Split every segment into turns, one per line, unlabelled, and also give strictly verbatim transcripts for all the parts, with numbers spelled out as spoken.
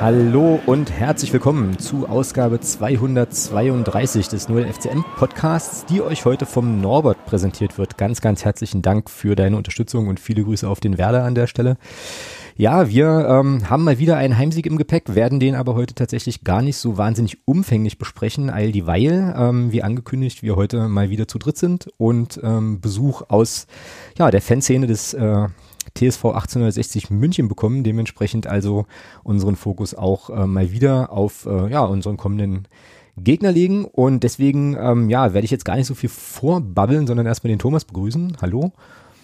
Hallo und herzlich willkommen zu Ausgabe zweihundertzweiunddreißig des null F C M Podcasts, die euch heute vom Norbert präsentiert wird. Ganz, ganz herzlichen Dank für deine Unterstützung und viele Grüße auf den Werder an der Stelle. Ja, wir ähm, haben mal wieder einen Heimsieg im Gepäck, werden den aber heute tatsächlich gar nicht so wahnsinnig umfänglich besprechen, all dieweil, ähm, wie angekündigt, wir heute mal wieder zu dritt sind und ähm, Besuch aus ja der Fanszene des äh, T S V achtzehnhundertsechzig München bekommen, dementsprechend also unseren Fokus auch äh, mal wieder auf äh, ja unseren kommenden Gegner legen und deswegen ähm, ja werde ich jetzt gar nicht so viel vorbabbeln, sondern erstmal den Thomas begrüßen. Hallo.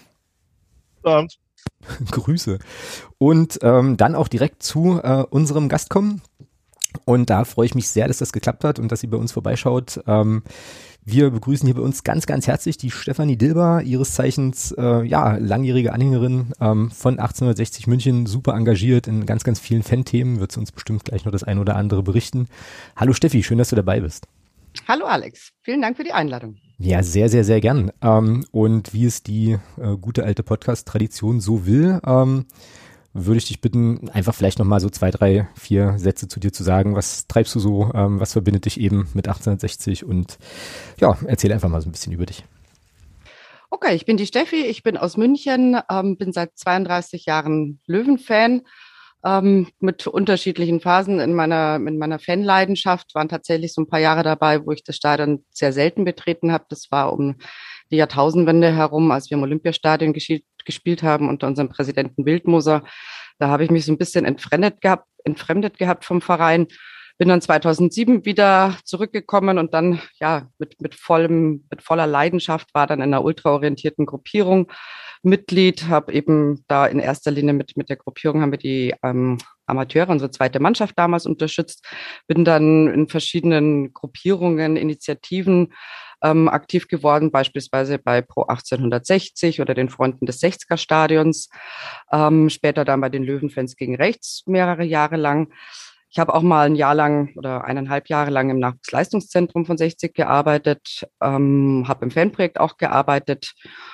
Ja.
Grüße. Und ähm, dann auch direkt zu äh, unserem Gast kommen. Und da freue ich mich sehr, dass das geklappt hat und dass sie bei uns vorbeischaut. Ähm, wir begrüßen hier bei uns ganz, ganz herzlich die Stefanie Dilber, ihres Zeichens äh, ja langjährige Anhängerin ähm, von achtzehnhundertsechzig München, super engagiert in ganz, ganz vielen Fan-Themen, wird sie uns bestimmt gleich noch das ein oder andere berichten. Hallo Steffi, schön, dass du dabei bist.
Hallo Alex, vielen Dank für die Einladung.
Ja, sehr, sehr, sehr gern. Ähm, und wie es die äh, gute alte Podcast-Tradition so will, ähm, würde ich dich bitten, einfach vielleicht nochmal so zwei, drei, vier Sätze zu dir zu sagen. Was treibst du so? Ähm, was verbindet dich eben mit achtzehnhundertsechzig? Und ja, erzähl einfach mal so ein bisschen über dich.
Okay, ich bin die Steffi, ich bin aus München, ähm, bin seit zweiunddreißig Jahren Löwen-Fan. Ähm, mit unterschiedlichen Phasen in meiner, in meiner Fanleidenschaft, waren tatsächlich so ein paar Jahre dabei, wo ich das Stadion sehr selten betreten habe. Das war um die Jahrtausendwende herum, als wir im Olympiastadion geschielt, gespielt haben unter unserem Präsidenten Wildmoser. Da habe ich mich so ein bisschen entfremdet gehabt, entfremdet gehabt vom Verein. Bin dann zweitausendsieben wieder zurückgekommen und dann ja mit mit vollem mit voller Leidenschaft war dann in einer ultraorientierten Gruppierung Mitglied, habe eben da in erster Linie mit mit der Gruppierung haben wir die ähm, Amateure, unsere zweite Mannschaft damals unterstützt, bin dann in verschiedenen Gruppierungen, Initiativen ähm, aktiv geworden, beispielsweise bei Pro achtzehnhundertsechzig oder den Freunden des sechziger Stadions, ähm, später dann bei den Löwenfans gegen Rechts mehrere Jahre lang. Ich habe auch mal ein Jahr lang oder eineinhalb Jahre lang im Nachwuchsleistungszentrum von sechzig gearbeitet, ähm, habe im Fanprojekt auch gearbeitet,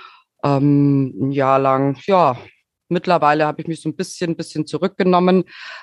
ähm, ein Jahr lang. Ja, mittlerweile habe ich mich so ein bisschen, bisschen zurückgenommen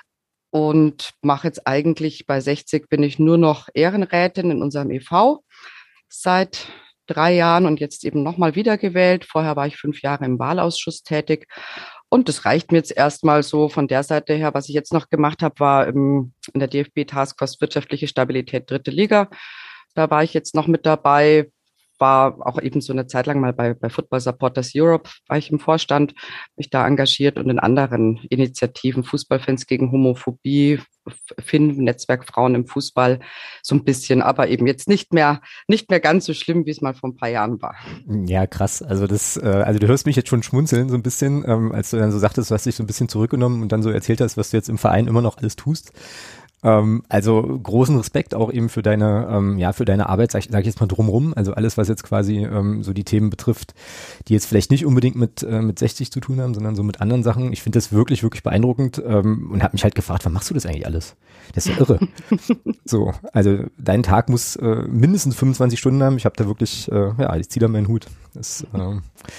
und mache jetzt eigentlich bei sechzig bin ich nur noch Ehrenrätin in unserem E V seit drei Jahren und jetzt eben nochmal wiedergewählt. Vorher war ich fünf Jahre im Wahlausschuss tätig. Und das reicht mir jetzt erstmal so von der Seite her. Was ich jetzt noch gemacht habe, war im, in der D F B-Taskforce Wirtschaftliche Stabilität dritte Liga. Da war ich jetzt noch mit dabei, war auch eben so eine Zeit lang mal bei, bei Football Supporters Europe, war ich im Vorstand, mich da engagiert und in anderen Initiativen, Fußballfans gegen Homophobie, F I N, Netzwerk Frauen im Fußball, so ein bisschen, aber eben jetzt nicht mehr, nicht mehr ganz so schlimm, wie es mal vor ein paar Jahren war.
Ja, krass. Also das, äh, also du hörst mich jetzt schon schmunzeln so ein bisschen, ähm, als du dann so sagtest, du hast dich so ein bisschen zurückgenommen und dann so erzählt hast, was du jetzt im Verein immer noch alles tust. Ähm, also großen Respekt auch eben für deine, ähm, ja, für deine Arbeit, sag ich, sag ich jetzt mal drumrum. Also alles, was jetzt quasi ähm, so die Themen betrifft, die jetzt vielleicht nicht unbedingt mit äh, mit sechzig zu tun haben, sondern so mit anderen Sachen. Ich finde das wirklich, wirklich beeindruckend ähm, und habe mich halt gefragt, wann machst du das eigentlich alles? Das ist ja irre. So, also dein Tag muss äh, mindestens fünfundzwanzig Stunden haben. Ich habe da wirklich, äh, ja, ich ziehe da meinen Hut. Das ist äh,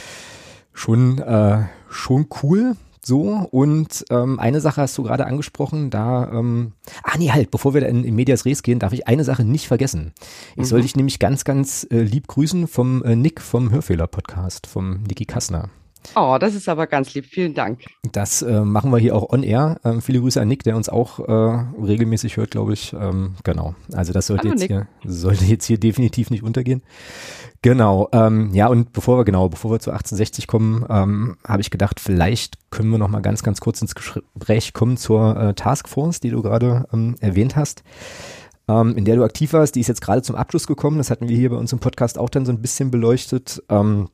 schon, äh, schon cool. So, und ähm, eine Sache hast du gerade angesprochen, da, ähm, ah nee, halt, bevor wir da in, in Medias Res gehen, darf ich eine Sache nicht vergessen. Ich mhm. soll dich nämlich ganz, ganz äh, lieb grüßen vom äh, Nick vom Hörfehler-Podcast, vom Niki Kassner.
Oh, das ist aber ganz lieb, vielen Dank.
Das äh, machen wir hier auch on air. Ähm, viele Grüße an Nick, der uns auch äh, regelmäßig hört, glaube ich. Ähm, genau, also das sollte
Hallo,
jetzt hier, sollte jetzt hier definitiv nicht untergehen. Genau, ähm, ja, und bevor wir genau, bevor wir zu achtzehnhundertsechzig kommen, ähm, habe ich gedacht, vielleicht können wir noch mal ganz, ganz kurz ins Gespräch kommen zur äh, Taskforce, die du gerade ähm, erwähnt hast, ähm, in der du aktiv warst. Die ist jetzt gerade zum Abschluss gekommen. Das hatten wir hier bei uns im Podcast auch dann so ein bisschen beleuchtet. Ähm,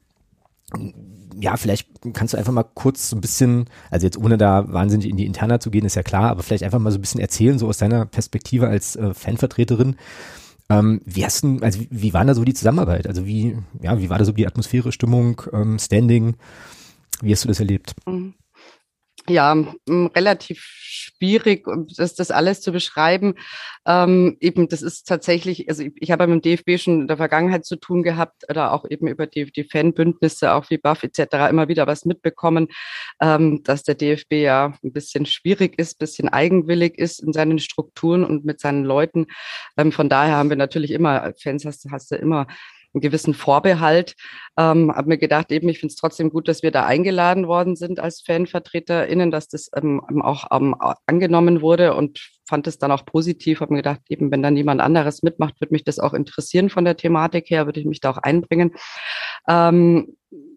ja, vielleicht kannst du einfach mal kurz so ein bisschen, also jetzt ohne da wahnsinnig in die Interna zu gehen, ist ja klar, aber vielleicht einfach mal so ein bisschen erzählen, so aus deiner Perspektive als äh, Fanvertreterin. Ähm, wie hast du, also wie, wie war da so die Zusammenarbeit? Also wie, ja, wie war da so die Atmosphäre, Stimmung, ähm, Standing? Wie hast du das erlebt?
Ja, m, relativ schwierig, um das, das alles zu beschreiben. Ähm, eben, das ist tatsächlich, also ich, ich habe mit dem D F B schon in der Vergangenheit zu tun gehabt oder auch eben über die, die Fanbündnisse, auch wie B A F et cetera, immer wieder was mitbekommen, ähm, dass der D F B ja ein bisschen schwierig ist, ein bisschen eigenwillig ist in seinen Strukturen und mit seinen Leuten. Ähm, von daher haben wir natürlich immer, Fans hast, hast du immer einen gewissen Vorbehalt. Ähm, habe mir gedacht, eben, ich finde es trotzdem gut, dass wir da eingeladen worden sind als FanvertreterInnen, dass das ähm, auch ähm, angenommen wurde und fand es dann auch positiv. Habe mir gedacht, eben, wenn dann jemand anderes mitmacht, würde mich das auch interessieren von der Thematik her, würde ich mich da auch einbringen. Ähm,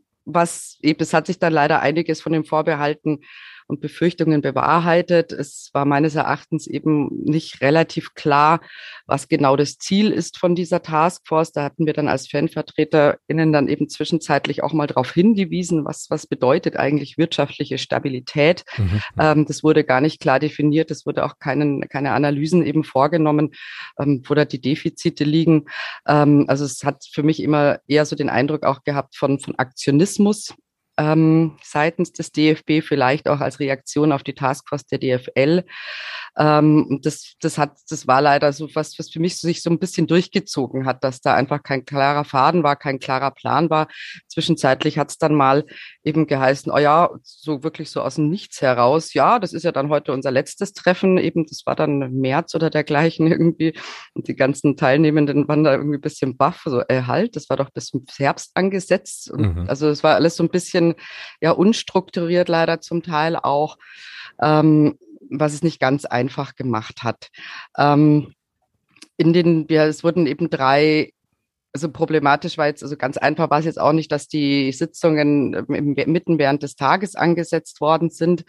was eben, es hat sich dann leider einiges von den Vorbehalten und Befürchtungen bewahrheitet. Es war meines Erachtens eben nicht relativ klar, was genau das Ziel ist von dieser Taskforce. Da hatten wir dann als FanvertreterInnen dann eben zwischenzeitlich auch mal darauf hingewiesen, was, was bedeutet eigentlich wirtschaftliche Stabilität.
Mhm.
Ähm, das wurde gar nicht klar definiert. Es wurde auch keinen, keine Analysen eben vorgenommen, ähm, wo da die Defizite liegen. Ähm, also es hat für mich immer eher so den Eindruck auch gehabt von, von Aktionismus ähm, seitens des D F B, vielleicht auch als Reaktion auf die Taskforce der D F L. Ähm, das, das hat, das war leider so was, was für mich so, sich so ein bisschen durchgezogen hat, dass da einfach kein klarer Faden war, kein klarer Plan war. Zwischenzeitlich hat es dann mal eben geheißen, oh ja, so wirklich so aus dem Nichts heraus, ja, das ist ja dann heute unser letztes Treffen, eben, das war dann im März oder dergleichen irgendwie. Und die ganzen Teilnehmenden waren da irgendwie ein bisschen baff, so, äh, halt, das war doch bis zum Herbst angesetzt. Und
Mhm.
also es war alles so ein bisschen, ja, unstrukturiert leider zum Teil auch. Ähm, was es nicht ganz einfach gemacht hat. Ähm, in den, ja, es wurden eben drei, also problematisch war jetzt, also ganz einfach war es jetzt auch nicht, dass die Sitzungen im, mitten während des Tages angesetzt worden sind,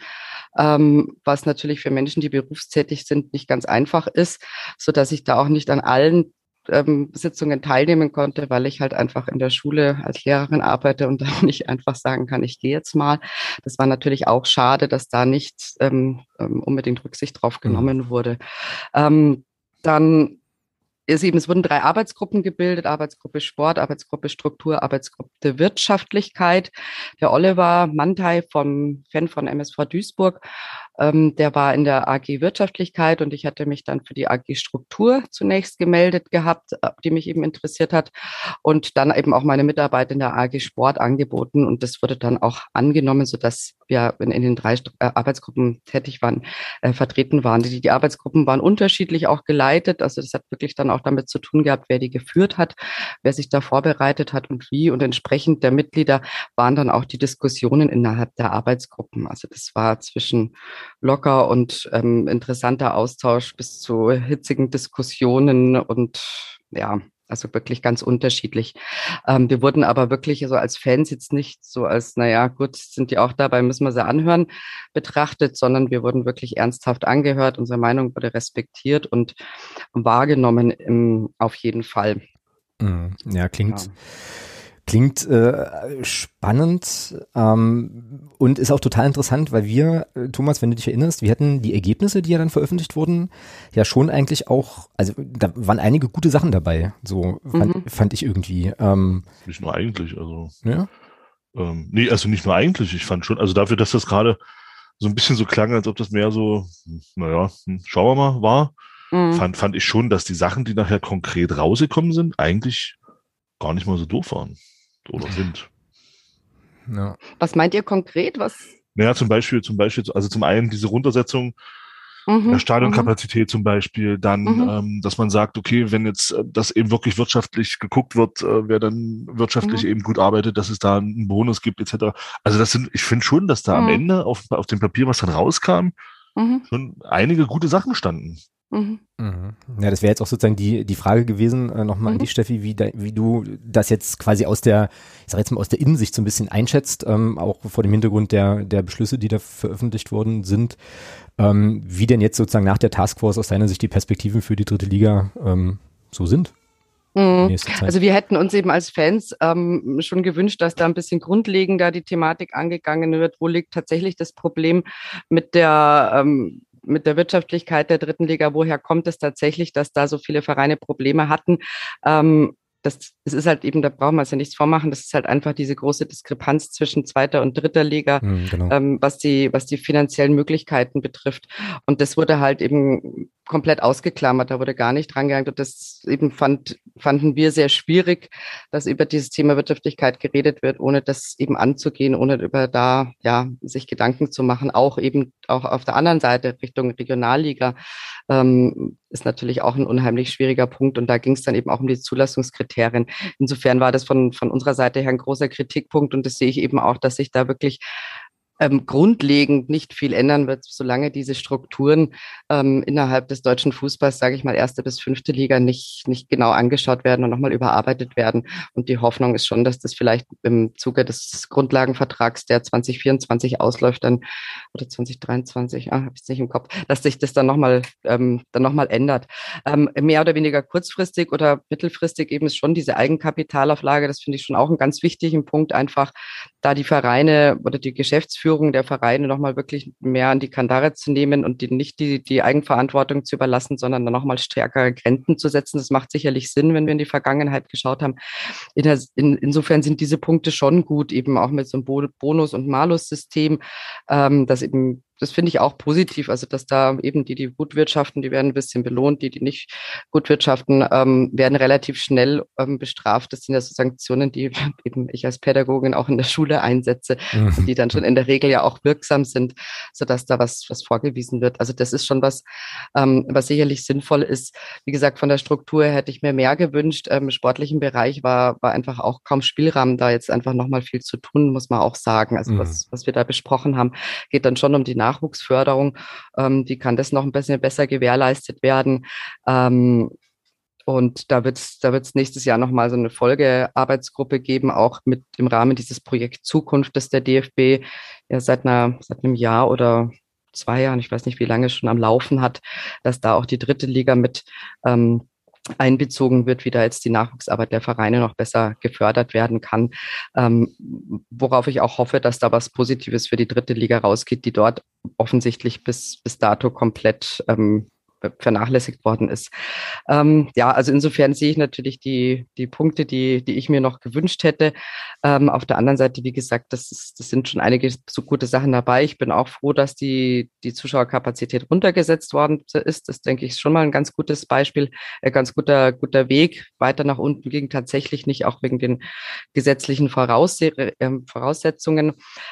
ähm, was natürlich für Menschen, die berufstätig sind, nicht ganz einfach ist, so dass ich da auch nicht an allen ähm, Sitzungen teilnehmen konnte, weil ich halt einfach in der Schule als Lehrerin arbeite und dann nicht einfach sagen kann, ich gehe jetzt mal. Das war natürlich auch schade, dass da nicht ähm, unbedingt Rücksicht drauf genommen
Mhm.
wurde. Ähm, dann ist eben, es wurden drei Arbeitsgruppen gebildet, Arbeitsgruppe Sport, Arbeitsgruppe Struktur, Arbeitsgruppe Wirtschaftlichkeit. Der Oliver Mantei vom Fan von M S V Duisburg, ähm, der war in der A G Wirtschaftlichkeit und ich hatte mich dann für die A G Struktur zunächst gemeldet gehabt, die mich eben interessiert hat und dann eben auch meine Mitarbeit in der A G Sport angeboten und das wurde dann auch angenommen, sodass wir in, in den drei äh, Arbeitsgruppen tätig waren, äh, vertreten waren. Die, die Arbeitsgruppen waren unterschiedlich auch geleitet, also das hat wirklich dann auch damit zu tun gehabt, wer die geführt hat, wer sich da vorbereitet hat und wie und entsprechend der Mitglieder waren dann auch die Diskussionen innerhalb der Arbeitsgruppen. Also das war zwischen locker und ähm, interessanter Austausch bis zu hitzigen Diskussionen und ja, also wirklich ganz unterschiedlich. Ähm, wir wurden aber wirklich so als Fans jetzt nicht so als, naja, gut, sind die auch dabei, müssen wir sie anhören, betrachtet, sondern wir wurden wirklich ernsthaft angehört. Unsere Meinung wurde respektiert und wahrgenommen im, auf jeden Fall.
Mhm. Ja,
Ja.
klingt, klingt äh, spannend ähm, und ist auch total interessant, weil wir, äh, Thomas, wenn du dich erinnerst, wir hatten die Ergebnisse, die ja dann veröffentlicht wurden, ja schon eigentlich auch, also da waren einige gute Sachen dabei, so fand,
Mhm.
fand ich irgendwie. Ähm,
Nicht nur eigentlich, also.
ja?
Ähm, nee, also nicht nur eigentlich. Ich fand schon, also dafür, dass das gerade so ein bisschen so klang, als ob das mehr so, naja, hm, schauen wir mal, war,
Mhm.
fand, fand ich schon, dass die Sachen, die nachher konkret rausgekommen sind, eigentlich gar nicht mal so doof waren. Oder sind.
Ja.
Was meint ihr konkret? Was?
Naja, zum Beispiel, zum Beispiel, also zum einen diese Runtersetzung der
Mhm. Mhm.
Stadionkapazität zum Beispiel, dann,
Mhm.
ähm, dass man sagt, okay, wenn jetzt äh, das eben wirklich wirtschaftlich geguckt wird, äh, wer dann wirtschaftlich
Mhm.
eben gut arbeitet, dass es da einen Bonus gibt, et cetera. Also das sind, ich finde schon, dass da am
Mhm.
Ende auf, auf dem Papier, was dann rauskam,
Mhm.
schon einige gute Sachen standen.
Mhm.
Mhm. Ja, das wäre jetzt auch sozusagen die, die Frage gewesen, äh, nochmal an
Mhm.
dich, Steffi, wie, da, wie du das jetzt quasi aus der, ich sag jetzt mal aus der Innensicht so ein bisschen einschätzt, ähm, auch vor dem Hintergrund der, der Beschlüsse, die da veröffentlicht worden sind, ähm, wie denn jetzt sozusagen nach der Taskforce aus deiner Sicht die Perspektiven für die dritte Liga ähm, so sind, die
Mhm.
nächste Zeit.
Also wir hätten uns eben als Fans ähm, schon gewünscht, dass da ein bisschen grundlegender die Thematik angegangen wird. Wo liegt tatsächlich das Problem mit der ähm, mit der Wirtschaftlichkeit der dritten Liga? Woher kommt es tatsächlich, dass da so viele Vereine Probleme hatten? Ähm, das, es ist halt eben, da brauchen wir uns ja nichts vormachen, das ist halt einfach diese große Diskrepanz zwischen zweiter und dritter Liga,
Mhm, genau.
ähm, was die, was die finanziellen Möglichkeiten betrifft. Und das wurde halt eben komplett ausgeklammert, da wurde gar nicht dran gegangen. Und das eben fand, fanden wir sehr schwierig, dass über dieses Thema Wirtschaftlichkeit geredet wird, ohne das eben anzugehen, ohne über da, ja, sich Gedanken zu machen. Auch eben, auch auf der anderen Seite Richtung Regionalliga, ähm, ist natürlich auch ein unheimlich schwieriger Punkt. Und da ging es dann eben auch um die Zulassungskriterien. Insofern war das von, von unserer Seite her ein großer Kritikpunkt. Und das sehe ich eben auch, dass sich da wirklich ähm, grundlegend nicht viel ändern wird, solange diese Strukturen ähm, innerhalb des deutschen Fußballs, sage ich mal, erste bis fünfte Liga nicht, nicht genau angeschaut werden und nochmal überarbeitet werden. Und die Hoffnung ist schon, dass das vielleicht im Zuge des Grundlagenvertrags, der zwanzig vierundzwanzig ausläuft, dann oder zwanzig dreiundzwanzig, ah, habe ich es nicht im Kopf, dass sich das dann nochmal ähm, dann noch mal ändert. Ähm, mehr oder weniger kurzfristig oder mittelfristig eben ist schon diese Eigenkapitalauflage, das finde ich schon auch einen ganz wichtigen Punkt, einfach da die Vereine oder die Geschäftsführung der Vereine nochmal wirklich mehr an die Kandare zu nehmen und die, nicht die, die Eigenverantwortung zu überlassen, sondern dann nochmal stärkere Grenzen zu setzen. Das macht sicherlich Sinn, wenn wir in die Vergangenheit geschaut haben. In der, in, insofern sind diese Punkte schon gut, eben auch mit so einem Bonus- und Malus-System, ähm, das eben das finde ich auch positiv, also dass da eben die, die gut wirtschaften, die werden ein bisschen belohnt, die, die nicht gut wirtschaften, ähm, werden relativ schnell ähm, bestraft. Das sind ja so Sanktionen, die eben ich als Pädagogin auch in der Schule einsetze, mhm. die dann schon in der Regel ja auch wirksam sind, sodass da was, was vorgewiesen wird. Also das ist schon was, ähm, was sicherlich sinnvoll ist. Wie gesagt, von der Struktur hätte ich mir mehr gewünscht. Im sportlichen Bereich war, war einfach auch kaum Spielraum, da jetzt einfach nochmal viel zu tun, muss man auch sagen. Also mhm. was, was wir da besprochen haben, geht dann schon um die Nachwuchsförderung, ähm, wie kann das noch ein bisschen besser gewährleistet werden? Ähm, und da wird es da wird's nächstes Jahr nochmal so eine Folgearbeitsgruppe geben, auch mit im Rahmen dieses Projekt Zukunft, das der D F B ja seit einer seit einem Jahr oder zwei Jahren, ich weiß nicht, wie lange schon am Laufen hat, dass da auch die dritte Liga mit ähm, einbezogen wird, wie da jetzt die Nachwuchsarbeit der Vereine noch besser gefördert werden kann, ähm, worauf ich auch hoffe, dass da was Positives für die dritte Liga rausgeht, die dort offensichtlich bis, bis dato komplett ähm, vernachlässigt worden ist. Ähm, ja, also insofern sehe ich natürlich die, die Punkte, die, die ich mir noch gewünscht hätte. Ähm, auf der anderen Seite, wie gesagt, das, ist, das sind schon einige so gute Sachen dabei. Ich bin auch froh, dass die, die Zuschauerkapazität runtergesetzt worden ist. Das, denke ich, ist schon mal ein ganz gutes Beispiel, ein ganz guter, guter Weg. Weiter nach unten ging tatsächlich nicht, auch wegen den gesetzlichen Vorausse äh, Voraussetzungen.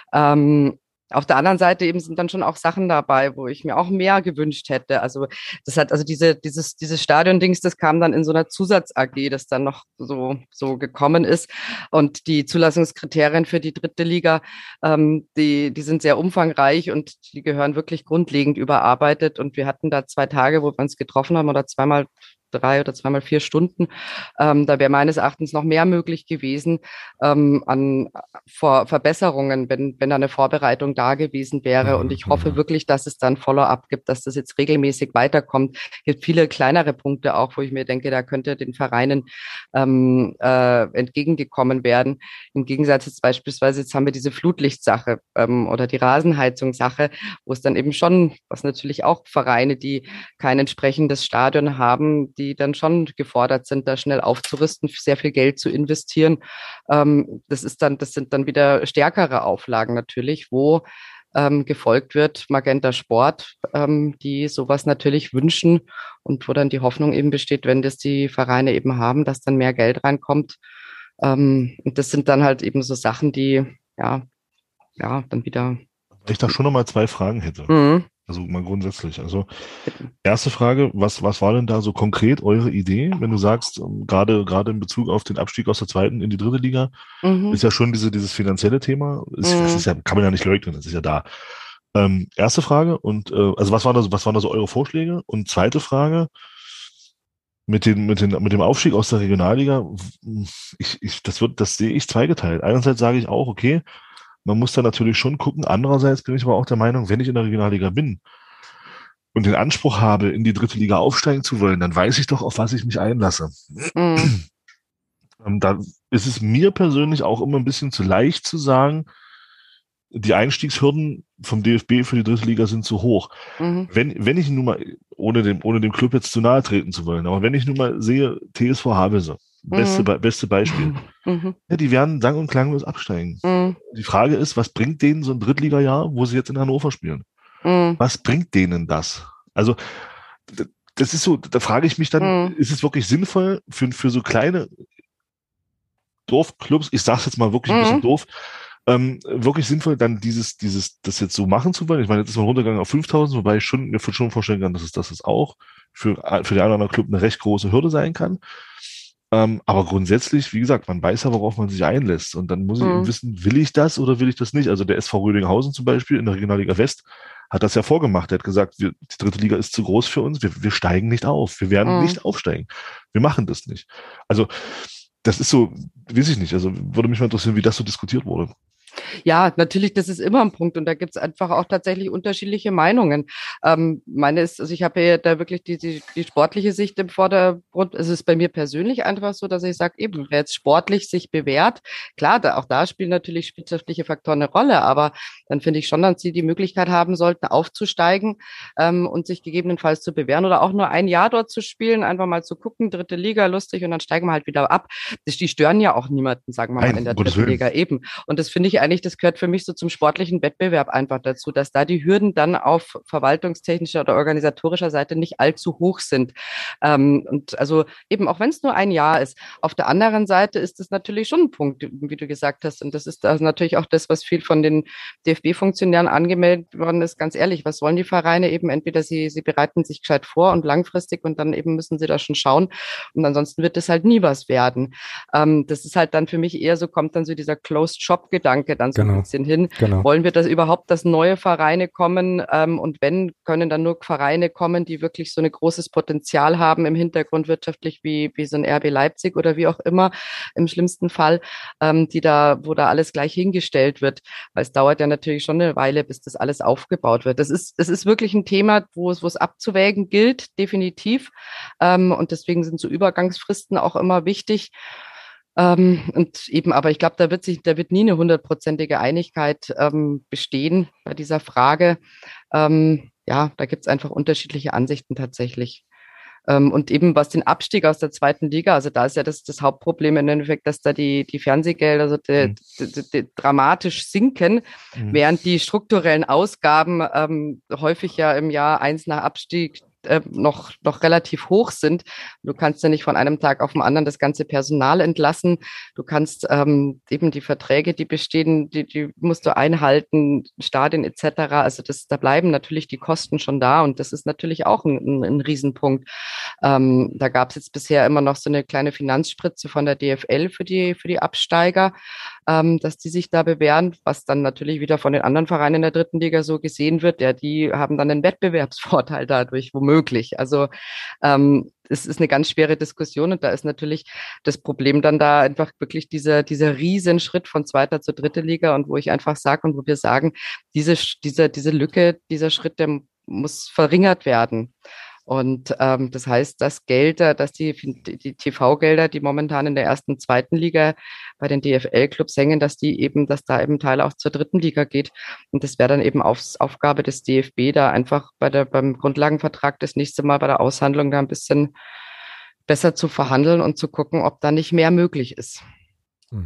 Ähm, Auf der anderen Seite eben sind dann schon auch Sachen dabei, wo ich mir auch mehr gewünscht hätte. Also das hat, also diese, dieses, dieses Stadion-Dings, das kam dann in so einer Zusatz-A G, das dann noch so, so gekommen ist. Und die Zulassungskriterien für die dritte Liga, ähm, die, die sind sehr umfangreich und die gehören wirklich grundlegend überarbeitet. Und wir hatten da zwei Tage, wo wir uns getroffen haben oder zweimal drei oder zweimal vier Stunden. Ähm, da wäre meines Erachtens noch mehr möglich gewesen ähm, an Vor Verbesserungen, wenn, wenn da eine Vorbereitung da gewesen wäre. Und ich hoffe wirklich, dass es dann Follow-up gibt, dass das jetzt regelmäßig weiterkommt. Es gibt viele kleinere Punkte auch, wo ich mir denke, da könnte den Vereinen ähm, äh, entgegengekommen werden. Im Gegensatz jetzt beispielsweise, jetzt haben wir diese Flutlichtsache ähm, oder die Rasenheizungssache, wo es dann eben schon, was natürlich auch Vereine, die kein entsprechendes Stadion haben, die die dann schon gefordert sind, da schnell aufzurüsten, sehr viel Geld zu investieren. Ähm, das ist dann, das sind dann wieder stärkere Auflagen natürlich, wo ähm, gefolgt wird, Magenta Sport, ähm, die sowas natürlich wünschen und wo dann die Hoffnung eben besteht, wenn das die Vereine eben haben, dass dann mehr Geld reinkommt. Ähm, und das sind dann halt eben so Sachen, die, ja, ja, dann wieder.
Ich da schon nochmal zwei Fragen hätte.
Mhm.
Also mal grundsätzlich. Also erste Frage, was, was war denn da so konkret eure Idee, wenn du sagst, um, gerade gerade in Bezug auf den Abstieg aus der zweiten in die dritte Liga, mhm. ist ja schon diese, dieses finanzielle Thema, ist, mhm. das ist ja, kann man ja nicht leugnen, das ist ja da. Ähm, erste Frage, und äh, also was waren da, was waren da so eure Vorschläge? Und zweite Frage, mit den, mit den, mit dem Aufstieg aus der Regionalliga, ich, ich, das wird, das sehe ich zweigeteilt. Einerseits sage ich auch, okay, man muss da natürlich schon gucken. Andererseits bin ich aber auch der Meinung, wenn ich in der Regionalliga bin und den Anspruch habe, in die dritte Liga aufsteigen zu wollen, dann weiß ich doch, auf was ich mich einlasse. Mhm. Da ist es mir persönlich auch immer ein bisschen zu leicht zu sagen, die Einstiegshürden vom D F B für die dritte Liga sind zu hoch. Mhm. Wenn, wenn ich nun mal, ohne dem, ohne dem Club jetzt zu nahe treten zu wollen, aber wenn ich nun mal sehe, T S V Havelse, beste, mhm. beste Beispiel. Mhm. Ja, die werden sang- und klanglos absteigen. Mhm. Die Frage ist, was bringt denen so ein Drittliga-Jahr, wo sie jetzt in Hannover spielen? Mhm. Was bringt denen das? Also, das ist so, da frage ich mich dann, mhm. ist es wirklich sinnvoll für, für so kleine Dorfclubs, ich sag's jetzt mal wirklich mhm. ein bisschen doof, ähm, wirklich sinnvoll, dann dieses, dieses, das jetzt so machen zu wollen? Ich meine, jetzt ist man runtergegangen auf fünftausend, wobei ich schon, mir schon vorstellen kann, dass es, dass es auch für, für den einen oder anderen Club eine recht große Hürde sein kann. Ähm, aber grundsätzlich, wie gesagt, man weiß ja, worauf man sich einlässt. Und dann muss ich mhm. eben wissen, will ich das oder will ich das nicht? Also der S V Rödinghausen zum Beispiel in der Regionalliga West hat das ja vorgemacht. Er hat gesagt, wir, die dritte Liga ist zu groß für uns. Wir, wir steigen nicht auf. Wir werden mhm. nicht aufsteigen. Wir machen das nicht. Also das ist so, weiß ich nicht. Also würde mich mal interessieren, wie das so diskutiert wurde.
Ja, natürlich, das ist immer ein Punkt und da gibt es einfach auch tatsächlich unterschiedliche Meinungen. Ähm, meine ist, also ich habe ja da wirklich die, die, die sportliche Sicht im Vordergrund. Es ist bei mir persönlich einfach so, dass ich sage, eben, wer jetzt sportlich sich bewährt, klar, da, auch da spielen natürlich wirtschaftliche Faktoren eine Rolle, aber dann finde ich schon, dass sie die Möglichkeit haben sollten, aufzusteigen ähm, und sich gegebenenfalls zu bewähren oder auch nur ein Jahr dort zu spielen, einfach mal zu gucken, dritte Liga, lustig und dann steigen wir halt wieder ab. Das, die stören ja auch niemanden, sagen wir mal, Nein, in der dritten Liga eben. Und das finde ich eigentlich, das gehört für mich so zum sportlichen Wettbewerb einfach dazu, dass da die Hürden dann auf verwaltungstechnischer oder organisatorischer Seite nicht allzu hoch sind. Ähm, und also eben, auch wenn es nur ein Jahr ist. Auf der anderen Seite ist es natürlich schon ein Punkt, wie du gesagt hast. Und das ist also natürlich auch das, was viel von den D F B-Funktionären angemeldet worden ist. Ganz ehrlich, was wollen die Vereine eben? Entweder sie, sie bereiten sich gescheit vor und langfristig und dann eben müssen sie da schon schauen. Und ansonsten wird es halt nie was werden. Ähm, das ist halt dann für mich eher so, kommt dann so dieser Closed-Shop-Gedanke dann so genau. ein bisschen hin. Genau. Wollen wir das überhaupt, dass neue Vereine kommen? Ähm, und wenn, können dann nur Vereine kommen, die wirklich so ein großes Potenzial haben im Hintergrund wirtschaftlich, wie, wie so ein R B Leipzig oder wie auch immer, im schlimmsten Fall, ähm, die da, wo da alles gleich hingestellt wird. Weil es dauert ja natürlich schon eine Weile, bis das alles aufgebaut wird. Das ist, das ist wirklich ein Thema, wo es, wo es abzuwägen gilt, definitiv. Ähm, und deswegen sind so Übergangsfristen auch immer wichtig. Ähm, und eben, aber ich glaube, da wird sich, da wird nie eine hundertprozentige Einigkeit ähm, bestehen bei dieser Frage. Ähm, ja, da gibt es einfach unterschiedliche Ansichten tatsächlich. Ähm, und eben was den Abstieg aus der zweiten Liga, also da ist ja das, das Hauptproblem im Endeffekt, dass da die, die Fernsehgelder so die, mhm. die, die, die dramatisch sinken, mhm. während die strukturellen Ausgaben ähm, häufig ja im Jahr eins nach Abstieg Äh, noch, noch relativ hoch sind. Du kannst ja nicht von einem Tag auf den anderen das ganze Personal entlassen. Du kannst ähm, eben die Verträge, die bestehen, die, die musst du einhalten, Stadien et cetera. Also das, da bleiben natürlich die Kosten schon da und das ist natürlich auch ein, ein, ein Riesenpunkt. Ähm, da gab es jetzt bisher immer noch so eine kleine Finanzspritze von der D F L für die, für die Absteiger, ähm, dass die sich da bewähren, was dann natürlich wieder von den anderen Vereinen in der dritten Liga so gesehen wird. Ja, die haben dann einen Wettbewerbsvorteil dadurch, womöglich. Möglich. Also ähm, es ist eine ganz schwere Diskussion und da ist natürlich das Problem dann da einfach wirklich dieser, dieser Riesenschritt von zweiter zur dritte Liga und wo ich einfach sage und wo wir sagen, diese, diese, diese Lücke, dieser Schritt, der muss verringert werden. Und ähm, das heißt, dass Gelder, dass die, die T V-Gelder, die momentan in der ersten, zweiten Liga bei den D F L-Clubs hängen, dass die eben, dass da eben Teil auch zur dritten Liga geht. Und das wäre dann eben Aufs, Aufgabe des D F B, da einfach bei der, beim Grundlagenvertrag das nächste Mal bei der Aushandlung da ein bisschen besser zu verhandeln und zu gucken, ob da nicht mehr möglich ist.
Mhm.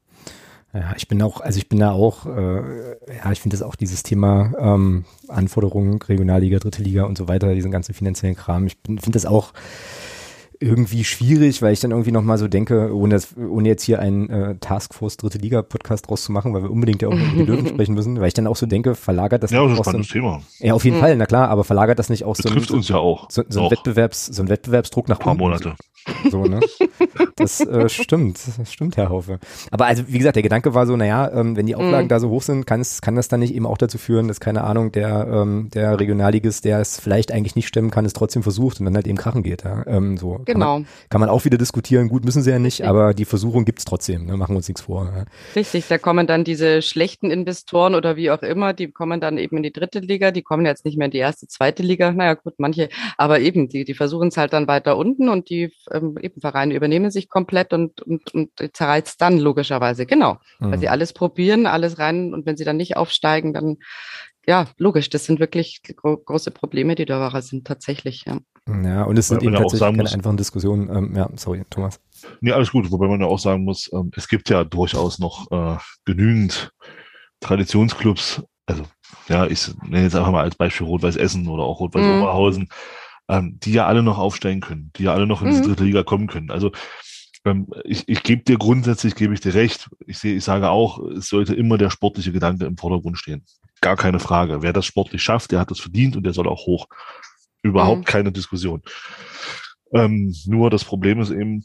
Ja, ich bin auch, also ich bin da auch, äh, ja, ich finde das auch dieses Thema ähm, Anforderungen, Regionalliga, dritte Liga und so weiter, diesen ganzen finanziellen Kram. Ich finde das auch irgendwie schwierig, weil ich dann irgendwie nochmal so denke, ohne, das, ohne jetzt hier einen äh, Taskforce dritte Liga Podcast draus zu machen, weil wir unbedingt ja auch über die Löwen sprechen müssen, weil ich dann auch so denke, verlagert das
ja,
nicht
das ist
auch
ein
so ein,
Thema.
Ja, auf jeden mhm. Fall, na klar, aber verlagert das nicht auch so,
betrifft
ein,
uns ja auch
so, so, ein
auch.
Wettbewerbs, so ein Wettbewerbsdruck nach
ein paar unten. Monate.
So, ne? Das äh, stimmt, das stimmt, Herr Haufe. Aber also, wie gesagt, der Gedanke war so, naja, ähm, wenn die Auflagen mm. da so hoch sind, kann es, kann das dann nicht eben auch dazu führen, dass, keine Ahnung, der, ähm, der Regionalligist, der es vielleicht eigentlich nicht stemmen kann, es trotzdem versucht und dann halt eben krachen geht. Ja? Ähm, so. Genau. Kann man, kann man auch wieder diskutieren, gut, müssen sie ja nicht, Richtig. Aber die Versuchung gibt's trotzdem, ne? Machen wir uns nichts vor. Ja?
Richtig, da kommen dann diese schlechten Investoren oder wie auch immer, die kommen dann eben in die dritte Liga, die kommen jetzt nicht mehr in die erste, zweite Liga, naja gut, manche, aber eben, die, die versuchen es halt dann weiter unten und die ähm, eben Vereine übernehmen sich komplett und, und, und zerreizt dann logischerweise, genau. Mhm. Weil sie alles probieren, alles rein und wenn sie dann nicht aufsteigen, dann, ja, logisch, das sind wirklich gro- große Probleme, die da sind tatsächlich, ja.
Ja, und es sind ja, eben tatsächlich keine muss, einfachen Diskussionen. Ähm, ja, sorry, Thomas.
Nee, alles gut, wobei man ja auch sagen muss, ähm, es gibt ja durchaus noch äh, genügend Traditionsclubs, also ja, ich nenne jetzt einfach mal als Beispiel Rot-Weiß Essen oder auch Rot-Weiß
Mhm.
Oberhausen, ähm, die ja alle noch aufsteigen können, die ja alle noch in diese
Mhm.
dritte Liga kommen können. Also ähm, ich, ich gebe dir grundsätzlich, gebe ich dir recht. Ich sehe, ich sage auch, es sollte immer der sportliche Gedanke im Vordergrund stehen. Gar keine Frage. Wer das sportlich schafft, der hat das verdient und der soll auch hoch. Überhaupt
Mhm.
keine Diskussion. Ähm, nur das Problem ist eben,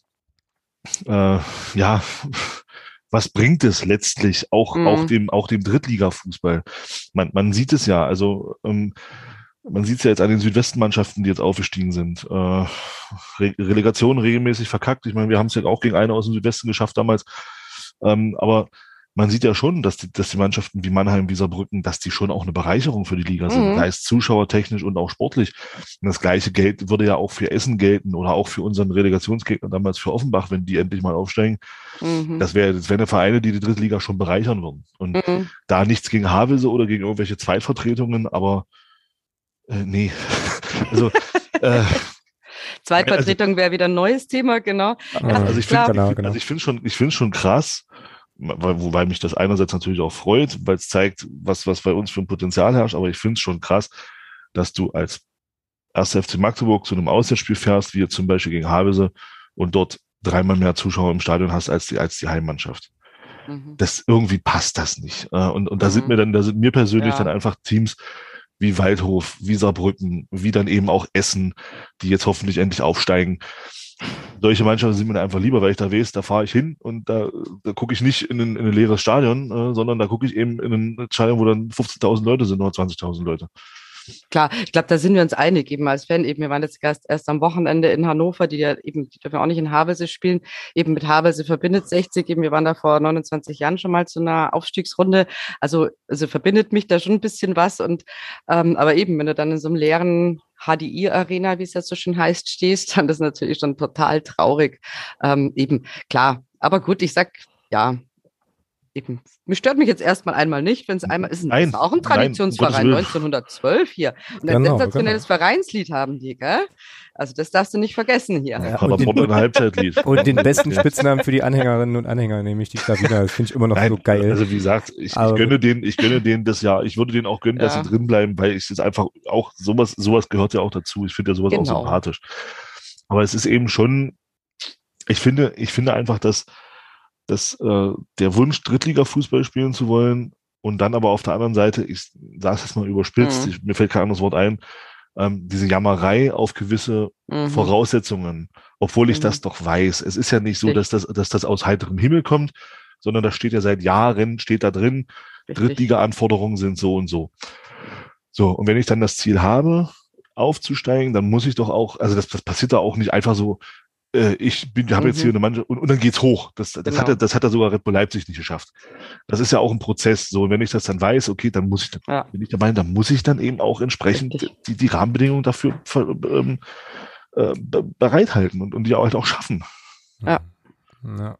äh, ja, was bringt es letztlich auch, auch
Mhm.
dem, auch dem Drittliga-Fußball? Man, man sieht es ja, also ähm, man sieht es ja jetzt an den Südwestenmannschaften, die jetzt aufgestiegen sind. Äh, Re Relegation regelmäßig verkackt. Ich meine, wir haben es ja auch gegen eine aus dem Südwesten geschafft damals. Ähm, aber man sieht ja schon, dass die, dass die Mannschaften wie Mannheim, wie Saarbrücken, dass die schon auch eine Bereicherung für die Liga sind.
Mhm.
Sei es zuschauertechnisch und auch sportlich. Und das gleiche Geld würde ja auch für Essen gelten oder auch für unseren Relegationsgegner damals für Offenbach, wenn die endlich mal aufsteigen.
Mhm.
Das wäre, das wären Vereine, die die dritte Liga schon bereichern würden. Und
Mhm.
da nichts gegen Havelse oder gegen irgendwelche Zweitvertretungen, aber äh, nee. Also, äh, also,
Zweitvertretung wäre wieder ein neues Thema, genau. Ja,
also
Mhm.
ich finde,
klar.
Genau,
ich,
genau.
also ich finde schon, ich finde schon krass, weil, wobei mich das einerseits natürlich auch freut, weil es zeigt, was, was bei uns für ein Potenzial herrscht, aber ich finde es schon krass, dass du als erster F C Magdeburg zu einem Auswärtsspiel fährst, wie jetzt zum Beispiel gegen Havelse und dort dreimal mehr Zuschauer im Stadion hast als die, als die Heimmannschaft.
Mhm.
Das irgendwie passt das nicht. Äh, Und, und da sind
Mhm.
mir dann, da sind mir persönlich dann
Ja.
einfach Teams wie Waldhof, wie Saarbrücken, wie dann eben auch Essen, die jetzt hoffentlich endlich aufsteigen. Solche Mannschaften sind mir dann einfach lieber, weil ich da weiß, da fahre ich hin und da, da gucke ich nicht in ein, in ein leeres Stadion, äh, sondern da gucke ich eben in ein Stadion, wo dann fünfzehntausend Leute sind oder zwanzigtausend Leute.
Klar, ich glaube, da sind wir uns einig, eben als Fan. Eben, wir waren jetzt erst, erst am Wochenende in Hannover, die ja eben, die dürfen auch nicht in Havelse spielen. Eben mit Havelse verbindet sechzig, eben, wir waren da vor neunundzwanzig Jahren schon mal zu einer Aufstiegsrunde. Also, also verbindet mich da schon ein bisschen was. Und, ähm, aber eben, wenn du dann in so einem leeren H D I-Arena, wie es jetzt so schön heißt, stehst, dann ist das natürlich schon total traurig. Ähm, eben, klar. Aber gut, ich sag, ja, eben, mich stört mich jetzt erstmal einmal nicht, wenn es einmal ist, das
Nein,
ist auch ein
nein, um Gottes
Traditionsverein,
Willen.
neunzehnhundertzwölf hier. Und ein
Genau,
sensationelles
genau.
Vereinslied haben die, gell? Also das darfst du nicht vergessen hier.
Ja, und,
Paderborn
den,
ein Halbzeitlied.
und den besten
Ja.
Spitznamen für die Anhängerinnen und Anhänger, nämlich die Schlawiner. Das finde ich immer noch
Nein,
so geil.
also wie gesagt, ich, ich
Aber
gönne denen, ich gönne denen das ja, ich würde denen auch gönnen, dass sie
Ja,
drin bleiben, weil ich es einfach auch, sowas, sowas gehört ja auch dazu. Ich finde ja sowas auch
genau.
sympathisch. Aber es ist eben schon, ich finde, ich finde einfach, dass, dass äh, der Wunsch, Drittliga-Fußball spielen zu wollen und dann aber auf der anderen Seite, ich sage es jetzt mal überspitzt,
Mhm.
ich, mir fällt kein anderes Wort ein, ähm, diese Jammerei auf gewisse
Mhm.
Voraussetzungen, obwohl ich
Mhm.
das doch weiß. Es ist ja nicht so,
Richtig.
dass das, dass das aus heiterem Himmel kommt, sondern das steht ja seit Jahren, steht da drin,
Richtig.
Drittliga-Anforderungen sind so und so. So, und wenn ich dann das Ziel habe, aufzusteigen, dann muss ich doch auch, also das, das passiert da auch nicht einfach so, äh, ich bin, habe
Mhm.
jetzt hier eine Mannschaft und, und dann geht's hoch. Das, das,
Genau.
hat er, das hat er sogar Red Bull Leipzig nicht geschafft. Das ist ja auch ein Prozess. So, und wenn ich das dann weiß, okay, dann muss ich, dann
Ja.
bin ich dabei, dann muss ich dann eben auch entsprechend
Richtig.
die, die Rahmenbedingungen dafür ver, ähm, äh, be- bereithalten und, und die auch, halt auch schaffen.
Ja.
Ja.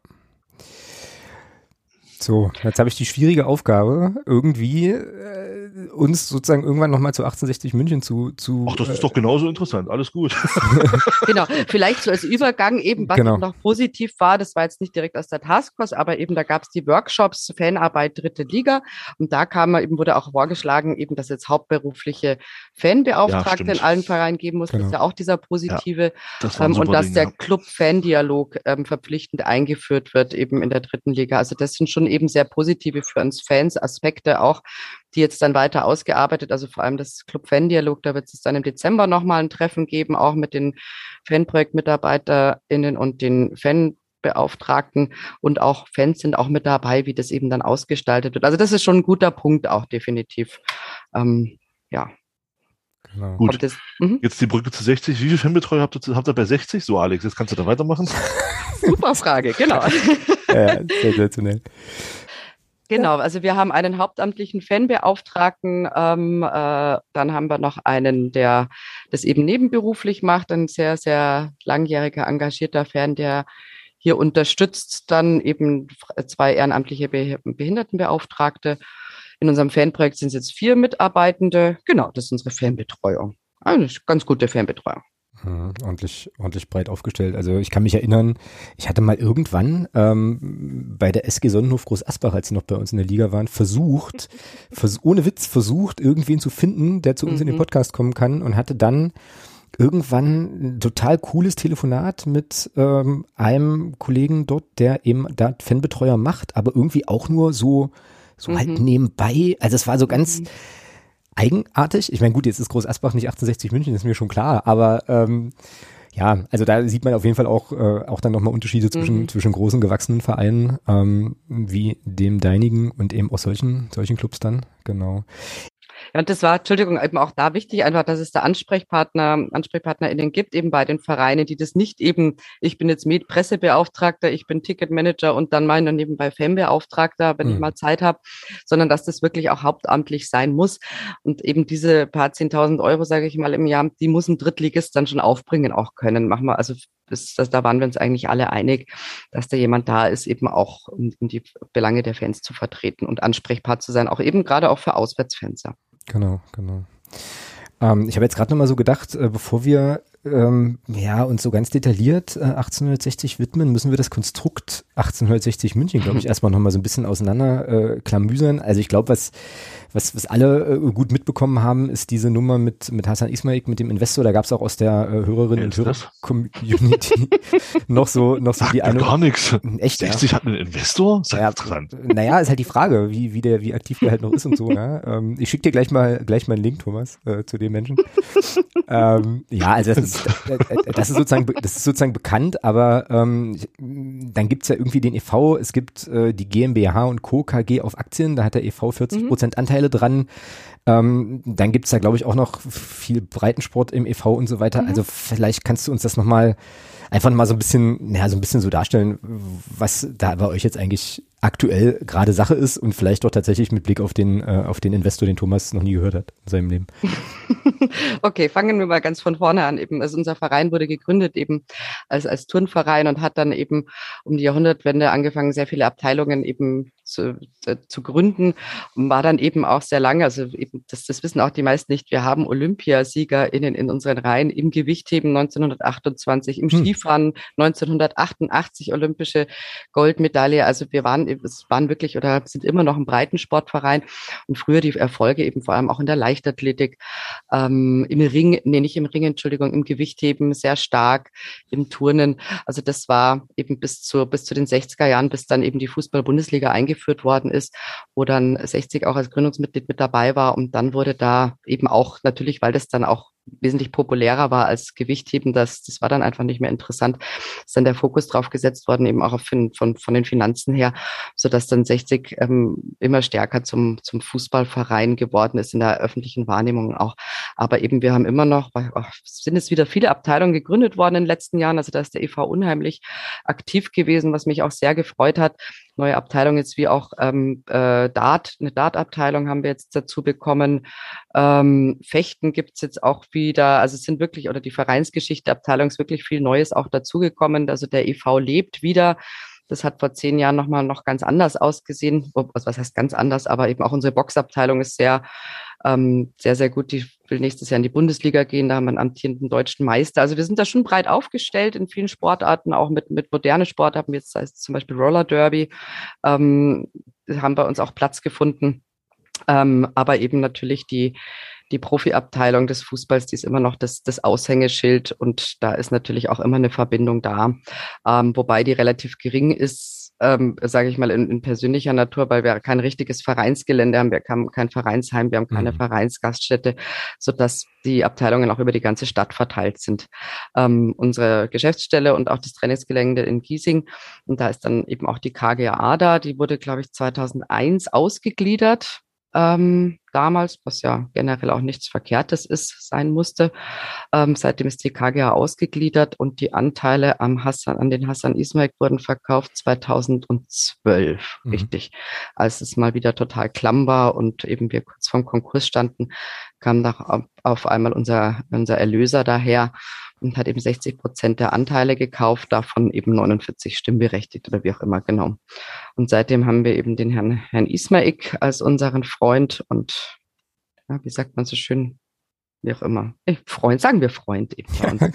So, jetzt habe ich die schwierige Aufgabe, irgendwie äh, uns sozusagen irgendwann nochmal zu achtzehnhundertsechzig München zu, zu
Ach, das
äh,
ist doch genauso interessant. Alles gut.
Genau, vielleicht so als Übergang eben, was
Genau.
eben noch positiv war, das war jetzt nicht direkt aus der Taskforce, aber eben da gab es die Workshops Fanarbeit dritte Liga und da kam eben, wurde auch vorgeschlagen, eben, dass jetzt hauptberufliche Fanbeauftragte
Ja,
in
stimmt.
allen Vereinen geben muss.
Genau.
Das ist ja auch dieser positive
Das war ein
ähm, und
super
dass
Ding,
der
ja.
Club-Fan-Dialog ähm, verpflichtend eingeführt wird, eben in der dritten Liga. Also das sind schon eben sehr positive für uns Fans Aspekte auch, die jetzt dann weiter ausgearbeitet, also vor allem das Club-Fan-Dialog, da wird es dann im Dezember nochmal ein Treffen geben, auch mit den FanprojektmitarbeiterInnen und den Fanbeauftragten und auch Fans sind auch mit dabei, wie das eben dann ausgestaltet wird. Also das ist schon ein guter Punkt auch definitiv. Ähm, ja.
Genau.
Gut.
Kommt das, mhm.
Jetzt die Brücke zu sechzig. Wie viele Fanbetreuer habt ihr, habt ihr bei sechzig? So, Alex, jetzt kannst du da weitermachen.
Super Frage, genau.
Ja, sensationell.
Genau, also wir haben einen hauptamtlichen Fanbeauftragten, ähm, äh, dann haben wir noch einen, der das eben nebenberuflich macht, ein sehr, sehr langjähriger, engagierter Fan, der hier unterstützt, dann eben zwei ehrenamtliche Be- Behindertenbeauftragte. In unserem Fanprojekt sind es jetzt vier Mitarbeitende. Genau, das ist unsere Fanbetreuung. Eine ganz gute Fanbetreuung.
Mhm, ordentlich, ordentlich breit aufgestellt. Also ich kann mich erinnern, ich hatte mal irgendwann ähm, bei der S G Sonnenhof Groß Asbach, als sie noch bei uns in der Liga waren, versucht, vers- ohne Witz versucht, irgendwen zu finden, der zu uns mhm. in den Podcast kommen kann, und hatte dann irgendwann ein total cooles Telefonat mit ähm, einem Kollegen dort, der eben da Fanbetreuer macht, aber irgendwie auch nur so, so mhm. halt nebenbei. Also es war so ganz mhm. eigenartig. Ich meine, gut, jetzt ist Groß Asbach nicht achtzehnhundertsechzig München, ist mir schon klar, aber ähm, ja, also da sieht man auf jeden Fall auch, äh, auch dann nochmal Unterschiede zwischen, mhm. zwischen großen, gewachsenen Vereinen, ähm, wie dem deinigen und eben auch solchen, solchen Clubs dann, genau.
Ja, und das war, Entschuldigung, eben auch da wichtig, einfach, dass es da Ansprechpartner, AnsprechpartnerInnen gibt, eben bei den Vereinen, die das nicht eben, ich bin jetzt Pressebeauftragter, ich bin Ticketmanager und dann mal nebenbei Fanbeauftragter, wenn hm. ich mal Zeit habe, sondern dass das wirklich auch hauptamtlich sein muss. Und eben diese paar zehntausend Euro, sage ich mal, im Jahr, die muss ein Drittligist dann schon aufbringen auch können. Machen wir, also das, das, da waren wir uns eigentlich alle einig, dass da jemand da ist, eben auch um, um die Belange der Fans zu vertreten und ansprechbar zu sein, auch eben gerade auch für Auswärtsfans. Ja.
Genau, genau. Ähm, ich habe jetzt gerade noch mal so gedacht, äh, bevor wir ähm, ja uns so ganz detailliert äh, achtzehnhundertsechzig widmen, müssen wir das Konstrukt achtzehnhundertsechzig München, glaube ich, erstmal noch mal so ein bisschen auseinander äh, klamüsern. Also ich glaube, was was was alle äh, gut mitbekommen haben, ist diese Nummer mit mit Hasan Ismail, mit dem Investor. Da gab es auch aus der äh, Hörerinnen und Hörer-Community noch so noch so
Sagt
die eine.
Gar nichts.
Echt?
sechzig
ja.
hat einen Investor? Ist ja interessant.
Naja, ist halt die Frage, wie wie der wie aktiv der halt noch ist und so. Ja? Ähm, ich schicke dir gleich mal gleich mal einen Link, Thomas, äh, zu dem Menschen. ähm, ja, also das ist, das ist sozusagen das ist sozusagen bekannt, aber ähm, dann gibt's ja irgendwie den e V, es gibt äh, die GmbH und Co. K G auf Aktien, da hat der e V vierzig Prozent mhm. Anteile dran. Ähm, dann gibt's da, glaube ich, auch noch viel Breitensport im e V und so weiter. Mhm. Also vielleicht kannst du uns das nochmal einfach mal so ein bisschen, ja, so ein bisschen so darstellen, was da bei euch jetzt eigentlich aktuell gerade Sache ist und vielleicht doch tatsächlich mit Blick auf den äh, auf den Investor, den Thomas noch nie gehört hat in seinem Leben.
Okay, fangen wir mal ganz von vorne an. Eben, also unser Verein wurde gegründet eben als als Turnverein und hat dann eben um die Jahrhundertwende angefangen, sehr viele Abteilungen eben zu, äh, zu gründen und war dann eben auch sehr lange, also eben das, das wissen auch die meisten nicht, wir haben OlympiasiegerInnen in unseren Reihen im Gewichtheben neunzehnhundertachtundzwanzig, im hm. Skifahren neunzehnhundertachtundachtzig olympische Goldmedaille, also wir waren, es waren wirklich oder sind immer noch ein Breitensportverein und früher die Erfolge eben vor allem auch in der Leichtathletik, ähm, im Ring, nee, nicht im Ring, Entschuldigung, im Gewichtheben sehr stark, im Turnen, also das war eben bis zu, bis zu den sechziger Jahren, bis dann eben die Fußball-Bundesliga eingeführt worden ist, wo dann sechzig auch als Gründungsmitglied mit dabei war und dann wurde da eben auch natürlich, weil das dann auch wesentlich populärer war als Gewichtheben, das, das war dann einfach nicht mehr interessant, ist dann der Fokus drauf gesetzt worden, eben auch auf, von, von den Finanzen her, sodass dann sechzig ähm, immer stärker zum, zum Fußballverein geworden ist in der öffentlichen Wahrnehmung auch. Aber eben wir haben immer noch, oh, sind es wieder viele Abteilungen gegründet worden in den letzten Jahren, also da ist der e V unheimlich aktiv gewesen, was mich auch sehr gefreut hat. Neue Abteilungen jetzt wie auch ähm, äh, Dart, eine Dart-Abteilung haben wir jetzt dazu bekommen. Ähm, Fechten gibt's jetzt auch wieder, also es sind wirklich, oder die Vereinsgeschichte-Abteilung ist wirklich viel Neues auch dazugekommen. Also der e V lebt wieder. Das hat vor zehn Jahren nochmal noch ganz anders ausgesehen. Was heißt ganz anders, aber eben auch unsere Boxabteilung ist sehr, ähm, sehr, sehr gut. Die will nächstes Jahr in die Bundesliga gehen. Da haben wir einen amtierenden deutschen Meister. Also wir sind da schon breit aufgestellt in vielen Sportarten, auch mit, mit modernen Sportarten, jetzt heißt zum Beispiel Roller Derby, ähm, haben bei uns auch Platz gefunden. Ähm, aber eben natürlich die, die Profiabteilung des Fußballs, die ist immer noch das, das Aushängeschild und da ist natürlich auch immer eine Verbindung da, ähm, wobei die relativ gering ist, ähm, sage ich mal, in, in persönlicher Natur, weil wir kein richtiges Vereinsgelände haben, wir haben kein Vereinsheim, wir haben keine mhm. Vereinsgaststätte, sodass die Abteilungen auch über die ganze Stadt verteilt sind. Ähm, unsere Geschäftsstelle und auch das Trainingsgelände in Giesing, und da ist dann eben auch die K G A da, die wurde, glaube ich, zweitausendeins ausgegliedert. Ähm, damals, was ja generell auch nichts Verkehrtes ist, sein musste. Ähm, seitdem ist die K G A ausgegliedert und die Anteile am Hassan, an den Hasan Ismail wurden verkauft zweitausendzwölf, mhm. richtig. Als es mal wieder total klamm war und eben wir kurz vorm Konkurs standen, kam nach, auf einmal unser, unser Erlöser daher und hat eben sechzig Prozent der Anteile gekauft, davon eben neunundvierzig stimmberechtigt oder wie auch immer, genau. Und seitdem haben wir eben den Herrn, Herrn Ismail als unseren Freund und, ja, wie sagt man so schön, wie auch immer. Freund, sagen wir Freund eben bei uns.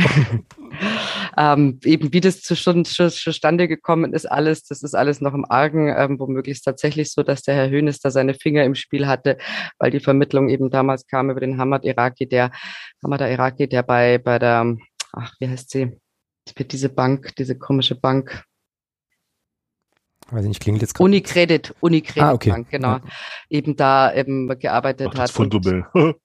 ähm, eben wie das zustande gekommen ist, alles, das ist alles noch im Argen, ähm, womöglich tatsächlich so, dass der Herr Hoeneß da seine Finger im Spiel hatte, weil die Vermittlung eben damals kam über den Hamad Iraki, der Hamad Iraki, der bei, bei der, ach, wie heißt sie? Diese Bank, diese komische Bank,
weiß ich nicht, klingelt jetzt gerade.
Unicredit, Unicredit
ah, okay.
Bank, genau,
Ja.
eben da eben gearbeitet
Ach,
hat.
Und,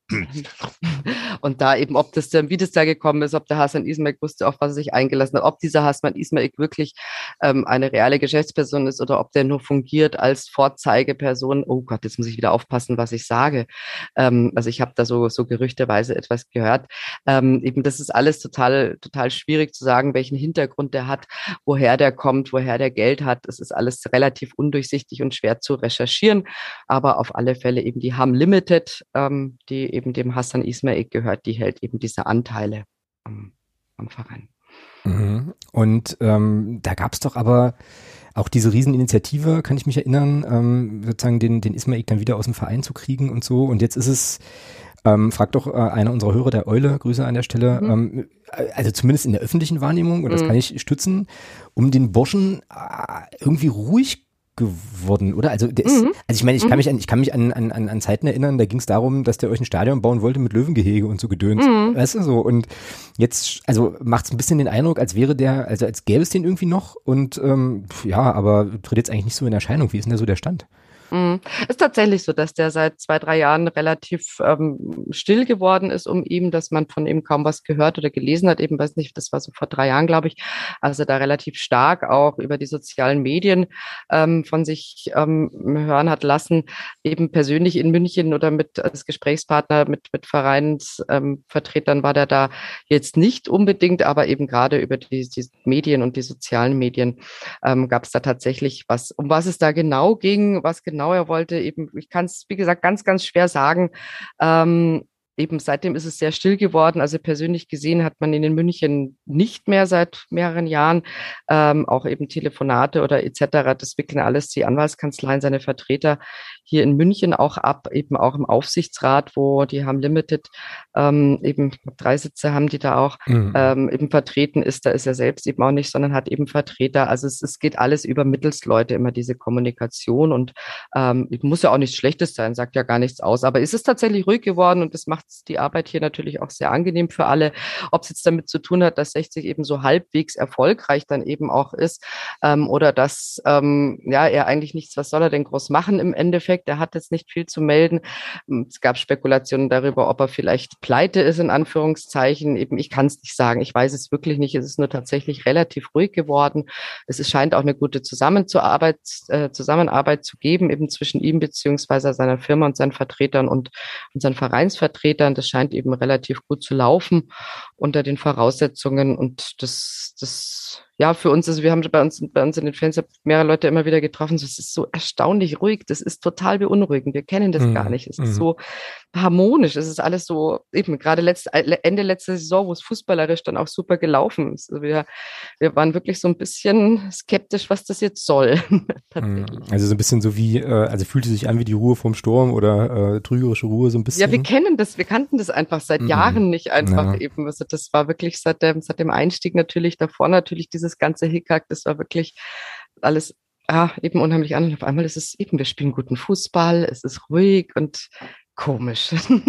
und da eben, ob das dann, wie das da gekommen ist, ob der Hasan Ismail wusste, auf was er sich eingelassen hat, ob dieser Hasan Ismail wirklich ähm, eine reale Geschäftsperson ist oder ob der nur fungiert als Vorzeigeperson. Oh Gott, jetzt muss ich wieder aufpassen, was ich sage. Ähm, also ich habe da so, so gerüchteweise etwas gehört. Ähm, eben, das ist alles total, total schwierig zu sagen, welchen Hintergrund der hat, woher der kommt, woher der Geld hat. Es ist alles relativ undurchsichtig und schwer zu recherchieren, aber auf alle Fälle eben die Ham Limited, ähm, die eben dem Hasan Ismail gehört, die hält eben diese Anteile am, am Verein.
Mhm. Und ähm, da gab es doch aber auch diese Rieseninitiative, kann ich mich erinnern, ähm, sozusagen den, den Ismail dann wieder aus dem Verein zu kriegen und so. Und jetzt ist es, ähm, fragt doch äh, einer unserer Hörer, der Eule, Grüße an der Stelle, mhm. ähm, also zumindest in der öffentlichen Wahrnehmung, und das mhm. kann ich stützen, um den Burschen äh, irgendwie ruhig geworden, oder? Also der ist,
mhm.
also ich meine, ich kann mich an, ich kann mich an, an, an Zeiten erinnern, da ging es darum, dass der euch ein Stadion bauen wollte mit Löwengehege und so Gedöns. Mhm. Weißt du so? Und jetzt, also macht es ein bisschen den Eindruck, als wäre der, also als gäbe es den irgendwie noch und ähm, ja, aber tritt jetzt eigentlich nicht so in Erscheinung. Wie ist denn da so der Stand?
Mhm. Ist tatsächlich so, dass der seit zwei, drei Jahren relativ ähm, still geworden ist um ihn, dass man von ihm kaum was gehört oder gelesen hat. Eben, weiß nicht, das war so vor drei Jahren, glaube ich. Also da relativ stark auch über die sozialen Medien ähm, von sich ähm, hören hat lassen. Eben persönlich in München oder mit als Gesprächspartner mit, mit Vereinsvertretern ähm, war der da jetzt nicht unbedingt, aber eben gerade über die, die Medien und die sozialen Medien ähm, gab es da tatsächlich was. Um was es da genau ging, was genau Genau, er wollte eben, ich kann es, wie gesagt, ganz, ganz schwer sagen. Ähm, eben seitdem ist es sehr still geworden. Also persönlich gesehen hat man ihn in München nicht mehr seit mehreren Jahren. Ähm, auch eben Telefonate oder et cetera. Das wickeln alles die Anwaltskanzleien, seine Vertreter hier in München auch ab, eben auch im Aufsichtsrat, wo die Ham Limited ähm, eben drei Sitze haben, die da auch mhm. ähm, eben vertreten ist. Da ist er selbst eben auch nicht, sondern hat eben Vertreter. Also es, es geht alles über Mittelsleute, immer diese Kommunikation, und ähm, muss ja auch nichts Schlechtes sein, sagt ja gar nichts aus. Aber es ist tatsächlich ruhig geworden, und das macht die Arbeit hier natürlich auch sehr angenehm für alle. Ob es jetzt damit zu tun hat, dass sechzig eben so halbwegs erfolgreich dann eben auch ist, ähm, oder dass ähm, ja er eigentlich nichts, was soll er denn groß machen im Endeffekt? Er hat jetzt nicht viel zu melden. Es gab Spekulationen darüber, ob er vielleicht pleite ist, in Anführungszeichen. Eben, ich kann es nicht sagen. Ich weiß es wirklich nicht. Es ist nur tatsächlich relativ ruhig geworden. Es ist, scheint auch eine gute Zusammenarbeit, äh, Zusammenarbeit zu geben, eben zwischen ihm beziehungsweise seiner Firma und seinen Vertretern und unseren Vereinsvertretern. Das scheint eben relativ gut zu laufen unter den Voraussetzungen, und das, das ja, für uns, also wir haben bei uns, bei uns in den Fans mehrere Leute immer wieder getroffen, so, es ist so erstaunlich ruhig, das ist total beunruhigend, wir kennen das mm, gar nicht, es mm. ist so harmonisch, es ist alles so, eben gerade letzt, Ende letzter Saison, wo es fußballerisch dann auch super gelaufen ist. Also wir, wir waren wirklich so ein bisschen skeptisch, was das jetzt soll.
Tatsächlich. Also so ein bisschen so wie, also fühlte sich an wie die Ruhe vom Sturm oder äh, trügerische Ruhe so ein bisschen.
Ja, wir kennen das, wir kannten das einfach seit mm. Jahren nicht einfach ja. eben. Also das war wirklich seit dem, seit dem Einstieg natürlich, davor natürlich dieses ganze Hickhack, das war wirklich alles ja, eben unheimlich an. Und auf einmal ist es eben, wir spielen guten Fußball, es ist ruhig und komisch.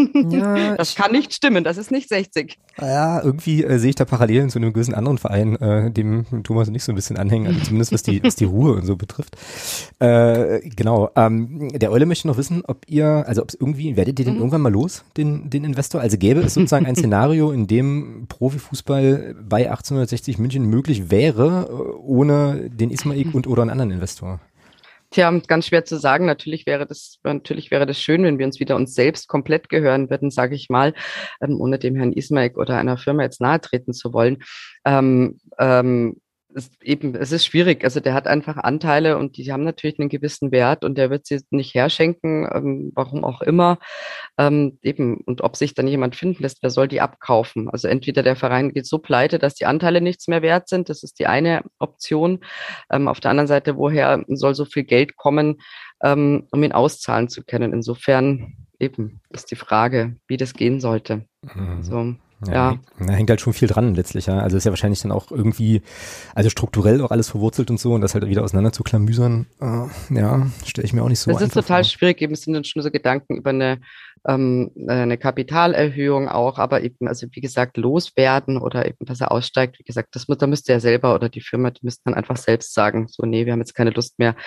Ja, das kann nicht stimmen, das ist nicht sechzig.
Ja, irgendwie äh, sehe ich da Parallelen zu einem gewissen anderen Verein, äh, dem Thomas und ich so ein bisschen anhängen, also zumindest was die, was die Ruhe und so betrifft. Äh, genau. Ähm, der Eule möchte noch wissen, ob ihr, also ob es irgendwie, werdet ihr den mhm. irgendwann mal los, den, den Investor? Also gäbe es sozusagen ein Szenario, in dem Profifußball bei achtzehnhundertsechzig München möglich wäre, ohne den Ismail und oder einen anderen Investor?
Tja, ganz schwer zu sagen. Natürlich wäre das, natürlich wäre das schön, wenn wir uns wieder uns selbst komplett gehören würden, sage ich mal, ähm, ohne dem Herrn Ismail oder einer Firma jetzt nahe treten zu wollen. Ähm, ähm, es, eben, es ist schwierig. Also der hat einfach Anteile, und die haben natürlich einen gewissen Wert, und der wird sie nicht herschenken, ähm, warum auch immer. Ähm, eben, und ob sich dann jemand finden lässt, wer soll die abkaufen? Also entweder der Verein geht so pleite, dass die Anteile nichts mehr wert sind, das ist die eine Option. Ähm, auf der anderen Seite, woher soll so viel Geld kommen, ähm, um ihn auszahlen zu können? Insofern eben ist die Frage, wie das gehen sollte.
Mhm.
Also,
ja,
ja.
Da hängt halt schon viel dran letztlich, ja. Also ist ja wahrscheinlich dann auch irgendwie, also strukturell auch alles verwurzelt und so und das halt wieder auseinander zu klamüsern, äh, ja, stelle ich mir auch nicht so
Das
einfach
ist total
vor.
schwierig, eben sind dann schon so Gedanken über eine, ähm, eine Kapitalerhöhung auch, aber eben, also wie gesagt, loswerden oder eben, dass er aussteigt, wie gesagt, das da müsste er selber oder die Firma, die müssten dann einfach selbst sagen, so, nee, wir haben jetzt keine Lust mehr,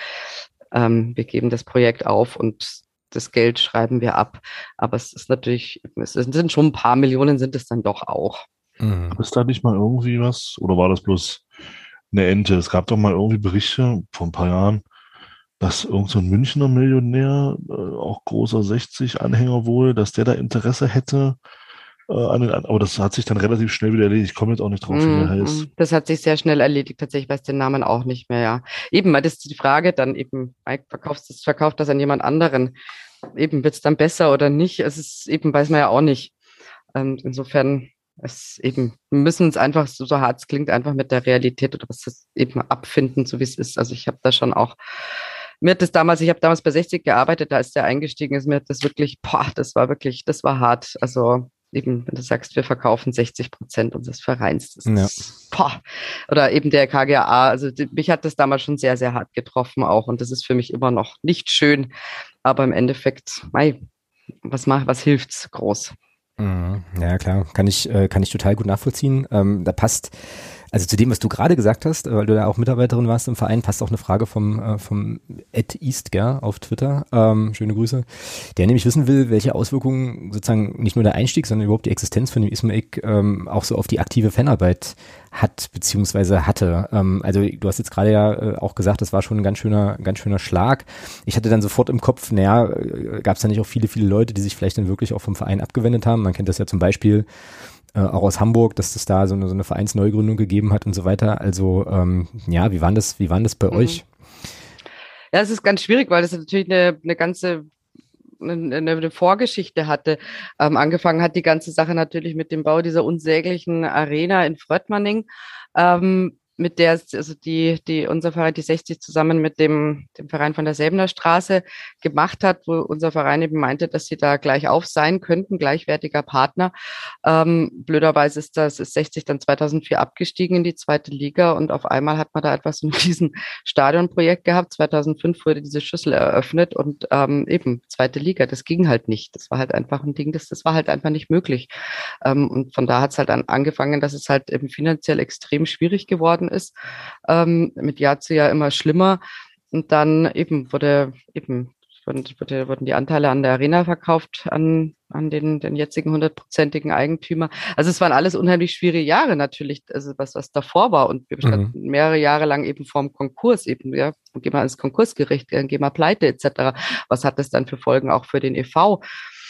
ähm, wir geben das Projekt auf und das Geld schreiben wir ab. Aber es ist natürlich, es sind schon ein paar Millionen, sind es dann doch auch.
Mhm. Ist da nicht mal irgendwie was? Oder war das bloß eine Ente? Es gab doch mal irgendwie Berichte vor ein paar Jahren, dass irgend so ein Münchner Millionär, äh, auch großer sechzig-Anhänger wohl, dass der da Interesse hätte äh, an den, aber das hat sich dann relativ schnell wieder erledigt. Ich komme jetzt auch nicht drauf, wie der heißt.
Das hat sich sehr schnell erledigt. Tatsächlich weiß den Namen auch nicht mehr, ja. Eben, weil das ist die Frage dann eben, verkaufst das, verkauft das an jemand anderen. Eben, wird es dann besser oder nicht? Es ist eben, weiß man ja auch nicht. Ähm, insofern, es eben, wir müssen uns einfach, so, so hart es klingt, einfach mit der Realität oder was das eben abfinden, so wie es ist. Also ich habe da schon auch, mir hat das damals, ich habe damals bei sechzig gearbeitet, da ist der eingestiegen ist, mir hat das wirklich, boah, das war wirklich, das war hart. Also eben, wenn du sagst, wir verkaufen sechzig Prozent unseres Vereins, das
Ja.
ist, boah. Oder eben der K G A A, also die, mich hat das damals schon sehr, sehr hart getroffen auch und das ist für mich immer noch nicht schön, aber im Endeffekt, mei, was macht, was hilft's groß?
Ja, klar, kann ich, äh, kann ich total gut nachvollziehen. Ähm, da passt, also zu dem, was du gerade gesagt hast, weil du da auch Mitarbeiterin warst im Verein, passt auch eine Frage vom, äh, vom Ed Eastger auf Twitter, ähm, schöne Grüße, der nämlich wissen will, welche Auswirkungen sozusagen nicht nur der Einstieg, sondern überhaupt die Existenz von dem Ismaik ähm, auch so auf die aktive Fanarbeit hat, beziehungsweise hatte. Ähm, also du hast jetzt gerade ja äh, auch gesagt, das war schon ein ganz schöner, ganz schöner Schlag. Ich hatte dann sofort im Kopf, naja, äh, gab es da nicht auch viele, viele Leute, die sich vielleicht dann wirklich auch vom Verein abgewendet haben? Man kennt das ja zum Beispiel äh, auch aus Hamburg, dass es da so eine, so eine Vereinsneugründung gegeben hat und so weiter. Also ähm, ja, wie waren das, wie waren das bei mhm. euch?
Ja, es ist ganz schwierig, weil das natürlich eine, eine ganze eine, eine Vorgeschichte hatte. Ähm, angefangen hat die ganze Sache natürlich mit dem Bau dieser unsäglichen Arena in Fröttmanning, ähm, mit der, also die, die unser Verein, die sechzig zusammen mit dem, dem Verein von der Säbener Straße gemacht hat, wo unser Verein eben meinte, dass sie da gleich auf sein könnten, gleichwertiger Partner. Ähm, blöderweise ist das, ist sechzig dann zweitausendvier abgestiegen in die zweite Liga und auf einmal hat man da etwas so ein riesen Stadionprojekt gehabt. zweitausendfünf wurde diese Schüssel eröffnet und ähm, eben zweite Liga, das ging halt nicht. Das war halt einfach ein Ding, das, das war halt einfach nicht möglich. Ähm, und von da hat es halt an, angefangen, dass es halt eben finanziell extrem schwierig geworden ist, ähm, mit Jahr zu Jahr immer schlimmer. Und dann eben wurde eben wurde, wurden die Anteile an der Arena verkauft an, an den, den jetzigen hundertprozentigen Eigentümer. Also es waren alles unheimlich schwierige Jahre natürlich, also was, was davor war. Und wir standen mhm. mehrere Jahre lang eben vorm Konkurs eben, ja, gehen wir ins Konkursgericht, gehen wir pleite et cetera. Was hat das dann für Folgen auch für den e V?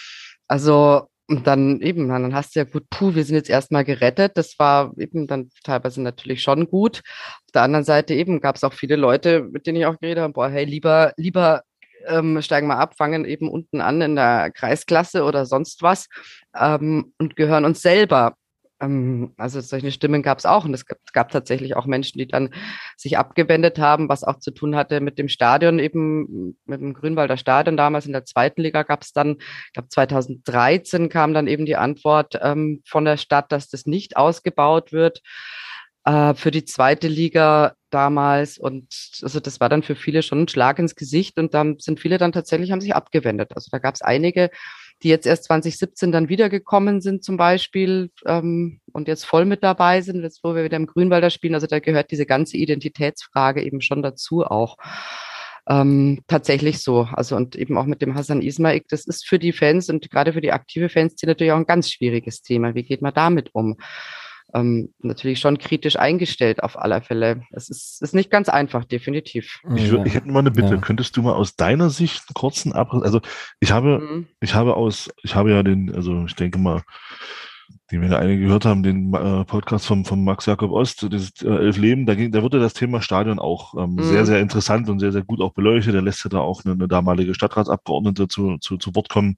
Also und dann eben, dann hast du ja gut, puh, wir sind jetzt erstmal gerettet. Das war eben dann teilweise natürlich schon gut. Auf der anderen Seite eben gab es auch viele Leute, mit denen ich auch geredet habe, boah, hey, lieber, lieber ähm, steigen wir ab, fangen eben unten an in der Kreisklasse oder sonst was ähm, und gehören uns selber. Ähm, also solche Stimmen gab es auch und es gab, es gab tatsächlich auch Menschen, die dann sich abgewendet haben, was auch zu tun hatte mit dem Stadion, eben mit dem Grünwalder Stadion damals in der zweiten Liga gab es dann, ich glaube zweitausenddreizehn kam dann eben die Antwort ähm, von der Stadt, dass das nicht ausgebaut wird äh, für die zweite Liga damals und also das war dann für viele schon ein Schlag ins Gesicht und dann sind viele dann tatsächlich, haben sich abgewendet. Also da gab es einige, die jetzt erst zwanzig siebzehn dann wiedergekommen sind zum Beispiel ähm, und jetzt voll mit dabei sind, jetzt wo wir wieder im Grünwalder spielen. Also da gehört diese ganze Identitätsfrage eben schon dazu auch. Ähm, tatsächlich so. Also und eben auch mit dem Hasan Ismaik, das ist für die Fans und gerade für die aktive Fans natürlich auch ein ganz schwieriges Thema. Wie geht man damit um? Ähm, natürlich schon kritisch eingestellt auf alle Fälle. Es ist, ist nicht ganz einfach, definitiv.
Ich, würd, ich hätte mal eine Bitte. Ja. Könntest du mal aus deiner Sicht einen kurzen Abriss, also ich habe, mhm. ich habe aus, ich habe ja den, also ich denke mal, den wir ja einige gehört haben, den äh, Podcast von, von Max Jakob Ost, dieses äh, Elf Leben, da ging, da wurde das Thema Stadion auch ähm, mhm. sehr, sehr interessant und sehr, sehr gut auch beleuchtet. Da lässt ja da auch eine, eine damalige Stadtratsabgeordnete zu, zu, zu Wort kommen.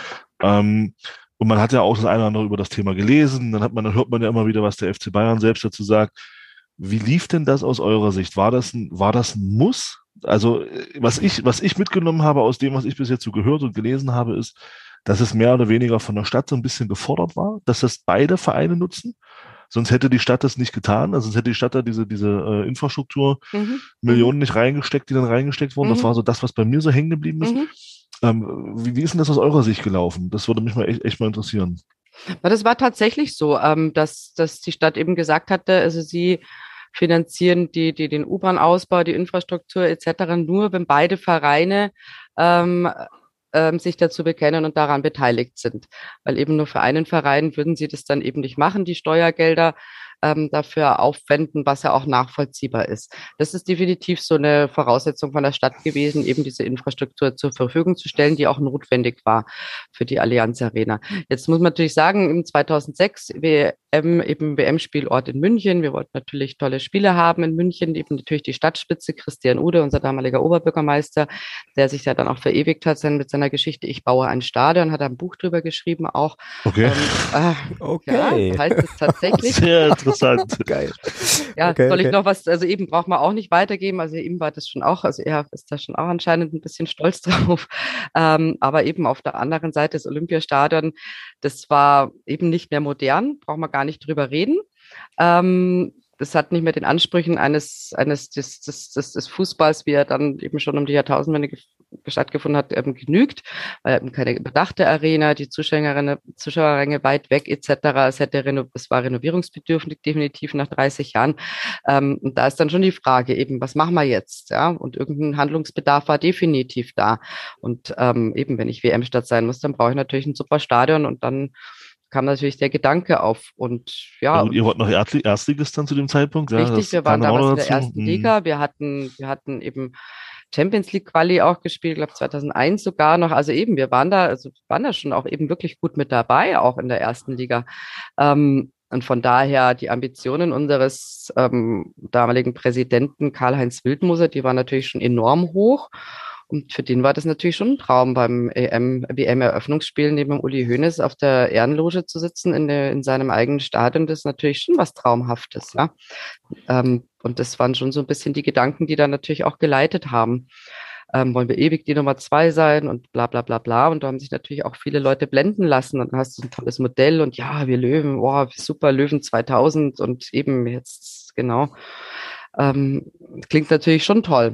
Ähm, Und man hat ja auch das eine oder andere über das Thema gelesen. Dann hat man, dann hört man ja immer wieder, was der F C Bayern selbst dazu sagt. Wie lief denn das aus eurer Sicht? War das ein, war das ein Muss? Also, was ich, was ich mitgenommen habe aus dem, was ich bis jetzt so gehört und gelesen habe, ist, dass es mehr oder weniger von der Stadt so ein bisschen gefordert war, dass das beide Vereine nutzen. Sonst hätte die Stadt das nicht getan. Also sonst hätte die Stadt da diese, diese äh, Infrastruktur mhm. Millionen mhm. nicht reingesteckt, die dann reingesteckt wurden. Mhm. Das war so das, was bei mir so hängen geblieben ist. Mhm. Ähm, wie, wie ist denn das aus eurer Sicht gelaufen? Das würde mich mal echt, echt mal interessieren.
Das war tatsächlich so, ähm, dass, dass die Stadt eben gesagt hatte, also sie finanzieren die, die, den U-Bahn-Ausbau, die Infrastruktur et cetera nur, wenn beide Vereine ähm, ähm, sich dazu bekennen und daran beteiligt sind. Weil eben nur für einen Verein würden sie das dann eben nicht machen, die Steuergelder ähm, dafür aufwenden, was ja auch nachvollziehbar ist. Das ist definitiv so eine Voraussetzung von der Stadt gewesen, eben diese Infrastruktur zur Verfügung zu stellen, die auch notwendig war für die Allianz Arena. Jetzt muss man natürlich sagen, im zweitausendsechs W M, eben W M-Spielort in München. Wir wollten natürlich tolle Spiele haben in München, eben natürlich die Stadtspitze, Christian Ude, unser damaliger Oberbürgermeister, der sich ja dann auch verewigt hat mit seiner Geschichte, ich baue ein Stadion, hat er ein Buch drüber geschrieben auch.
Okay.
Ähm, äh, okay. Ja, heißt es tatsächlich.
Sehr interessant.
Geil. Ja, okay, soll ich okay. noch was, also eben braucht man auch nicht weitergeben, also ihm war das schon auch, also er ist da schon auch anscheinend ein bisschen stolz drauf, ähm, aber eben auf der anderen Seite das Olympiastadion, das war eben nicht mehr modern, braucht man gar nicht drüber reden. Ähm, das hat nicht mehr den Ansprüchen eines, eines des, des, des, des Fußballs, wie er dann eben schon um die Jahrtausendwende stattgefunden hat, eben genügt, weil eben keine überdachte Arena, die Zuschauerränge, Zuschauerränge weit weg et cetera. Es hätte reno, es war renovierungsbedürftig definitiv nach dreißig Jahren. Ähm, und da ist dann schon die Frage eben, was machen wir jetzt? Ja, und irgendein Handlungsbedarf war definitiv da. Und ähm, eben, wenn ich W M-Stadt sein muss, dann brauche ich natürlich ein super Stadion und dann kam natürlich der Gedanke auf und ja.
ja und ihr wart noch Erstligist dann zu dem Zeitpunkt?
Richtig,
ja,
wir waren damals in der ersten Liga. Wir hatten, wir hatten eben Champions League Quali auch gespielt, glaube zweitausendeins sogar noch. Also eben, wir waren da, also waren da schon auch eben wirklich gut mit dabei, auch in der ersten Liga. Ähm, und von daher die Ambitionen unseres ähm, damaligen Präsidenten Karl-Heinz Wildmoser, die waren natürlich schon enorm hoch. Und für den war das natürlich schon ein Traum, beim E M, W M-Eröffnungsspiel neben Uli Hoeneß auf der Ehrenloge zu sitzen in, der, in seinem eigenen Stadion. Das ist natürlich schon was Traumhaftes. Ja? Ähm, und das waren schon so ein bisschen die Gedanken, die da natürlich auch geleitet haben. Ähm, wollen wir ewig die Nummer zwei sein und bla bla bla bla. Und da haben sich natürlich auch viele Leute blenden lassen. Und dann hast du ein tolles Modell und ja, wir Löwen, wow, super, Löwen zweitausend und eben jetzt, genau. Ähm, klingt natürlich schon toll.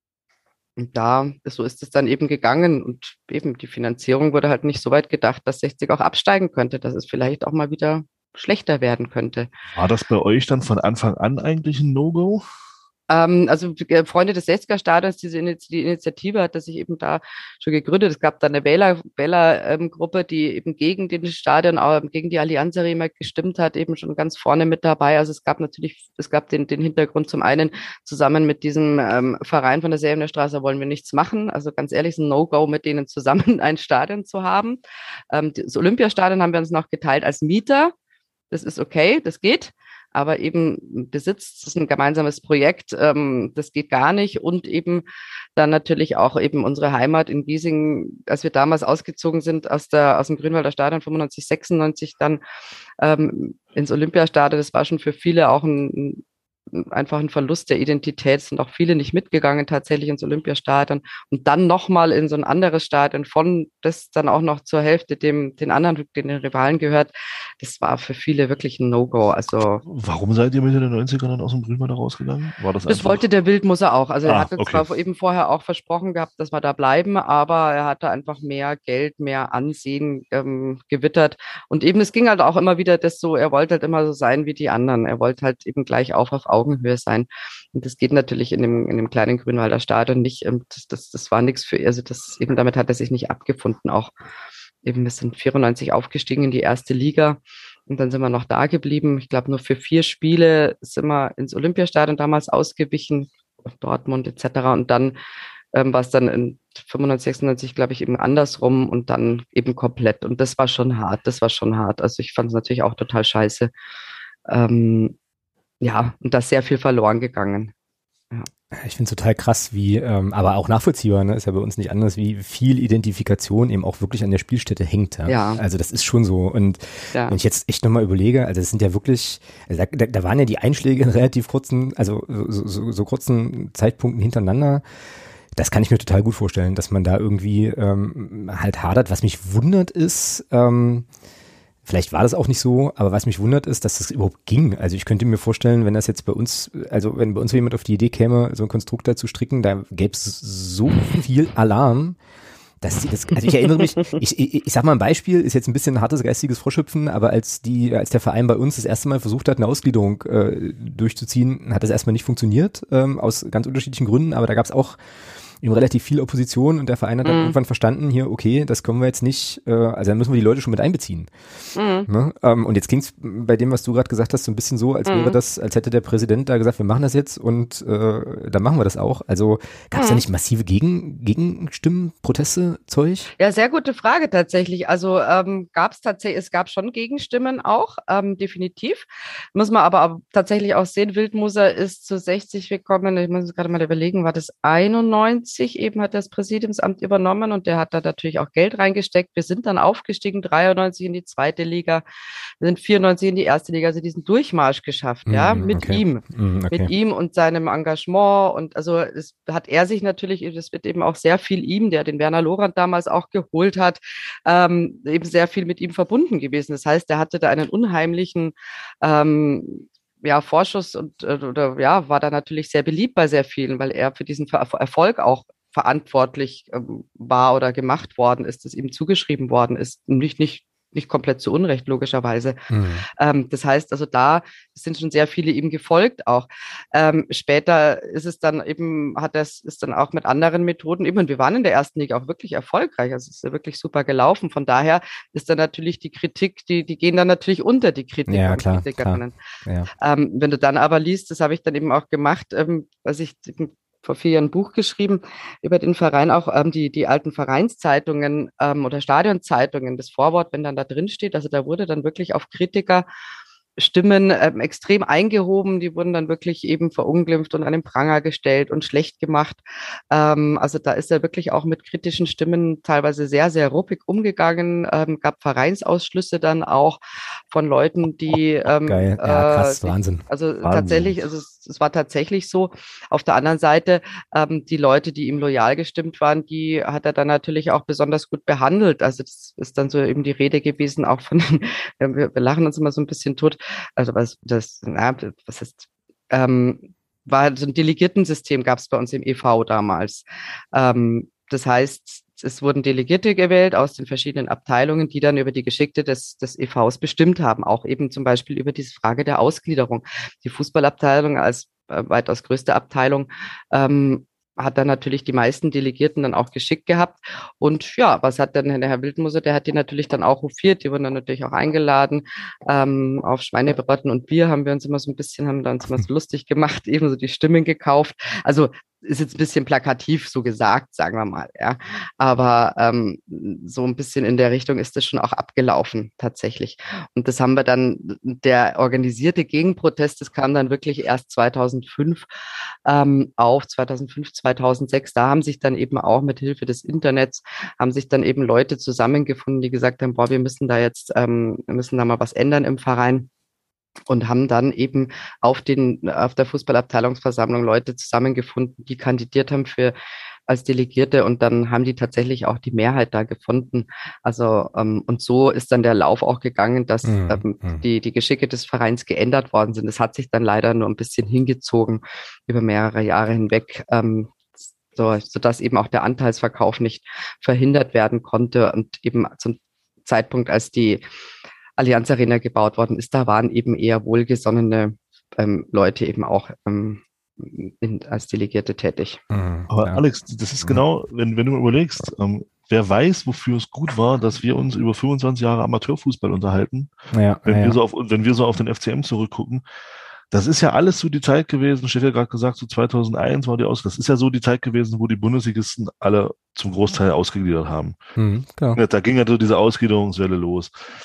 Und da, so ist es dann eben gegangen und eben die Finanzierung wurde halt nicht so weit gedacht, dass sechzig auch absteigen könnte, dass es vielleicht auch mal wieder schlechter werden könnte.
War das bei euch dann von Anfang an eigentlich ein No-Go?
Ähm, also äh, Freunde des sechziger-Stadions, diese die Initiative hat das sich eben da schon gegründet. Es gab da eine Wähler, Wählergruppe, ähm, die eben gegen den Stadion, äh, gegen die Allianz Arena gestimmt hat, eben schon ganz vorne mit dabei. Also es gab natürlich, es gab den, den Hintergrund zum einen, zusammen mit diesem ähm, Verein von der Säbener Straße wollen wir nichts machen. Also ganz ehrlich, es ist ein No-Go, mit denen zusammen ein Stadion zu haben. Ähm, das Olympiastadion haben wir uns noch geteilt als Mieter. Das ist okay, das geht. Aber eben Besitz, das ist ein gemeinsames Projekt, ähm, das geht gar nicht. Und eben dann natürlich auch eben unsere Heimat in Giesing, als wir damals ausgezogen sind aus der aus dem Grünwalder Stadion fünfundneunzig, sechsundneunzig dann ähm, ins Olympiastadion, das war schon für viele auch ein, einfach ein Verlust der Identität. Es sind auch viele nicht mitgegangen tatsächlich ins Olympiastadion und dann nochmal in so ein anderes Stadion von, das dann auch noch zur Hälfte dem den anderen, den Rivalen gehört. Das war für viele wirklich ein No-Go. Also
warum seid ihr Mitte der neunziger dann aus dem Grünwalder rausgegangen? War das
das
einfach?
wollte der Wildmoser auch. Also
ah,
er hat uns
okay.
zwar eben vorher auch versprochen gehabt, dass wir da bleiben, aber er hatte einfach mehr Geld, mehr Ansehen ähm, gewittert. Und eben es ging halt auch immer wieder das so, er wollte halt immer so sein wie die anderen. Er wollte halt eben gleich auf auf Augenhöhe sein. Und das geht natürlich in dem, in dem kleinen Grünwalder Stadion nicht. Das, das, das war nichts für, also das, eben damit hat er sich nicht abgefunden. Auch eben, wir sind vierundneunzig aufgestiegen in die erste Liga und dann sind wir noch da geblieben. Ich glaube, nur für vier Spiele sind wir ins Olympiastadion damals ausgewichen, Dortmund et cetera. Und dann ähm, war es dann in fünfundneunzig, sechsundneunzig, glaube ich, eben andersrum und dann eben komplett. Und das war schon hart, das war schon hart. Also ich fand es natürlich auch total scheiße. Ähm, Ja, und da ist sehr viel verloren gegangen. Ja.
Ich finde es total krass, wie, ähm, aber auch nachvollziehbar, ne, ist ja bei uns nicht anders, wie viel Identifikation eben auch wirklich an der Spielstätte hängt. Ja.
ja.
Also das ist schon so. Und ja. wenn ich jetzt echt nochmal überlege, also es sind ja wirklich, also da, da waren ja die Einschläge in relativ kurzen, also so, so, so kurzen Zeitpunkten hintereinander. Das kann ich mir total gut vorstellen, dass man da irgendwie ähm, halt hadert. Was mich wundert ist, ähm, vielleicht war das auch nicht so, aber was mich wundert ist, dass das überhaupt ging. Also ich könnte mir vorstellen, wenn das jetzt bei uns, also wenn bei uns jemand auf die Idee käme, so ein Konstrukt da zu stricken, da gäbe es so viel Alarm, dass die das, also ich erinnere mich, ich, ich, ich sag mal ein Beispiel, ist jetzt ein bisschen ein hartes geistiges Froschhüpfen, aber als die, als der Verein bei uns das erste Mal versucht hat, eine Ausgliederung äh, durchzuziehen, hat das erstmal nicht funktioniert, ähm, aus ganz unterschiedlichen Gründen, aber da gab es auch eben relativ viel Opposition und der Verein hat dann mm. irgendwann verstanden, hier, okay, das können wir jetzt nicht, äh, also dann müssen wir die Leute schon mit einbeziehen. Mm. Ne? Ähm, und jetzt klingt's bei dem, was du gerade gesagt hast, so ein bisschen so, als mm. wäre das, als hätte der Präsident da gesagt, wir machen das jetzt und äh, dann machen wir das auch. Also gab es mm. da nicht massive Gegen, Gegenstimmen, Proteste, Zeug?
Ja, sehr gute Frage tatsächlich. Also ähm, gab es tatsächlich, es gab schon Gegenstimmen auch, ähm, definitiv. Muss man aber, aber tatsächlich auch sehen, Wildmoser ist zu sechzig gekommen, ich muss gerade mal überlegen, war das einundneunzig? Eben hat das Präsidiumsamt übernommen und der hat da natürlich auch Geld reingesteckt. Wir sind dann aufgestiegen, dreiundneunzig in die zweite Liga, wir sind vierundneunzig in die erste Liga, also diesen Durchmarsch geschafft, mm, ja, mit
okay.
ihm,
mm, okay.
mit ihm und seinem Engagement und also es hat er sich natürlich, das wird eben auch sehr viel ihm, der den Werner Lorand damals auch geholt hat, ähm, eben sehr viel mit ihm verbunden gewesen. Das heißt, er hatte da einen unheimlichen ähm, ja, Vorschuss und oder ja, war da natürlich sehr beliebt bei sehr vielen, weil er für diesen Erfolg auch verantwortlich ähm, war oder gemacht worden ist, das ihm zugeschrieben worden ist. Nicht, nicht, nicht komplett zu Unrecht, logischerweise. Mhm. Ähm, das heißt, also da sind schon sehr viele ihm gefolgt auch. Ähm, später ist es dann eben, hat das, ist dann auch mit anderen Methoden eben, und wir waren in der ersten Liga auch wirklich erfolgreich, also es ist ja wirklich super gelaufen. Von daher ist dann natürlich die Kritik, die, die gehen dann natürlich unter, die Kritiker
ja,
und
klar,
Kritikerinnen.
Klar. Ja.
Ähm, wenn du dann aber liest, das habe ich dann eben auch gemacht, ähm, was ich vor vier Jahren ein Buch geschrieben über den Verein, auch ähm, die, die alten Vereinszeitungen ähm, oder Stadionzeitungen, das Vorwort, wenn dann da drin steht, also da wurde dann wirklich auf Kritiker Stimmen ähm, extrem eingehoben, die wurden dann wirklich eben verunglimpft und an den Pranger gestellt und schlecht gemacht. Ähm, also da ist er wirklich auch mit kritischen Stimmen teilweise sehr, sehr ruppig umgegangen, ähm, gab Vereinsausschlüsse dann auch von Leuten, die ähm,
Geil, ja, krass, äh, Wahnsinn.
Also
Wahnsinn.
tatsächlich, also es, es war tatsächlich so. Auf der anderen Seite, ähm, die Leute, die ihm loyal gestimmt waren, die hat er dann natürlich auch besonders gut behandelt. Also das ist dann so eben die Rede gewesen, auch von, wir, wir lachen uns immer so ein bisschen tot, also was das, na, was ist, ähm, war so ein Delegiertensystem gab es bei uns im E V damals. Ähm, das heißt, es wurden Delegierte gewählt aus den verschiedenen Abteilungen, die dann über die Geschichte des, des E Vs bestimmt haben, auch eben zum Beispiel über diese Frage der Ausgliederung. Die Fußballabteilung als äh, weitaus größte Abteilung ähm, hat dann natürlich die meisten Delegierten dann auch geschickt gehabt. Und ja, was hat dann der Herr Wildmoser? Der hat die natürlich dann auch hofiert. Die wurden dann natürlich auch eingeladen ähm, auf Schweinebraten und Bier haben wir uns immer so ein bisschen, haben dann uns immer so lustig gemacht, eben so die Stimmen gekauft. Also ist jetzt ein bisschen plakativ so gesagt, sagen wir mal, ja. Aber ähm, so ein bisschen in der Richtung ist das schon auch abgelaufen, tatsächlich. Und das haben wir dann, der organisierte Gegenprotest, das kam dann wirklich erst zweitausendfünf ähm, auf, zweitausendfünf, zweitausendsechs. Da haben sich dann eben auch mit Hilfe des Internets, haben sich dann eben Leute zusammengefunden, die gesagt haben, boah, wir müssen da jetzt, ähm, wir müssen da mal was ändern im Verein. Und haben dann eben auf den, auf der Fußballabteilungsversammlung Leute zusammengefunden, die kandidiert haben für, als Delegierte und dann haben die tatsächlich auch die Mehrheit da gefunden. Also, ähm, und so ist dann der Lauf auch gegangen, dass mhm. ähm, die, die Geschicke des Vereins geändert worden sind. Es hat sich dann leider nur ein bisschen hingezogen über mehrere Jahre hinweg, ähm, so, sodass eben auch der Anteilsverkauf nicht verhindert werden konnte und eben zum Zeitpunkt, als die Allianz Arena gebaut worden ist, da waren eben eher wohlgesonnene ähm, Leute eben auch ähm, in, als Delegierte tätig.
Mhm, Aber ja. Alex, das ist genau, wenn, wenn du mal überlegst, ähm, wer weiß, wofür es gut war, dass wir uns über fünfundzwanzig Jahre Amateurfußball unterhalten,
ja,
wenn,
ja.
Wir so auf, wenn wir so auf den F C M zurückgucken. Das ist ja alles so die Zeit gewesen, Steffi hat gerade gesagt, so zweitausendeins war die aus. Das ist ja so die Zeit gewesen, wo die Bundesligisten alle zum Großteil ausgegliedert haben.
Mhm, klar.
Ja, da ging ja so diese Ausgliederungswelle los.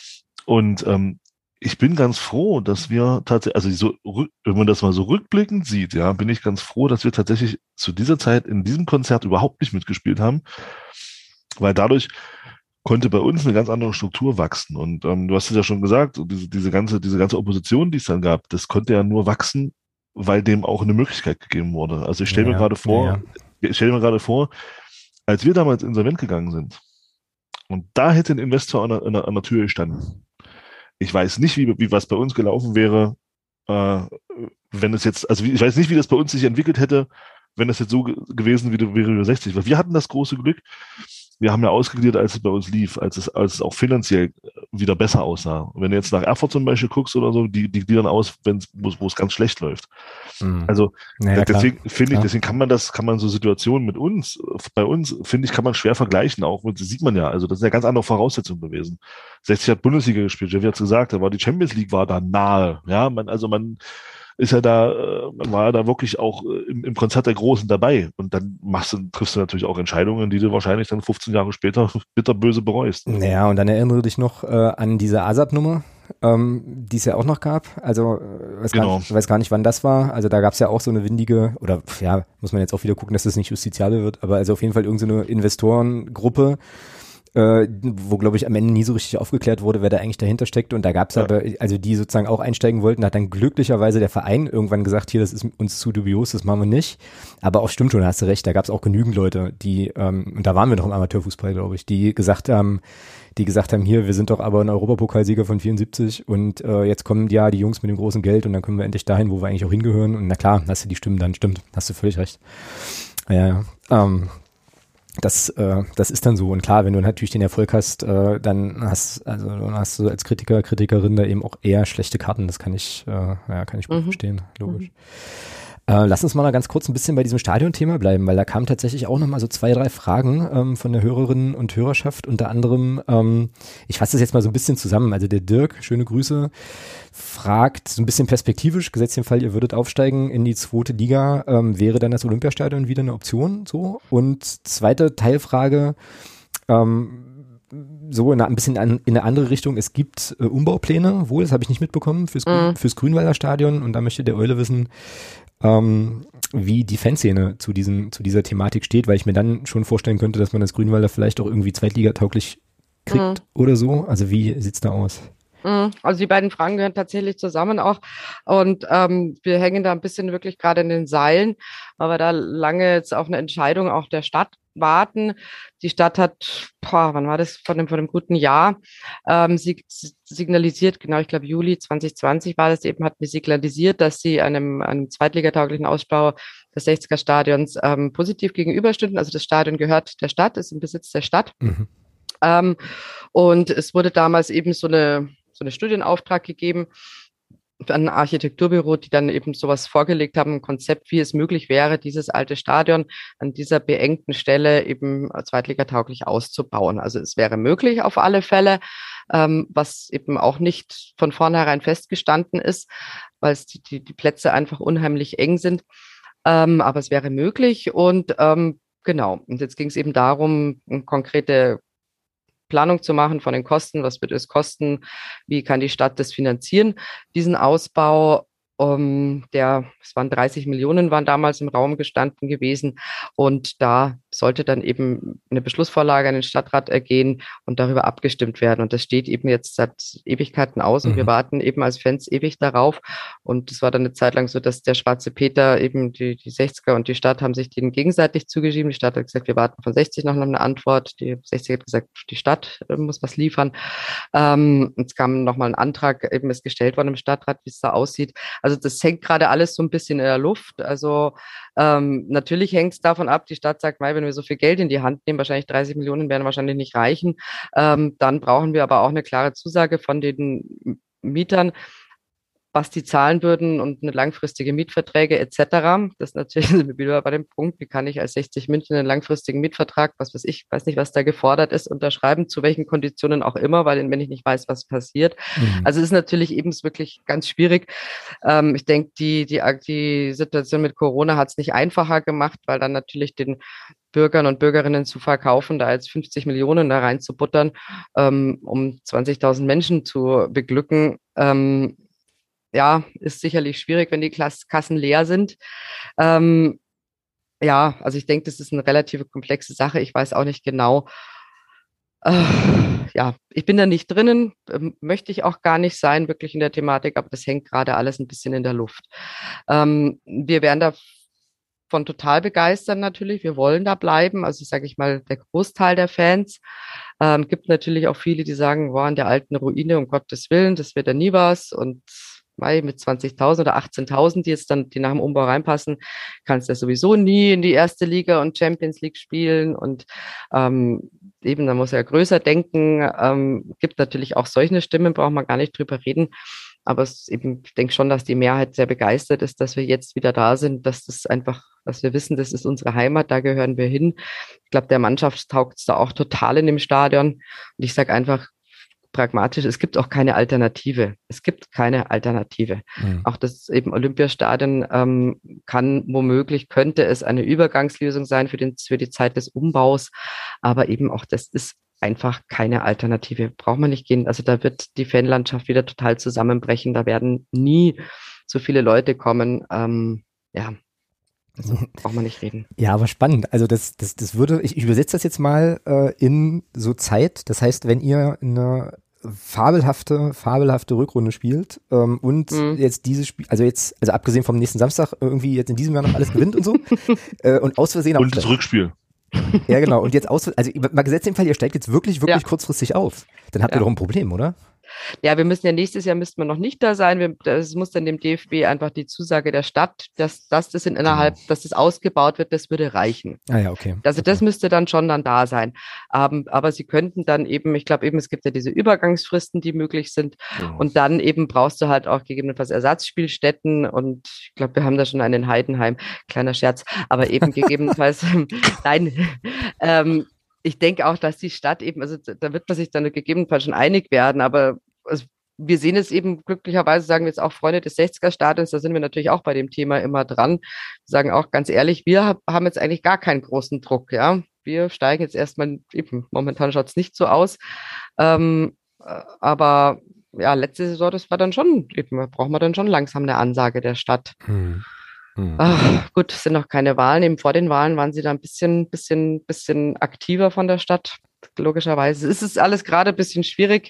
Und ähm, ich bin ganz froh, dass wir tatsächlich, also so, wenn man das mal so rückblickend sieht, ja, bin ich ganz froh, dass wir tatsächlich zu dieser Zeit in diesem Konzert überhaupt nicht mitgespielt haben, weil dadurch konnte bei uns eine ganz andere Struktur wachsen. Und ähm, du hast es ja schon gesagt, diese, diese ganze, diese ganze Opposition, die es dann gab, das konnte ja nur wachsen, weil dem auch eine Möglichkeit gegeben wurde. Also ich stelle
ja,
mir gerade vor,
ja, ja.
Ich stelle mir gerade vor, als wir damals insolvent gegangen sind und da hätte ein Investor an der, an der, an der Tür gestanden. Ich weiß nicht, wie, wie was bei uns gelaufen wäre, äh, wenn es jetzt, also ich weiß nicht, wie das bei uns sich entwickelt hätte, wenn das jetzt so ge gewesen wäre wie über sechzig. Weil wir hatten das große Glück, wir haben ja ausgegliedert, als es bei uns lief, als es, als es auch finanziell wieder besser aussah. Und wenn du jetzt nach Erfurt zum Beispiel guckst oder so, die, die gliedern aus, wo es ganz schlecht läuft. Mhm. Also naja, deswegen finde ich, deswegen kann man das, kann man so Situationen mit uns, bei uns, finde ich, kann man schwer vergleichen auch. Und das sieht man ja, also das ist ja ganz andere Voraussetzung gewesen. sechzig hat Bundesliga gespielt, Jeff hat es gesagt, da war die Champions League war da nahe. Ja, man, also man ist ja da, man war ja da wirklich auch im, im Konzert der Großen dabei. Und dann machst du, triffst du natürlich auch Entscheidungen, die du wahrscheinlich dann fünfzehn Jahre später bitterböse bereust.
Naja, und dann erinnere dich noch äh, an diese ASAP-Nummer, ähm, die es ja auch noch gab. Also äh, weiß, genau. gar nicht, weiß gar nicht, wann das war. Also da gab es ja auch so eine windige, oder ja, muss man jetzt auch wieder gucken, dass das nicht justiziabel wird, aber also auf jeden Fall irgendeine so Investorengruppe, Äh, wo, glaube ich, am Ende nie so richtig aufgeklärt wurde, wer da eigentlich dahinter steckt. Und da gab es ja. aber, also die sozusagen auch einsteigen wollten, hat dann glücklicherweise der Verein irgendwann gesagt, hier, das ist uns zu dubios, das machen wir nicht. Aber auch stimmt schon, hast du recht, da gab es auch genügend Leute, die, ähm, und da waren wir noch im Amateurfußball, glaube ich, die gesagt haben, die gesagt haben, hier, wir sind doch aber ein Europapokalsieger von vierundsiebzig und äh, jetzt kommen ja die Jungs mit dem großen Geld und dann können wir endlich dahin, wo wir eigentlich auch hingehören. Und na klar, hast du die Stimmen dann, stimmt, hast du völlig recht. Ja, ähm, Das, äh, das ist dann so. Und klar, wenn du natürlich den Erfolg hast, äh, dann hast, also dann hast du als Kritiker, Kritikerin da eben auch eher schlechte Karten. Das kann ich, äh, ja, kann ich gut mhm. verstehen, logisch. Mhm. Äh, lass uns mal noch ganz kurz ein bisschen bei diesem Stadionthema bleiben, weil da kamen tatsächlich auch noch mal so zwei, drei Fragen ähm, von der Hörerinnen und Hörerschaft. Unter anderem, ähm, ich fasse das jetzt mal so ein bisschen zusammen. Also der Dirk, schöne Grüße, fragt so ein bisschen perspektivisch, gesetzt den Fall, ihr würdet aufsteigen in die zweite Liga, ähm, wäre dann das Olympiastadion wieder eine Option? So. Und zweite Teilfrage, ähm, so in eine, ein bisschen an, in eine andere Richtung. Es gibt äh, Umbaupläne, wohl, das habe ich nicht mitbekommen, fürs, mhm. fürs Grünwalder Stadion. Und da möchte der Eule wissen, ähm, wie die Fanszene zu diesem, zu dieser Thematik steht, weil ich mir dann schon vorstellen könnte, dass man das Grünwalder vielleicht auch irgendwie zweitligatauglich kriegt mhm. oder so. Also wie sieht's da aus?
Also die beiden Fragen gehören tatsächlich zusammen auch und ähm, wir hängen da ein bisschen wirklich gerade in den Seilen, weil wir da lange jetzt auf eine Entscheidung auch der Stadt warten. Die Stadt hat, boah, wann war das, vor dem, vor dem guten Jahr, ähm, sie signalisiert, genau, ich glaube Juli zwanzig zwanzig war das eben, hat mir signalisiert, dass sie einem, einem zweitligatauglichen Ausbau des sechziger Stadions ähm, positiv gegenüberstünden. Also das Stadion gehört der Stadt, ist im Besitz der Stadt. Mhm. Ähm, und es wurde damals eben so eine so eine Studienauftrag gegeben an ein Architekturbüro, die dann eben sowas vorgelegt haben, ein Konzept, wie es möglich wäre, dieses alte Stadion an dieser beengten Stelle eben zweitligatauglich auszubauen. Also es wäre möglich auf alle Fälle, ähm, was eben auch nicht von vornherein festgestanden ist, weil es die, die, die Plätze einfach unheimlich eng sind. Ähm, aber es wäre möglich und ähm, genau. Und jetzt ging es eben darum, konkrete Planung zu machen von den Kosten, was wird es kosten, wie kann die Stadt das finanzieren, diesen Ausbau, um, der, es waren dreißig Millionen, waren damals im Raum gestanden gewesen und da sollte dann eben eine Beschlussvorlage an den Stadtrat ergehen und darüber abgestimmt werden und das steht eben jetzt seit Ewigkeiten aus und mhm. wir warten eben als Fans ewig darauf und es war dann eine Zeit lang so, dass der Schwarze Peter eben die, die sechziger und die Stadt haben sich den gegenseitig zugeschrieben, die Stadt hat gesagt, wir warten von sechzig noch eine Antwort, die sechziger hat gesagt, die Stadt äh, muss was liefern. Ähm, es kam nochmal ein Antrag, eben ist gestellt worden im Stadtrat, wie es da aussieht. Also das hängt gerade alles so ein bisschen in der Luft. Also ähm, natürlich hängt es davon ab, die Stadt sagt, mei, wenn wir so viel Geld in die Hand nehmen, wahrscheinlich dreißig Millionen werden wahrscheinlich nicht reichen. Ähm, dann brauchen wir aber auch eine klare Zusage von den Mietern, was die zahlen würden und eine langfristige Mietverträge et cetera. Das ist natürlich wieder bei dem Punkt, wie kann ich als sechzig München einen langfristigen Mietvertrag, was weiß ich, weiß nicht, was da gefordert ist, unterschreiben, zu welchen Konditionen auch immer, weil wenn ich nicht weiß, was passiert. Mhm. Also es ist natürlich eben wirklich ganz schwierig. Ähm, ich denke, die, die, die Situation mit Corona hat es nicht einfacher gemacht, weil dann natürlich den Bürgern und Bürgerinnen zu verkaufen, da jetzt fünfzig Millionen da reinzubuttern, ähm, um zwanzigtausend Menschen zu beglücken, ähm, ja, ist sicherlich schwierig, wenn die Kassen leer sind. Ähm, ja, also ich denke, das ist eine relativ komplexe Sache. Ich weiß auch nicht genau. Äh, ja, ich bin da nicht drinnen, ähm, möchte ich auch gar nicht sein, wirklich in der Thematik, aber das hängt gerade alles ein bisschen in der Luft. Ähm, wir werden da von total begeistern natürlich. Wir wollen da bleiben. Also sage ich mal, der Großteil der Fans. Ähm, gibt natürlich auch viele, die sagen, boah, in der alten Ruine, um Gottes Willen, das wird ja nie was. Und Mai mit zwanzigtausend oder achtzehntausend, die jetzt dann, die nach dem Umbau reinpassen, kannst du ja sowieso nie in die erste Liga und Champions League spielen. Und ähm, eben, da muss er ja größer denken. Ähm, gibt natürlich auch solche Stimmen, braucht man gar nicht drüber reden. Aber es eben, ich denke schon, dass die Mehrheit sehr begeistert ist, dass wir jetzt wieder da sind, dass das einfach, dass wir wissen, das ist unsere Heimat, da gehören wir hin. Ich glaube, der Mannschaft taugt es da auch total in dem Stadion. Und ich sage einfach pragmatisch, es gibt auch keine Alternative. Es gibt keine Alternative. Mhm. Auch das eben Olympiastadion ähm, kann womöglich, könnte es eine Übergangslösung sein für, den, für die Zeit des Umbaus. Aber eben auch das ist einfach keine Alternative. Braucht man nicht gehen. Also da wird die Fanlandschaft wieder total zusammenbrechen. Da werden nie so viele Leute kommen. Ähm, ja, also braucht man nicht reden.
Ja, aber spannend. Also das, das, das würde, ich übersetze das jetzt mal äh, in so Zeit. Das heißt, wenn ihr eine fabelhafte, fabelhafte Rückrunde spielt ähm, und mhm. jetzt dieses Spiel, also jetzt, also abgesehen vom nächsten Samstag irgendwie jetzt in diesem Jahr noch alles gewinnt und so äh, und aus Versehen
und das Rückspiel.
Ja, genau. Und jetzt aus, also mal gesetzt im Fall, ihr steigt jetzt wirklich, wirklich ja. kurzfristig auf. Dann habt ihr ja. doch ein Problem, oder?
Ja, wir müssen ja nächstes Jahr müssten wir noch nicht da sein. Wir, das muss dann dem D F B einfach die Zusage der Stadt, dass, dass das in innerhalb, genau. dass das ausgebaut wird, das würde reichen.
Ah ja, okay.
Also das okay. müsste dann schon dann da sein. Um, aber sie könnten dann eben, ich glaube eben, es gibt ja diese Übergangsfristen, die möglich sind. Ja. Und dann eben brauchst du halt auch gegebenenfalls Ersatzspielstätten. Und ich glaube, wir haben da schon einen in Heidenheim. Kleiner Scherz. Aber eben gegebenenfalls, nein, ähm, ich denke auch, dass die Stadt eben, also da wird man sich dann gegebenenfalls schon einig werden, aber also wir sehen es eben glücklicherweise, sagen wir jetzt auch Freunde des sechziger-Stadions, da sind wir natürlich auch bei dem Thema immer dran. Wir sagen auch ganz ehrlich, wir haben jetzt eigentlich gar keinen großen Druck, ja. Wir steigen jetzt erstmal, eben momentan schaut es nicht so aus, ähm, aber ja, letzte Saison, das war dann schon, eben, brauchen wir dann schon langsam eine Ansage der Stadt. Hm. Hm. Ach, gut, es sind noch keine Wahlen. Eben vor den Wahlen waren sie da ein bisschen, bisschen, bisschen aktiver von der Stadt. Logischerweise es ist alles gerade ein bisschen schwierig.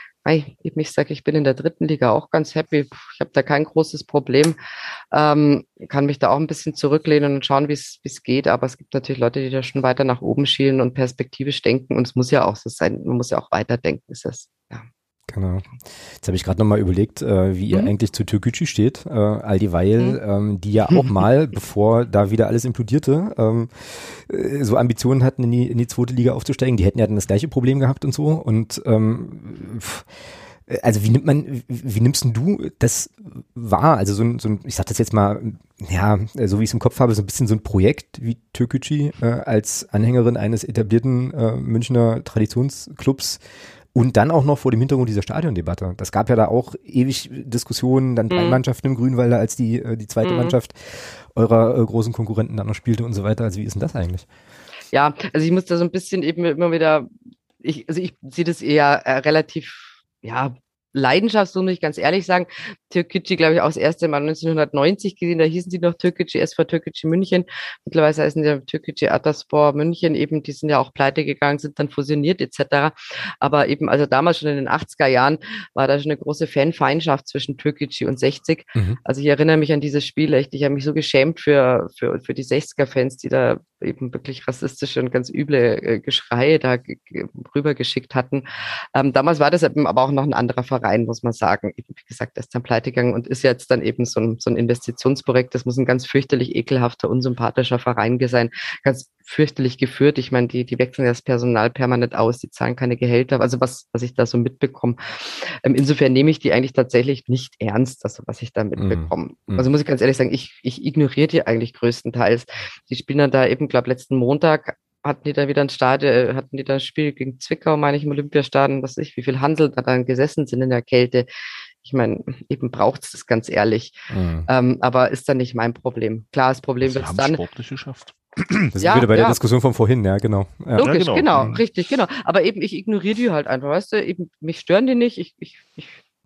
Ich sage, ich bin in der dritten Liga auch ganz happy. Ich habe da kein großes Problem. Ähm, kann mich da auch ein bisschen zurücklehnen und schauen, wie es geht. Aber es gibt natürlich Leute, die da schon weiter nach oben schielen und perspektivisch denken. Und es muss ja auch so sein. Man muss ja auch weiterdenken. Ist das, ja.
Genau. Jetzt habe ich gerade nochmal überlegt, äh, wie ihr mhm. eigentlich zu Türkgücü steht, äh, all dieweil, mhm. ähm, die ja auch mal, bevor da wieder alles implodierte, ähm, äh, so Ambitionen hatten, in die, in die zweite Liga aufzusteigen. Die hätten ja dann das gleiche Problem gehabt und so. Und ähm, pff, also wie nimmt man, wie nimmst du das wahr? Also so ein, so ein, ich sag das jetzt mal, ja, so wie ich es im Kopf habe, so ein bisschen so ein Projekt wie Türkgücü äh, als Anhängerin eines etablierten äh, Münchner Traditionsclubs. Und dann auch noch vor dem Hintergrund dieser Stadiondebatte. Das gab ja da auch ewig Diskussionen, dann drei mhm. Mannschaften im Grünwalder, als die, die zweite mhm. Mannschaft eurer äh, großen Konkurrenten dann noch spielte und so weiter. Also wie ist denn das eigentlich?
Ja, also ich muss da so ein bisschen eben immer wieder, ich, also ich sehe das eher äh, relativ, ja, leidenschaftslos, muss ich ganz ehrlich sagen. Türkgücü, glaube ich, auch das erste Mal neunzehnhundertneunzig gesehen, da hießen sie noch Türkgücü, S V Türkgücü München. Mittlerweile heißen sie ja Türkgücü Ataspor München, eben, die sind ja auch pleite gegangen, sind dann fusioniert et cetera. Aber eben, also damals schon in den achtziger Jahren war da schon eine große Fanfeindschaft zwischen Türkgücü und sechzig. Mhm. Also ich erinnere mich an dieses Spiel echt, ich habe mich so geschämt für, für, für die sechziger-Fans, die da eben wirklich rassistische und ganz üble äh, Geschreie da g- g- rübergeschickt hatten. Ähm, damals war das eben aber auch noch ein anderer Verein, muss man sagen. Eben, wie gesagt, der ist dann pleite gegangen und ist jetzt dann eben so ein, so ein Investitionsprojekt. Das muss ein ganz fürchterlich ekelhafter, unsympathischer Verein sein. Ganz fürchterlich geführt. Ich meine, die, die wechseln das Personal permanent aus, die zahlen keine Gehälter. Also was, was ich da so mitbekomme. Ähm, insofern nehme ich die eigentlich tatsächlich nicht ernst, also was ich da mitbekomme. Mm. Also muss ich ganz ehrlich sagen, ich, ich ignoriere die eigentlich größtenteils. Die spielen dann da eben, glaube letzten Montag hatten die da wieder ein Stadion, hatten die da ein Spiel gegen Zwickau, meine ich, im Olympiastadion, was weiß ich, wie viel Handel da dann gesessen sind in der Kälte. Ich meine, eben braucht es das ganz ehrlich. Mhm. Ähm, aber ist dann nicht mein Problem. Klar, das Problem wird es dann.
Sportlich geschafft.
Das ja, ist wieder bei ja. der Diskussion von vorhin, ja, genau. Ja.
Logisch, ja, genau, genau
mhm.
richtig, genau. Aber eben, ich ignoriere die halt einfach, weißt du, eben, mich stören die nicht, ich, ich, ich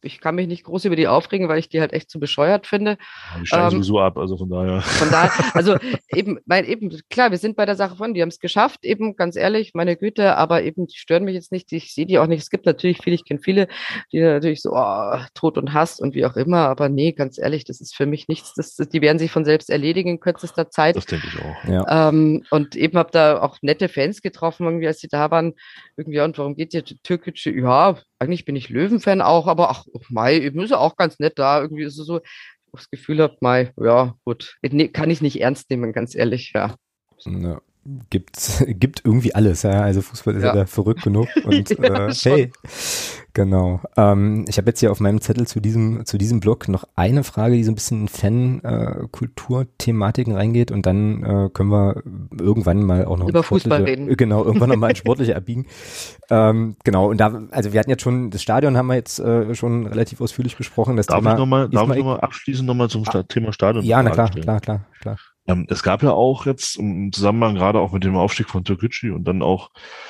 ich kann mich nicht groß über die aufregen, weil ich die halt echt zu bescheuert finde.
Die steigen ähm, sowieso ab, also von daher.
Von daher, also eben, weil eben, klar, wir sind bei der Sache von, die haben es geschafft, eben, ganz ehrlich, meine Güte, aber eben, die stören mich jetzt nicht, ich sehe die auch nicht. Es gibt natürlich viele, ich kenne viele, die natürlich so, oh, Tod und Hass und wie auch immer, aber nee, ganz ehrlich, das ist für mich nichts, das, die werden sich von selbst erledigen in kürzester Zeit.
Das denke ich auch.
Ja. Ähm, und eben habe da auch nette Fans getroffen, irgendwie, als sie da waren, irgendwie, und warum geht ihr türkische, ja, eigentlich bin ich Löwenfan auch, aber ach, Mai, eben ist ja auch ganz nett da, irgendwie ist es so, das Gefühl habe, Mai, ja, gut, kann ich nicht ernst nehmen, ganz ehrlich, ja.
Ja. Gibt, gibt irgendwie alles, ja. Also Fußball ist ja, ja da verrückt genug. Und
ja,
äh, hey, genau. Ähm, ich habe jetzt hier auf meinem Zettel zu diesem, zu diesem Blog noch eine Frage, die so ein bisschen in Fan-Kultur-Thematiken äh, reingeht, und dann äh, können wir irgendwann mal auch noch
über Fußball reden.
Äh, genau, irgendwann noch mal ein sportliche abbiegen. Ähm, genau, und da, also wir hatten jetzt schon, das Stadion haben wir jetzt äh, schon relativ ausführlich besprochen. Das
darf
Thema,
ich nochmal, darf ich nochmal abschließend nochmal zum ah, Thema Stadion?
Ja, na klar, stellen. klar, klar, klar.
Ähm, es gab ja auch jetzt im Zusammenhang gerade auch mit dem Aufstieg von Türkgücü und dann auch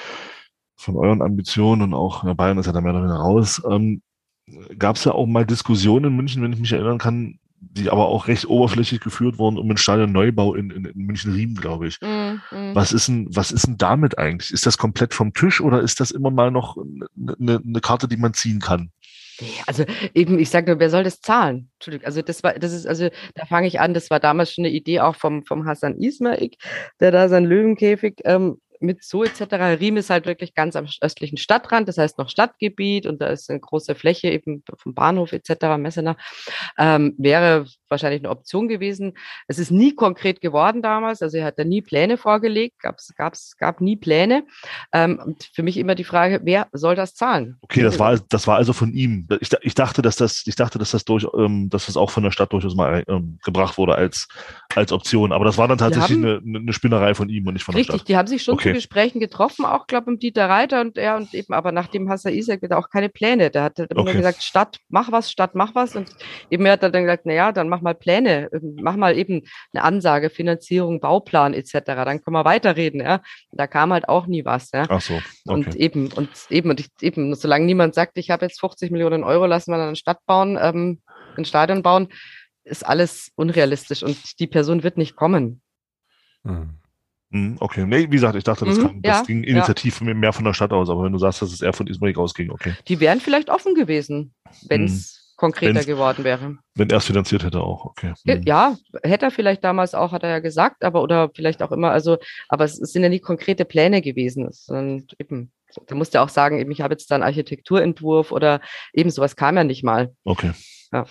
von euren Ambitionen und auch, ja, Bayern ist ja da mehr oder weniger raus, ähm, gab es ja auch mal Diskussionen in München, wenn ich mich erinnern kann, die aber auch recht oberflächlich geführt wurden um den Stadionneubau in, in, in München-Riem, glaube ich. Mm, mm. Was ist denn, was ist denn damit eigentlich? Ist das komplett vom Tisch oder ist das immer mal noch eine, eine Karte, die man ziehen kann?
Also eben, ich sage nur, wer soll das zahlen? Entschuldigung, also das war, das ist, also da fange ich an, das war damals schon eine Idee auch vom, vom Hassan Ismail, der da seinen Löwenkäfig ähm, mit so et cetera. Riem ist halt wirklich ganz am östlichen Stadtrand, das heißt noch Stadtgebiet, und da ist eine große Fläche eben vom Bahnhof et cetera, Messener, ähm, wäre wahrscheinlich eine Option gewesen. Es ist nie konkret geworden damals, also er hat da nie Pläne vorgelegt, gab's, gab's, gab nie Pläne. Ähm, und für mich immer die Frage, wer soll das zahlen?
Okay, das war, das war also von ihm. Ich, ich dachte, dass das, ich dachte, dass das durch, ähm, dass das auch von der Stadt durchaus mal ähm, gebracht wurde als, als Option. Aber das war dann tatsächlich haben, eine, eine Spinnerei von ihm und nicht von
richtig,
der Stadt.
Richtig, die haben sich schon
okay.
zu Gesprächen getroffen, auch, glaube ich, mit Dieter Reiter und er und eben, aber nachdem Hassan Isaac hat auch keine Pläne. Der hat immer
okay.
gesagt, Stadt, mach was, Stadt, mach was. Und eben er hat dann gesagt, naja, dann mach mal Pläne, mach mal eben eine Ansage, Finanzierung, Bauplan et cetera. Dann können wir weiterreden. Ja. Da kam halt auch nie was. Ja.
Ach so, okay.
Und eben, und eben, und ich, eben, solange niemand sagt, ich habe jetzt fünfzig Millionen Euro, lassen wir dann eine Stadt bauen, ähm, ein Stadion bauen, ist alles unrealistisch und die Person wird nicht kommen.
Hm. Okay, nee, wie gesagt, ich dachte, das, kam, das ja, ging initiativ ja. mehr von der Stadt aus, aber wenn du sagst, dass es eher von Ismail ausging, okay.
Die wären vielleicht offen gewesen, wenn es hm. konkreter
Wenn's,
geworden wäre.
Wenn er es finanziert hätte auch, okay.
Hm. Ja, hätte er vielleicht damals auch, hat er ja gesagt, aber oder vielleicht auch immer, also, aber es, es sind ja nie konkrete Pläne gewesen. Und eben, da musst du auch sagen, eben, ich habe jetzt da einen Architekturentwurf oder eben sowas kam ja nicht mal.
Okay.
Ja.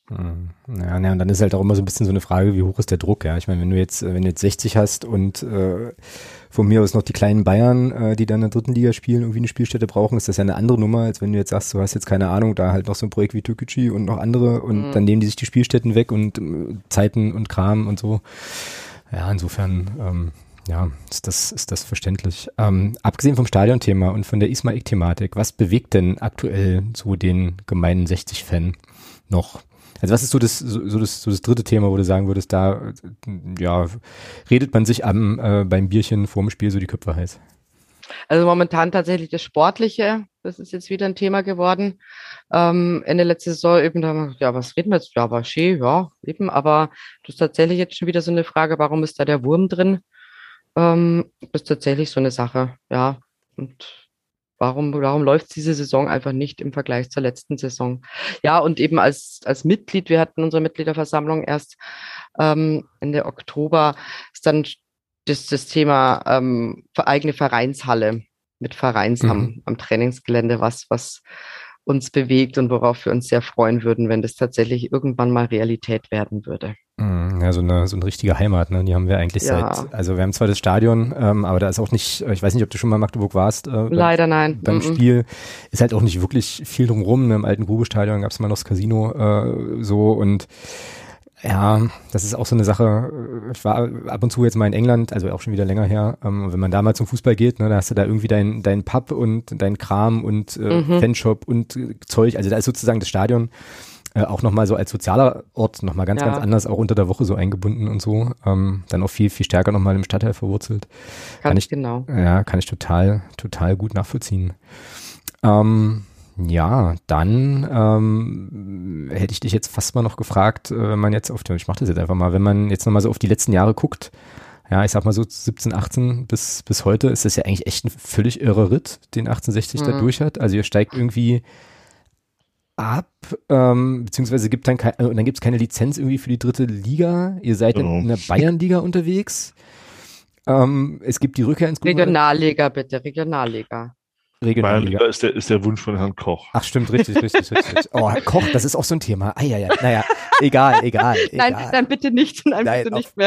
Ja, ja, und dann ist halt auch immer so ein bisschen so eine Frage, wie hoch ist der Druck, ja. Ich meine, wenn du jetzt, wenn du jetzt sechzig hast und äh, von mir aus noch die kleinen Bayern, äh, die dann in der dritten Liga spielen, irgendwie eine Spielstätte brauchen, ist das ja eine andere Nummer, als wenn du jetzt sagst, du hast jetzt keine Ahnung, da halt noch so ein Projekt wie Türkgücü und noch andere und mhm. dann nehmen die sich die Spielstätten weg und äh, Zeiten und Kram und so. Ja, insofern, ähm, ja, ist das, ist das verständlich. Ähm, abgesehen vom Stadionthema und von der Ismail-Thematik, was bewegt denn aktuell so den gemeinen sechzig-Fan noch? Also was ist so das, so, so das, so das dritte Thema, wo du sagen würdest, da ja, redet man sich am, äh, beim Bierchen vorm Spiel so die Köpfe heiß?
Also momentan tatsächlich das Sportliche, das ist jetzt wieder ein Thema geworden. Ähm, Ende letzte Saison eben, da, ja, was reden wir jetzt? Ja, war schön, ja, eben, aber das ist tatsächlich jetzt schon wieder so eine Frage, warum ist da der Wurm drin? Ähm, das ist tatsächlich so eine Sache, ja, und Warum, warum läuft diese Saison einfach nicht im Vergleich zur letzten Saison? Ja, und eben als, als Mitglied, wir hatten unsere Mitgliederversammlung erst ähm, Ende Oktober, ist dann das, das Thema ähm, eigene Vereinshalle mit Vereins mhm. am, am Trainingsgelände, was, was uns bewegt und worauf wir uns sehr freuen würden, wenn das tatsächlich irgendwann mal Realität werden würde.
Ja, so eine, so eine richtige Heimat, ne? Die haben wir eigentlich ja. seit, also wir haben zwar das Stadion, ähm, aber da ist auch nicht, ich weiß nicht, ob du schon mal in Magdeburg warst. Äh,
Leider
beim,
nein.
Beim
Mm-mm.
Spiel ist halt auch nicht wirklich viel drumrum. Ne? Im alten Grubestadion gab es mal noch das Casino äh, so und ja, das ist auch so eine Sache, ich war ab und zu jetzt mal in England, also auch schon wieder länger her, ähm, wenn man da mal zum Fußball geht, ne, da hast du da irgendwie dein, dein Pub und dein Kram und äh, mhm. Fanshop und äh, Zeug, also da ist sozusagen das Stadion äh, auch nochmal so als sozialer Ort nochmal ganz, ja. ganz anders, auch unter der Woche so eingebunden und so, ähm, dann auch viel, viel stärker nochmal im Stadtteil verwurzelt.
Ganz
kann ich,
genau.
Ja, kann ich total, total gut nachvollziehen. Ähm, Ja, dann ähm, hätte ich dich jetzt fast mal noch gefragt, äh, wenn man jetzt auf, ich mache das jetzt einfach mal, wenn man jetzt nochmal so auf die letzten Jahre guckt, ja, ich sag mal so siebzehn, achtzehn bis, bis heute ist das ja eigentlich echt ein völlig irrer Ritt, den achtzehnhundertsechzig mhm. da durch hat. Also ihr steigt irgendwie ab, ähm, beziehungsweise gibt dann kein, und dann gibt es keine Lizenz irgendwie für die dritte Liga. Ihr seid genau. in, in der Bayernliga unterwegs. Ähm, es gibt die Rückkehr ins
Grünwalder. Regionalliga bitte, Regionalliga.
Regionalliga ist der, ist der Wunsch von Herrn Koch.
Ach stimmt, richtig, richtig, richtig. Oh, Koch, das ist auch so ein Thema. Ah, ja, ja, naja, egal, egal, egal.
Nein, dann bitte nicht, nein, nein bitte auf, nicht mehr.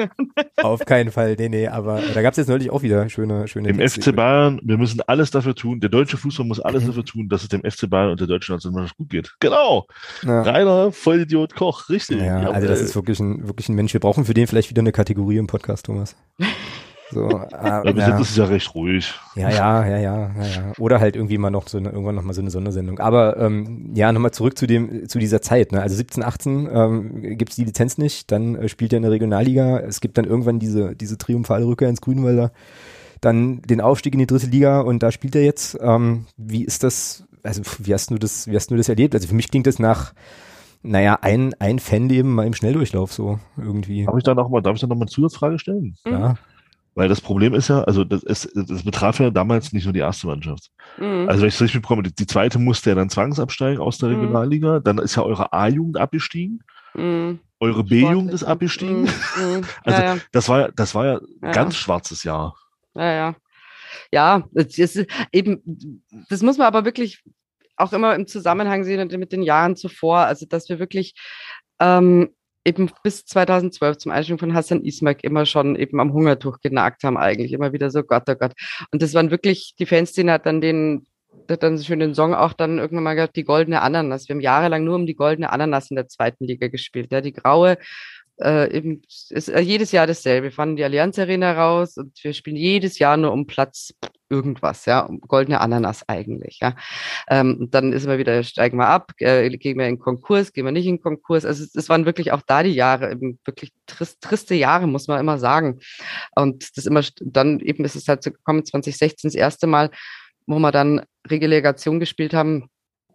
Auf keinen Fall, nee, nee, aber da gab es jetzt neulich auch wieder schöne, schöne
Im F C Bayern, wir müssen alles dafür tun, der deutsche Fußball muss alles dafür tun, dass es dem F C Bayern und der deutschen Nationalmannschaft gut geht. Genau! Ja. Rainer, Vollidiot, Koch, richtig.
Ja, ja, also das ist wirklich ein, wirklich ein Mensch. Wir brauchen für den vielleicht wieder eine Kategorie im Podcast, Thomas. So, äh,
ja, bis ja. jetzt ist es ja recht ruhig.
Ja, ja, ja, ja, ja, ja. Oder halt irgendwie mal noch so eine, irgendwann noch mal so eine Sondersendung. Aber ähm, ja, nochmal zurück zu dem, zu dieser Zeit. Ne? Also siebzehn, achtzehn ähm, gibt es die Lizenz nicht, dann äh, spielt er in der Regionalliga. Es gibt dann irgendwann diese, diese triumphale Rückkehr ins Grünwalder, dann den Aufstieg in die dritte Liga und da spielt er jetzt. Ähm, wie ist das? Also wie hast du das? Wie hast du das erlebt? Also für mich klingt das nach Naja, ein, ein Fanleben mal im Schnelldurchlauf so irgendwie.
Darf ich da noch mal, darf ich da noch mal eine Zusatzfrage stellen?
Ja.
Weil das Problem ist ja, also das, ist, das betraf ja damals nicht nur die erste Mannschaft. Mhm. Also wenn ich es richtig mitbekomme, die, die zweite musste ja dann zwangsabsteigen aus der Regionalliga. Mhm. Dann ist ja eure A-Jugend abgestiegen. Mhm. Eure B-Jugend ist abgestiegen. Mhm. Also ja, ja. das war ja, das war ja, ja ganz schwarzes Jahr.
Ja, ja. Ja, das ist eben, das muss man aber wirklich auch immer im Zusammenhang sehen mit den Jahren zuvor. Also dass wir wirklich ähm, eben bis zweitausendzwölf zum Einstieg von Hassan Ismail immer schon eben am Hungertuch genagt haben eigentlich. Immer wieder so, Gott, oh Gott. Und das waren wirklich, die Fanszene hat dann den, hat dann so schön den Song auch dann irgendwann mal gehabt, die goldene Ananas. Wir haben jahrelang nur um die goldene Ananas in der zweiten Liga gespielt. Ja, die graue, äh, eben, ist äh, jedes Jahr dasselbe. Wir fahren die Allianz Arena raus und wir spielen jedes Jahr nur um Platz irgendwas, ja, um goldene Ananas eigentlich, ja. Ähm, und dann ist immer wieder, steigen wir ab, äh, gehen wir in Konkurs, gehen wir nicht in Konkurs. Also es, es waren wirklich auch da die Jahre, eben wirklich trist, triste Jahre, muss man immer sagen. Und das immer, dann eben ist es halt so gekommen, zwanzig sechzehn das erste Mal, wo wir dann Relegation gespielt haben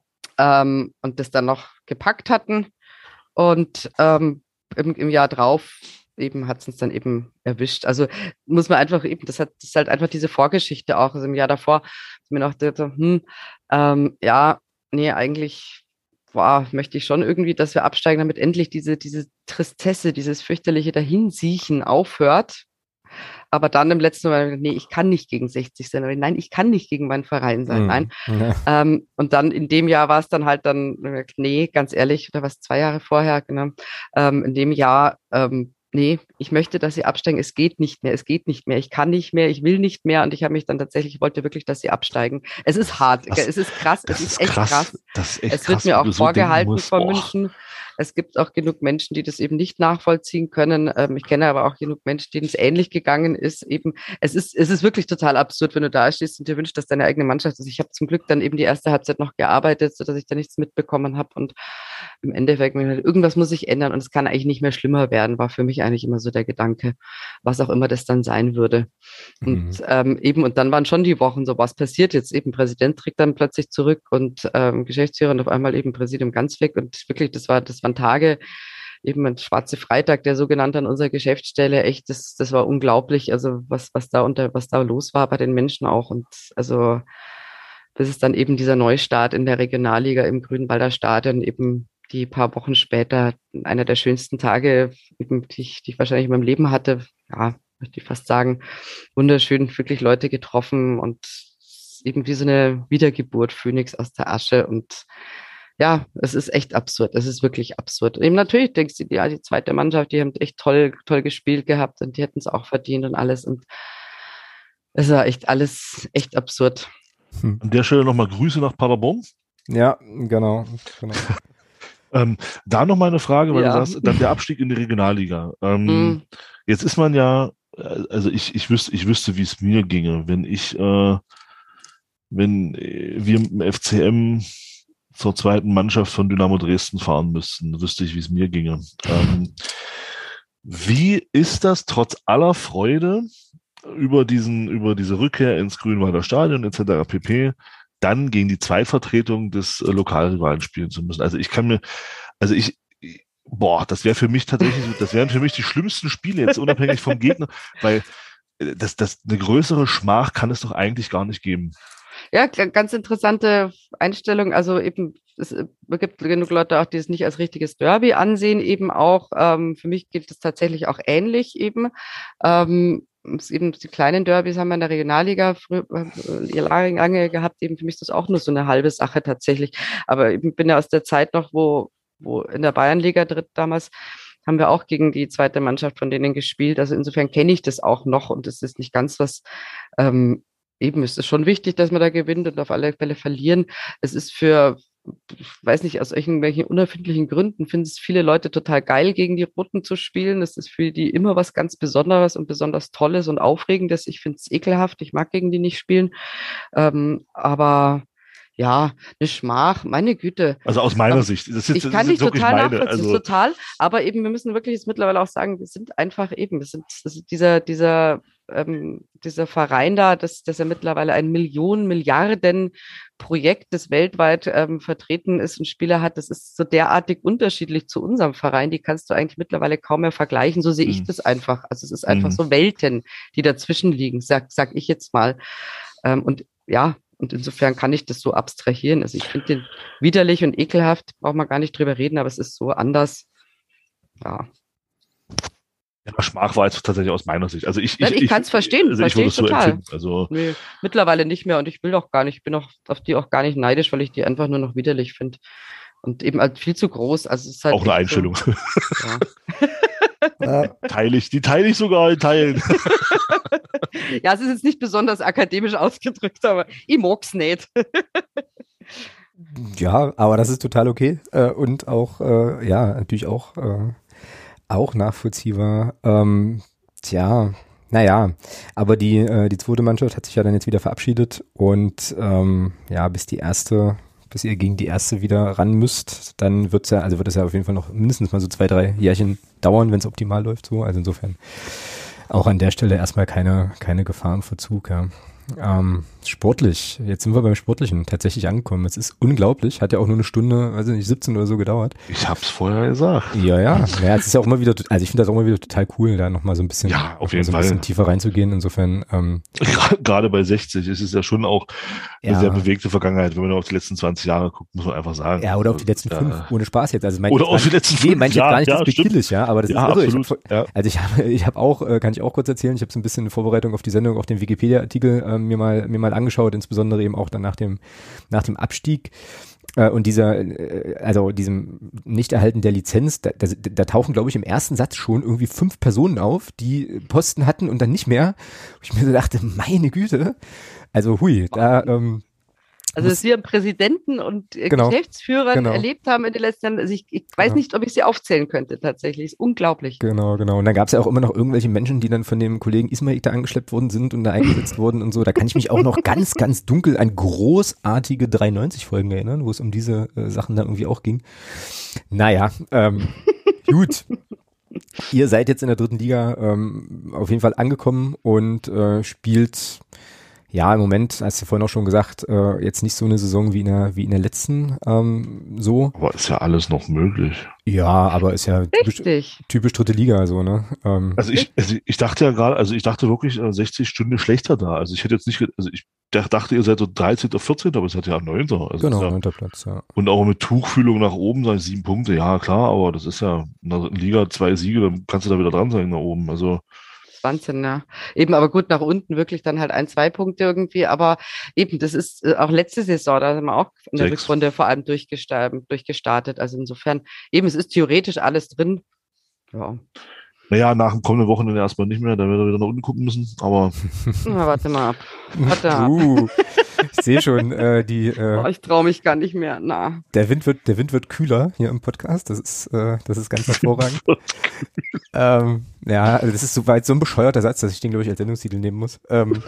ähm, und das dann noch gepackt hatten. Und ähm, im, im Jahr drauf eben hat es uns dann eben erwischt. Also muss man einfach eben, das hat das ist halt einfach diese Vorgeschichte auch. Also im Jahr davor mir noch dachte, hm, ähm, ja, nee, eigentlich boah, möchte ich schon irgendwie, dass wir absteigen, damit endlich diese, diese Tristesse, dieses fürchterliche Dahinsiechen aufhört. Aber dann im letzten Mal, nee, ich kann nicht gegen sechzig sein. Aber nein, ich kann nicht gegen meinen Verein sein. Mm, nein. Ja. Ähm, und dann in dem Jahr war es dann halt dann, nee, ganz ehrlich, oder was, zwei Jahre vorher, genau, ähm, in dem Jahr, ähm, nee, ich möchte, dass sie absteigen. Es geht nicht mehr, es geht nicht mehr. Ich kann nicht mehr, ich will nicht mehr. Und ich habe mich dann tatsächlich, ich wollte wirklich, dass sie absteigen. Es ist hart, das, es ist krass, es ist, ist echt krass. krass.
Das ist echt
es wird
krass,
mir auch
so
vorgehalten von München. Es gibt auch genug Menschen, die das eben nicht nachvollziehen können. Ähm, ich kenne aber auch genug Menschen, denen es ähnlich gegangen ist. Eben, es ist, es ist wirklich total absurd, wenn du da stehst und dir wünschst, dass deine eigene Mannschaft ist. Ich habe zum Glück dann eben die erste Halbzeit noch gearbeitet, sodass ich da nichts mitbekommen habe. Und im Endeffekt, irgendwas muss sich ändern und es kann eigentlich nicht mehr schlimmer werden, war für mich eigentlich immer so der Gedanke, was auch immer das dann sein würde. Mhm. Und ähm, eben, und dann waren schon die Wochen so, was passiert jetzt? Eben Präsident trägt dann plötzlich zurück und ähm, Geschäftsführer und auf einmal eben Präsidium ganz weg. Und wirklich, das war, das waren Tage, eben ein schwarze Freitag, der sogenannte an unserer Geschäftsstelle, echt, das, das war unglaublich, also was, was da unter, was da los war bei den Menschen auch. Und also, bis es dann eben dieser Neustart in der Regionalliga im Grünwalder Stadion eben die paar Wochen später einer der schönsten Tage, die ich, die ich wahrscheinlich in meinem Leben hatte, ja, möchte ich fast sagen, wunderschön, wirklich Leute getroffen und eben wie so eine Wiedergeburt, Phönix aus der Asche. Und ja, es ist echt absurd. Es ist wirklich absurd. Und eben natürlich denkst du, ja, die zweite Mannschaft, die haben echt toll, toll gespielt gehabt und die hätten es auch verdient und alles. Und es war echt alles echt absurd.
Hm. An der Stelle nochmal Grüße nach Paderborn.
Ja, genau. genau.
ähm, da nochmal eine Frage, weil ja. du sagst, dann der Abstieg in die Regionalliga. Ähm, hm. Jetzt ist man ja, also ich, ich wüsste, ich wüsste, wie es mir ginge, wenn ich, äh, wenn wir mit dem F C M zur zweiten Mannschaft von Dynamo Dresden fahren müssten, wüsste ich, wie es mir ginge. Ähm, wie ist das trotz aller Freude über diesen, über diese Rückkehr ins Grünwalder Stadion et cetera pp. dann gegen die Zweitvertretung des äh, Lokalrivalen spielen zu müssen. Also ich kann mir, also ich, boah, das wäre für mich tatsächlich, das wären für mich die schlimmsten Spiele jetzt unabhängig vom Gegner, weil das, das, eine größere Schmach kann es doch eigentlich gar nicht geben.
Ja, ganz interessante Einstellung. Also eben, es gibt genug Leute auch, die es nicht als richtiges Derby ansehen, eben auch. Ähm, für mich gilt es tatsächlich auch ähnlich eben. Ähm, eben die kleinen Derbys haben wir in der Regionalliga früher, äh, lange gehabt. Eben für mich ist das auch nur so eine halbe Sache tatsächlich. Aber ich bin ja aus der Zeit noch, wo, wo in der Bayernliga dritt damals haben wir auch gegen die zweite Mannschaft von denen gespielt. Also insofern kenne ich das auch noch und es ist nicht ganz was, ähm, eben ist es schon wichtig, dass man da gewinnt und auf alle Fälle verlieren. Es ist für, ich weiß nicht, aus irgendwelchen unerfindlichen Gründen finden es viele Leute total geil, gegen die Roten zu spielen. Es ist für die immer was ganz Besonderes und besonders Tolles und Aufregendes. Ich finde es ekelhaft. Ich mag gegen die nicht spielen. Ähm, aber ja, eine Schmach, meine Güte.
Also aus meiner ähm, Sicht.
Das ist, ich kann dich total nachvollziehen, also total. Aber eben, wir müssen wirklich jetzt mittlerweile auch sagen, wir sind einfach eben, wir sind, das ist dieser, dieser, ähm, dieser Verein da, dass, dass er mittlerweile ein Millionen, Milliarden Projekt, das weltweit ähm, vertreten ist und Spieler hat. Das ist so derartig unterschiedlich zu unserem Verein. Die kannst du eigentlich mittlerweile kaum mehr vergleichen. So sehe ich mhm. das einfach. Also es ist einfach mhm. so Welten, die dazwischen liegen, sag, sag ich jetzt mal. Ähm, und ja, und insofern kann ich das so abstrahieren. Also ich finde den widerlich und ekelhaft, braucht man gar nicht drüber reden, aber es ist so anders. Ja.
Ja, Schmach war jetzt tatsächlich aus meiner Sicht. Also ich,
ich, ich, ich kann es verstehen,
also
verstehe
ich,
ich total.
So also
nee, mittlerweile nicht mehr und ich will auch gar nicht, ich bin auch auf die auch gar nicht neidisch, weil ich die einfach nur noch widerlich finde. Und eben halt viel zu groß. Also es ist halt
auch eine Einstellung.
So,
ja. Teile ich, die teile ich sogar in Teilen.
Ja, es ist jetzt nicht besonders akademisch ausgedrückt, aber ich mag's nicht.
Ja, aber das ist total okay äh, und auch, äh, ja, natürlich auch, äh, auch nachvollziehbar. Ähm, tja, naja, aber die, äh, die zweite Mannschaft hat sich ja dann jetzt wieder verabschiedet und ähm, ja, bis die erste, bis ihr gegen die erste wieder ran müsst, dann wird's ja, also wird es ja auf jeden Fall noch mindestens mal so zwei, drei Jährchen dauern, wenn es optimal läuft, so. Also insofern auch an der Stelle erstmal keine, keine Gefahr im Verzug, ja. Ähm, sportlich, jetzt sind wir beim Sportlichen tatsächlich angekommen. Es ist unglaublich, hat ja auch nur eine Stunde, weiß ich nicht, siebzehn oder so gedauert.
Ich hab's vorher gesagt.
Ja, ja, ja, es ist ja auch immer wieder, also ich finde das auch immer wieder total cool, da nochmal so ein bisschen,
ja, auf jeden
so ein
Fall.
bisschen tiefer reinzugehen. Insofern, ähm,
gerade bei sechzig ist es ja schon auch eine ja. sehr bewegte Vergangenheit, wenn man auf die letzten zwanzig Jahre guckt, muss man einfach sagen.
Ja, oder auf die letzten ja. fünf, ohne Spaß jetzt. Also mein
oder auf die letzten fünf.
Nee, mein ich ja, gar nicht ja, despektierlich, ja, aber das
ja,
ist also,
absolut.
Ich hab, ja. Also ich habe, ich habe auch, äh, kann ich auch kurz erzählen, ich habe so ein bisschen in Vorbereitung auf die Sendung auch den Wikipedia-Artikel äh, mir mal, mir mal angeschaut, insbesondere eben auch dann nach dem, nach dem Abstieg. Äh, und dieser, äh, also diesem Nichterhalten der Lizenz, da, da, da tauchen, glaube ich, im ersten Satz schon irgendwie fünf Personen auf, die Posten hatten und dann nicht mehr. Wo ich mir so dachte, meine Güte. Also hui, da, ähm,
Also, dass wir Präsidenten und äh,
genau,
Geschäftsführern
genau.
erlebt haben in den letzten Jahren, also ich, ich weiß genau. nicht, ob ich sie aufzählen könnte tatsächlich. Ist unglaublich.
Genau, genau. Und dann gab es ja auch immer noch irgendwelche Menschen, die dann von dem Kollegen Ismail da angeschleppt worden sind und da eingesetzt wurden und so. Da kann ich mich auch noch ganz, ganz dunkel an großartige dreiundneunzig-Folgen erinnern, wo es um diese äh, Sachen da irgendwie auch ging. Naja, ähm, gut. Ihr seid jetzt in der dritten Liga ähm, auf jeden Fall angekommen und äh, spielt... Ja, im Moment, hast du vorhin auch schon gesagt, äh, jetzt nicht so eine Saison wie in der, wie in der letzten, ähm, so.
Aber ist ja alles noch möglich.
Ja, aber ist ja typisch, typisch dritte Liga, so, ne? Ähm,
also ich, also ich dachte ja gerade, also ich dachte wirklich äh, sechzig Stunden schlechter da. Also ich hätte jetzt nicht, also ich dachte, ihr seid so dreizehnter, vierzehnter, aber es hat ja neunter Also
genau,
ja,
neunter Platz, ja.
Und auch mit Tuchfühlung nach oben, sagen sieben Punkte, ja klar, aber das ist ja in der dritten Liga zwei Siege, dann kannst du da wieder dran sein nach oben, also.
Wahnsinn, ja. Eben, aber gut, nach unten wirklich dann halt ein, zwei Punkte irgendwie, aber eben, das ist äh, auch letzte Saison, da sind wir auch in der
Sechs.
Rückrunde vor allem durchgestartet, durchgestartet, also insofern, eben, es ist theoretisch alles drin, ja.
Naja, nach dem kommenden Wochenende erstmal nicht mehr, da werden wir wieder nach unten gucken müssen, aber...
Na, warte mal ab. Warte ab.
Uh, ich sehe schon, äh, die... Äh,
oh, ich traue mich gar nicht mehr, na.
Der Wind wird, der Wind wird kühler hier im Podcast, das ist, äh, das ist ganz hervorragend. ähm, ja, also das ist soweit so ein bescheuerter Satz, dass ich den, glaube ich, als Sendungstitel nehmen muss. Ähm,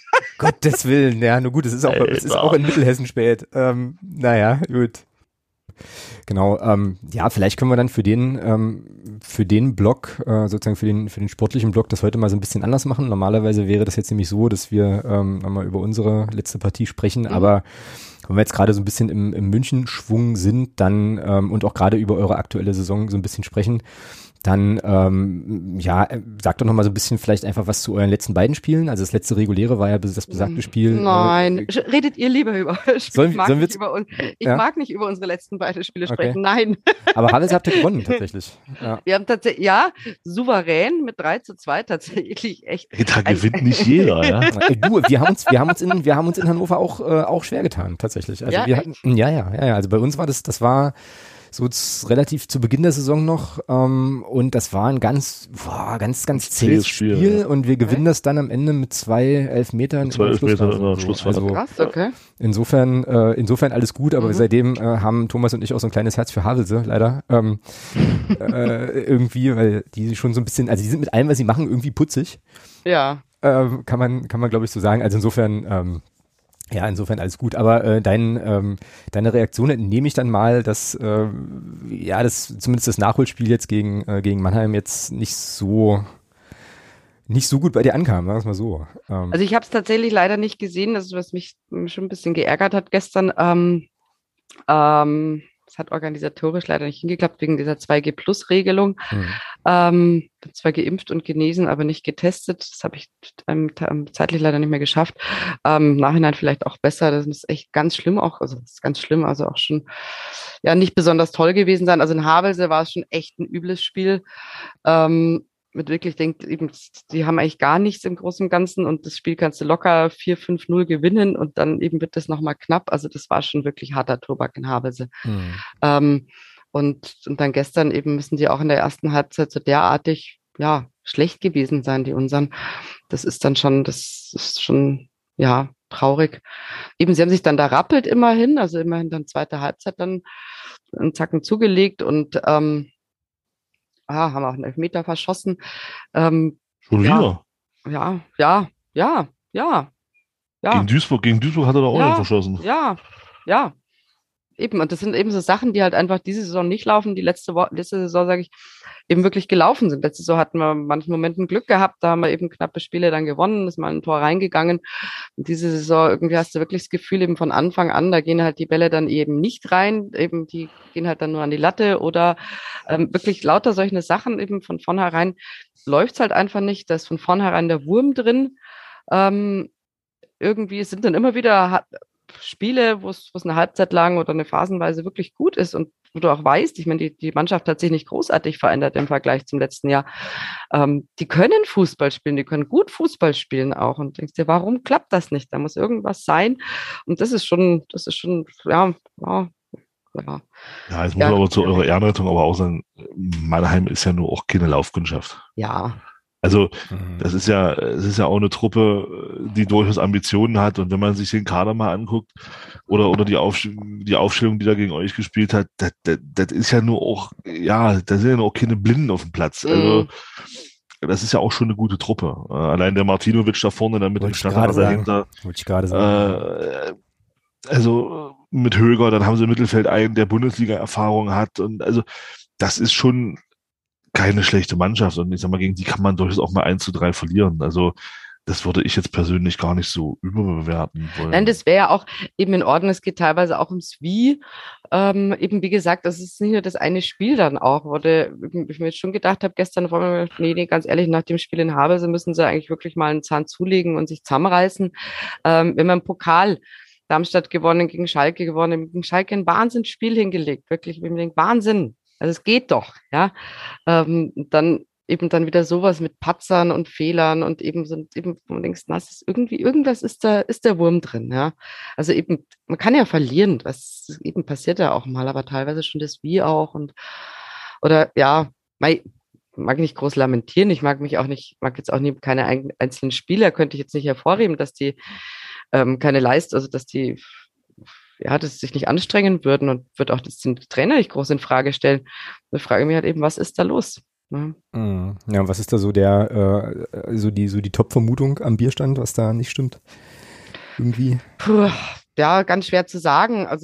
Gottes Willen, ja, nur gut, es ist auch, es ist auch in Mittelhessen spät. Ähm, naja, gut. Genau, ähm, ja, vielleicht können wir dann für den, ähm, für den Block, äh, sozusagen für den, für den sportlichen Block das heute mal so ein bisschen anders machen. Normalerweise wäre das jetzt nämlich so, dass wir ähm, nochmal über unsere letzte Partie sprechen, mhm. aber wenn wir jetzt gerade so ein bisschen im, im München-Schwung sind, dann ähm, und auch gerade über eure aktuelle Saison so ein bisschen sprechen, dann, ähm, ja, sagt doch noch mal so ein bisschen vielleicht einfach was zu euren letzten beiden Spielen. Also das letzte reguläre war ja das besagte Spiel.
Nein, äh, redet ihr lieber über
sollen,
ich mag,
sollen
nicht, über, ich
ja?
mag nicht über unsere letzten beiden Spiele
okay.
sprechen, nein.
Aber Havels habt ihr gewonnen, tatsächlich. Ja.
Wir haben tatsächlich, ja, souverän mit drei zu zwei tatsächlich echt.
Hey, da gewinnt nicht jeder, ja.
Du, wir haben uns, wir haben uns in, wir haben uns in Hannover auch, äh, auch schwer getan, tatsächlich. Also
ja,
wir hatten, ja, ja, ja, ja. Also bei uns war das, das war so relativ zu Beginn der Saison noch ähm, und das war ein ganz, boah, ganz, ganz zähes Spiel, Spiel ja. Und wir gewinnen okay. das dann am Ende mit zwei Elfmetern.
Zwei Elfmeter in der Schlussphase.
Also
krass, okay.
Insofern, äh, insofern alles gut, aber mhm. seitdem äh, haben Thomas und ich auch so ein kleines Herz für Havelse, leider. Ähm, äh, irgendwie, weil die schon so ein bisschen, also die sind mit allem, was sie machen, irgendwie putzig.
Ja.
Ähm, kann man, kann man glaube ich so sagen. Also insofern, ähm, ja, insofern alles gut, aber äh, dein, ähm, deine Reaktion entnehme ich dann mal, dass äh, ja, das zumindest das Nachholspiel jetzt gegen, äh, gegen Mannheim jetzt nicht so nicht so gut bei dir ankam, sagen wir es mal so.
Ähm. Also ich habe es tatsächlich leider nicht gesehen, das ist, was mich schon ein bisschen geärgert hat gestern. Ähm, ähm, es hat organisatorisch leider nicht hingeklappt wegen dieser zwei G Plus Regelung. Hm. Ähm, zwar geimpft und genesen, aber nicht getestet. Das habe ich ähm, zeitlich leider nicht mehr geschafft. Ähm, Im Nachhinein vielleicht auch besser. Das ist echt ganz schlimm auch. Also das ist ganz schlimm. Also auch schon ja nicht besonders toll gewesen sein. Also in Havelse war es schon echt ein übles Spiel. Ähm, mit wirklich denkt eben, die haben eigentlich gar nichts im Großen und Ganzen und das Spiel kannst du locker vier fünf null gewinnen und dann eben wird das nochmal knapp. Also das war schon wirklich harter Tobak in Havelse. Mhm. Ähm, und, und dann gestern eben müssen die auch in der ersten Halbzeit so derartig, ja, schlecht gewesen sein, die unseren. Das ist dann schon, das ist schon, ja, traurig. Eben, sie haben sich dann da rappelt immerhin, also immerhin dann zweite Halbzeit dann einen Zacken zugelegt und ähm, Ah, haben auch einen Elfmeter verschossen. Ähm,
Schon
wieder? Ja, ja, ja, ja, ja.
Gegen Duisburg, gegen Duisburg hat er da auch
ja,
einen verschossen.
Ja, ja. Eben, und das sind eben so Sachen, die halt einfach diese Saison nicht laufen, die letzte, Wo- letzte Saison, sage ich, eben wirklich gelaufen sind. Letzte Saison hatten wir in manchen Momenten Glück gehabt, da haben wir eben knappe Spiele dann gewonnen, ist mal ein Tor reingegangen. Und diese Saison, irgendwie hast du wirklich das Gefühl, eben von Anfang an, da gehen halt die Bälle dann eben nicht rein, eben die gehen halt dann nur an die Latte oder ähm, wirklich lauter solche Sachen eben von vornherein läuft's halt einfach nicht, da ist von vornherein der Wurm drin. Ähm, irgendwie es sind dann immer wieder Spiele, wo es eine Halbzeit lang oder eine Phasenweise wirklich gut ist und wo du auch weißt, ich meine, die, die Mannschaft hat sich nicht großartig verändert im Vergleich zum letzten Jahr. Ähm, die können Fußball spielen, die können gut Fußball spielen auch und denkst dir, warum klappt das nicht? Da muss irgendwas sein und das ist schon, das ist schon, ja, ja, ja.
Ja, jetzt muss ja, aber zu eurer Ehrenrettung aber auch sagen, Mannheim ist ja nur auch keine Laufkundschaft.
Ja.
Also das ist ja, es ist ja auch eine Truppe, die durchaus Ambitionen hat und wenn man sich den Kader mal anguckt oder oder die, Auf, die Aufstellung, die da gegen euch gespielt hat, das, das, das ist ja nur auch, ja, da sind ja nur auch keine Blinden auf dem Platz. Also mm. das ist ja auch schon eine gute Truppe. Allein der Martinovic da vorne, dann mit dem Stadler dahinter.
Wollte ich gerade sagen.
Äh, also mit Höger, dann haben sie im Mittelfeld einen, der Bundesliga-Erfahrung hat und also das ist schon keine schlechte Mannschaft und ich sag mal, gegen die kann man durchaus auch mal eins zu drei verlieren. Also das würde ich jetzt persönlich gar nicht so überbewerten wollen.
Nein, das wäre ja auch eben in Ordnung. Es geht teilweise auch ums Wie. Ähm, eben wie gesagt, das ist nicht nur das eine Spiel dann auch, wurde, ich mir jetzt schon gedacht habe, gestern, nee, nee, ganz ehrlich, nach dem Spiel in Havelse müssen sie eigentlich wirklich mal einen Zahn zulegen und sich zusammenreißen. Ähm, wenn man im Pokal Darmstadt gewonnen, gegen Schalke gewonnen, gegen Schalke ein Wahnsinnsspiel hingelegt, wirklich, wenn man denkt, Wahnsinn. Also es geht doch, ja. Ähm, dann eben dann wieder sowas mit Patzern und Fehlern und eben sind eben, wo man denkt, na, es ist irgendwie, irgendwas ist da, ist der Wurm drin, ja. Also eben, man kann ja verlieren, was eben passiert ja auch mal, aber teilweise schon das Wie auch und, oder ja, mei, mag nicht groß lamentieren, ich mag mich auch nicht, mag jetzt auch nie keine einzelnen Spieler, könnte ich jetzt nicht hervorheben, dass die ähm, keine Leistung, also dass die ja, dass sie sich nicht anstrengen würden und wird auch das den Trainer nicht groß in Frage stellen. Ich frage mich halt eben, was ist da los? Ja,
ja was ist da so der, äh, so die, so die Top-Vermutung am Bierstand, was da nicht stimmt? Irgendwie?
Puh, ja, ganz schwer zu sagen. Also es,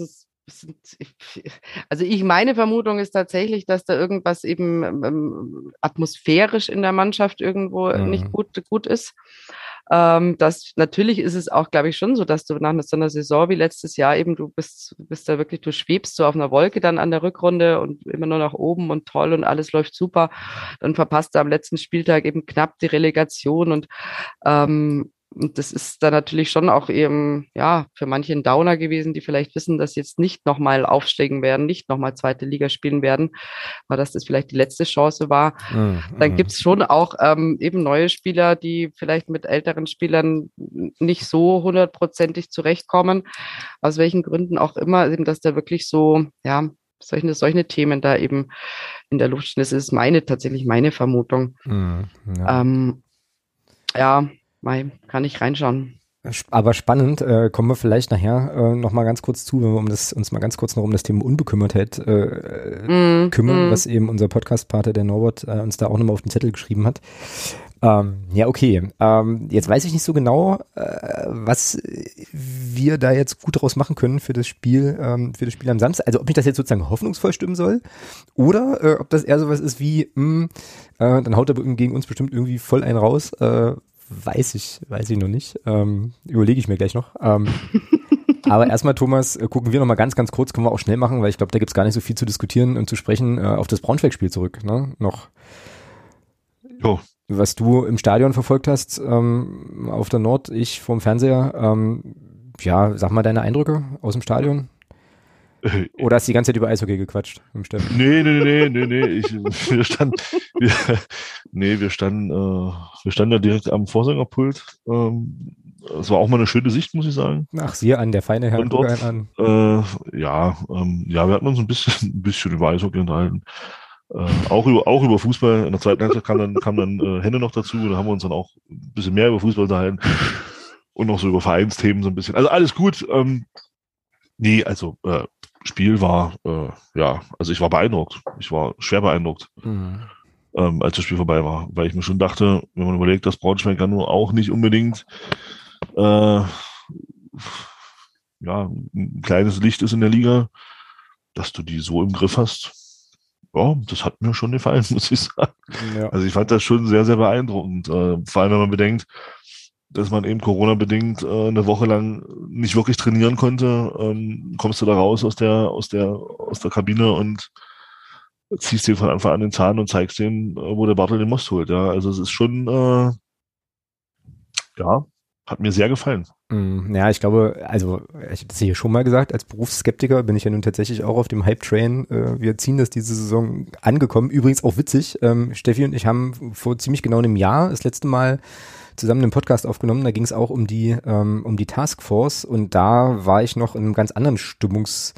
also ich, meine Vermutung ist tatsächlich, dass da irgendwas eben ähm, atmosphärisch in der Mannschaft irgendwo mhm. nicht gut, gut ist. Ähm, das, natürlich ist es auch, glaube ich, schon so, dass du nach so einer Saison wie letztes Jahr eben, du bist, bist da wirklich, du schwebst so auf einer Wolke dann an der Rückrunde und immer nur nach oben und toll und alles läuft super. Dann verpasst du am letzten Spieltag eben knapp die Relegation und ähm, Und das ist dann natürlich schon auch eben, ja, für manche ein Downer gewesen, die vielleicht wissen, dass sie jetzt nicht nochmal aufsteigen werden, nicht nochmal zweite Liga spielen werden, weil dass das vielleicht die letzte Chance war. Mhm. Dann gibt's schon auch ähm, eben neue Spieler, die vielleicht mit älteren Spielern nicht so hundertprozentig zurechtkommen, aus welchen Gründen auch immer, eben, dass da wirklich so, ja, solche, solche Themen da eben in der Luft stehen. Das ist meine, tatsächlich meine Vermutung. Mhm, ja. Ähm, ja, Mai, kann ich reinschauen.
Aber spannend, äh, kommen wir vielleicht nachher äh, noch mal ganz kurz zu, wenn wir um das, uns mal ganz kurz noch um das Thema Unbekümmertheit äh, mm, kümmern, mm. was eben unser Podcast-Pater, der Norbert, äh, uns da auch nochmal auf den Zettel geschrieben hat. Ähm, ja, okay. Ähm, jetzt weiß ich nicht so genau, äh, was wir da jetzt gut draus machen können für das Spiel, ähm, für das Spiel am Samstag. Also ob mich das jetzt sozusagen hoffnungsvoll stimmen soll oder äh, ob das eher sowas ist wie, mh, äh, dann haut er gegen uns bestimmt irgendwie voll einen raus. Äh, Weiß ich, weiß ich noch nicht. Ähm, überlege ich mir gleich noch. Ähm, aber erstmal, Thomas, äh, gucken wir noch mal ganz, ganz kurz, können wir auch schnell machen, weil ich glaube, da gibt es gar nicht so viel zu diskutieren und zu sprechen, äh, auf das Braunschweig-Spiel zurück. Ne? Noch. Jo. Was du im Stadion verfolgt hast, ähm, auf der Nord, ich vorm Fernseher. Ähm, ja, sag mal deine Eindrücke aus dem Stadion. Oder hast du die ganze Zeit über Eishockey gequatscht im Stadion?
Nee, nee, nee, nee, nee, ich, wir standen, wir, nee, wir standen, äh, wir standen ja direkt am Vorsängerpult. Ähm, es war auch mal eine schöne Sicht, muss ich sagen.
Ach, siehe an, der feine Herr.
Und dort, an. Äh, ja, ähm, ja, wir hatten uns ein bisschen, ein bisschen über Eishockey unterhalten. Äh, auch über, auch über Fußball. In der zweiten Halbzeit kam dann, kam dann äh, Henne noch dazu. Da haben wir uns dann auch ein bisschen mehr über Fußball unterhalten. Und noch so über Vereinsthemen so ein bisschen. Also alles gut. Ähm, nee, also, äh, Spiel war, äh, ja, also ich war beeindruckt. Ich war schwer beeindruckt, mhm. ähm, als das Spiel vorbei war. Weil ich mir schon dachte, wenn man überlegt, dass Braunschweig ja nur auch nicht unbedingt äh, ja, ein kleines Licht ist in der Liga, dass du die so im Griff hast. Ja, das hat mir schon gefallen, muss ich sagen. Ja. Also ich fand das schon sehr, sehr beeindruckend. Äh, vor allem, wenn man bedenkt, dass man eben Corona-bedingt äh, eine Woche lang nicht wirklich trainieren konnte, ähm, kommst du da raus aus der, aus der, aus der Kabine und ziehst den von Anfang an den Zahn und zeigst denen, äh, wo der Bartel den Most holt. Ja, also es ist schon, äh, ja, hat mir sehr gefallen.
Mm, ja, ich glaube, also ich habe das hier schon mal gesagt, als Berufsskeptiker bin ich ja nun tatsächlich auch auf dem Hype-Train. Äh, wir ziehen das diese Saison angekommen. Übrigens auch witzig, ähm, Steffi und ich haben vor ziemlich genau einem Jahr das letzte Mal zusammen einen Podcast aufgenommen, da ging es auch um die ähm, um die Taskforce und da war ich noch in einem ganz anderen Stimmungskontext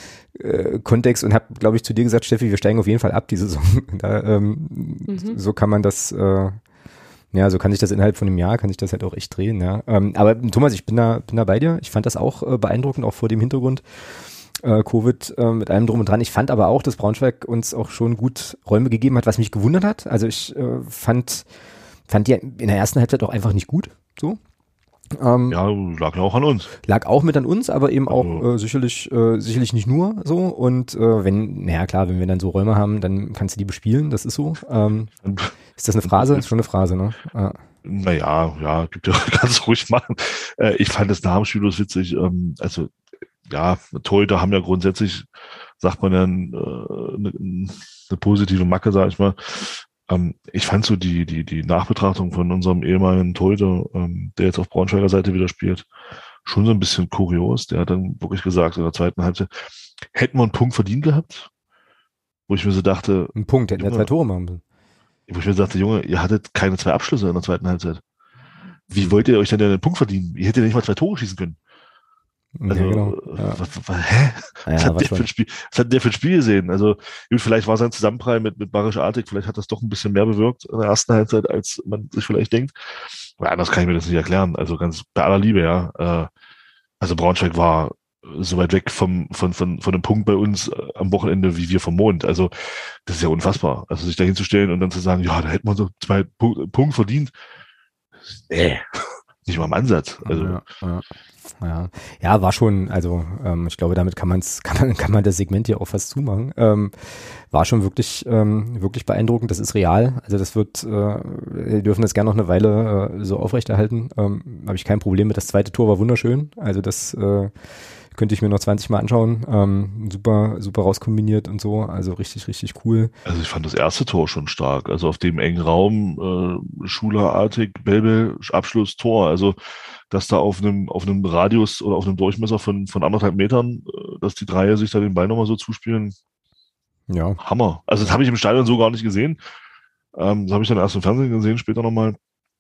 äh, und habe, glaube ich, zu dir gesagt, Steffi, wir steigen auf jeden Fall ab die Saison. Da, ähm, mhm. So kann man das, äh, ja, so kann sich das innerhalb von einem Jahr, kann sich das halt auch echt drehen. Ja. Ähm, aber Thomas, ich bin da, bin da bei dir. Ich fand das auch äh, beeindruckend, auch vor dem Hintergrund äh, Covid äh, mit allem drum und dran. Ich fand aber auch, dass Braunschweig uns auch schon gut Räume gegeben hat, was mich gewundert hat. Also ich äh, fand Fand die in der ersten Halbzeit auch einfach nicht gut. So.
Ähm, ja, lag ja auch an uns.
Lag auch mit an uns, aber eben also. auch äh, sicherlich äh, sicherlich nicht nur so. Und äh, wenn, naja klar, wenn wir dann so Räume haben, dann kannst du die bespielen, das ist so. Ähm, ist das eine Phrase? Ist schon eine Phrase, ne? Ah.
Naja, ja, gibt ja, kannst ruhig machen. Äh, ich fand das nach dem Spiel bloß witzig. Ähm, also, ja, Torhüter haben ja grundsätzlich, sagt man ja, äh, eine, eine positive Macke, sag ich mal. Ähm, ich fand so die, die, die Nachbetrachtung von unserem ehemaligen Torhüter, ähm, der jetzt auf Braunschweiger Seite wieder spielt, schon so ein bisschen kurios. Der hat dann wirklich gesagt, in der zweiten Halbzeit, hätten wir einen Punkt verdient gehabt? Wo ich mir so dachte...
Ein Punkt, hätten wir zwei Tore machen müssen.
Wo ich mir sagte, Junge, ihr hattet keine zwei Abschlüsse in der zweiten Halbzeit. Wie wollt ihr euch denn einen Punkt verdienen? Ihr hättet ja nicht mal zwei Tore schießen können. Also, ja, genau. Ja. Was, was, hä? Was, ja, hat der für ein Spiel, was hat der für ein Spiel gesehen? Also, gut, vielleicht war sein Zusammenprall mit, mit Barisch Artig, vielleicht hat das doch ein bisschen mehr bewirkt in der ersten Halbzeit, als man sich vielleicht denkt. Aber anders kann ich mir das nicht erklären. Also, ganz bei aller Liebe, ja. Äh, also, Braunschweig war so weit weg vom, von, von, von dem Punkt bei uns äh, am Wochenende, wie wir vom Mond. Also, das ist ja unfassbar. Also, sich da hinzustellen und dann zu sagen, ja, da hätten wir so zwei Punkte Punkt verdient. Nee. Nicht mal im Ansatz. Also.
Ja, ja. Ja, ja, war schon, also ähm, ich glaube, damit kann man's, kann man, kann man das Segment hier auch fast zumachen. Ähm, war schon wirklich, ähm, wirklich beeindruckend. Das ist real. Also das wird, äh, wir dürfen das gerne noch eine Weile äh, so aufrechterhalten. Ähm, habe ich kein Problem mit. Das zweite Tor war wunderschön. Also das äh, könnte ich mir noch zwanzig Mal anschauen. Ähm, super, super rauskombiniert und so. Also richtig, richtig cool.
Also ich fand das erste Tor schon stark. Also auf dem engen Raum, äh, Schulerartig, Belbel, Abschluss, Tor. Also dass da auf einem, auf einem Radius oder auf einem Durchmesser von, von anderthalb Metern, äh, dass die Dreier sich da den Ball nochmal so zuspielen.
Ja.
Hammer. Also das habe ich im Stadion so gar nicht gesehen. Ähm, das habe ich dann erst im Fernsehen gesehen, später nochmal.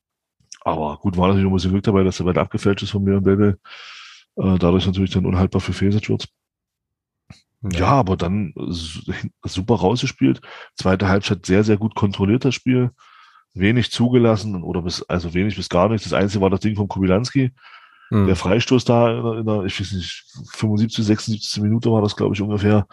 Aber gut, war natürlich noch ein bisschen Glück dabei, dass der weit abgefälscht ist von mir und Belbel. Äh, dadurch natürlich dann unhaltbar für Fesic wird. Ja. ja, aber dann super rausgespielt. Zweite Halbzeit sehr, sehr gut kontrolliert das Spiel. Wenig zugelassen oder bis, also wenig bis gar nichts. Das Einzige war das Ding von Kubilanski. Mhm. Der Freistoß da in der, in der, ich weiß nicht, fünfundsiebzig, sechsundsiebzig Minute war das, glaube ich, ungefähr.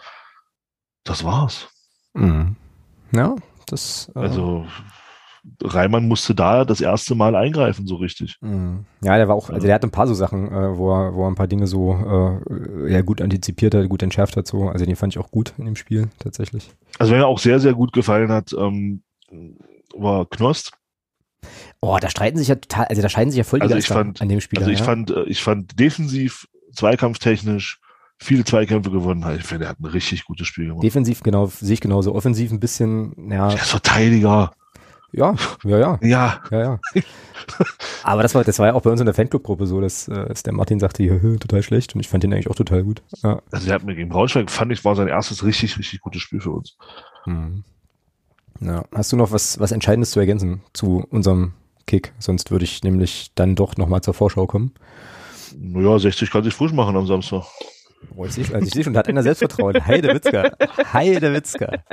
Das war's.
Mhm. Ja, das. Äh
also Reimann musste da das erste Mal eingreifen, so richtig.
Mhm. Ja, der war auch, also der hatte ein paar so Sachen, äh, wo er, wo er ein paar Dinge so äh, ja, gut antizipiert hat, gut entschärft hat, so. Also den fand ich auch gut in dem Spiel, tatsächlich.
Also wer mir auch sehr, sehr gut gefallen hat, ähm, war Knost.
Oh, da streiten sich ja total, also da scheiden sich ja voll die
also
Geister
ich fand,
an dem Spiel.
Also ich
ja?
fand, ich fand defensiv, zweikampftechnisch, viele Zweikämpfe gewonnen. Ich finde, er hat ein richtig gutes Spiel gemacht.
Defensiv, genau, sehe ich genauso. Offensiv ein bisschen, ja.
Der ist Verteidiger.
Ja, ja, ja.
Ja.
Ja, ja. Aber das war, das war ja auch bei uns in der Fanclub-Gruppe so, dass, dass der Martin sagte, hier, total schlecht. Und ich fand den eigentlich auch total gut. Ja.
Also der hat mir gegen Braunschweig, fand ich, war sein erstes richtig, richtig gutes Spiel für uns.
Hm. Ja. Hast du noch was, was Entscheidendes zu ergänzen zu unserem Kick? Sonst würde ich nämlich dann doch nochmal zur Vorschau kommen.
Naja, sechzig kann sich frisch machen am Samstag.
Oh, ich sehe also ich seh schon, da hat einer Selbstvertrauen. Heidewitzka. Heidewitzka.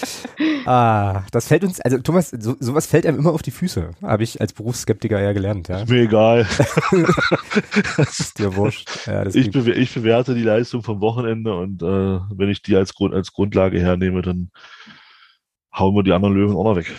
Ah, das fällt uns, also Thomas, so, sowas fällt einem immer auf die Füße. Habe ich als Berufsskeptiker ja gelernt. Ja?
Ist mir egal.
Das ist dir wurscht. Ja, das
ich, bewer- ich bewerte die Leistung vom Wochenende und äh, wenn ich die als, Grund, als Grundlage hernehme, dann hauen wir die anderen Löwen auch noch weg.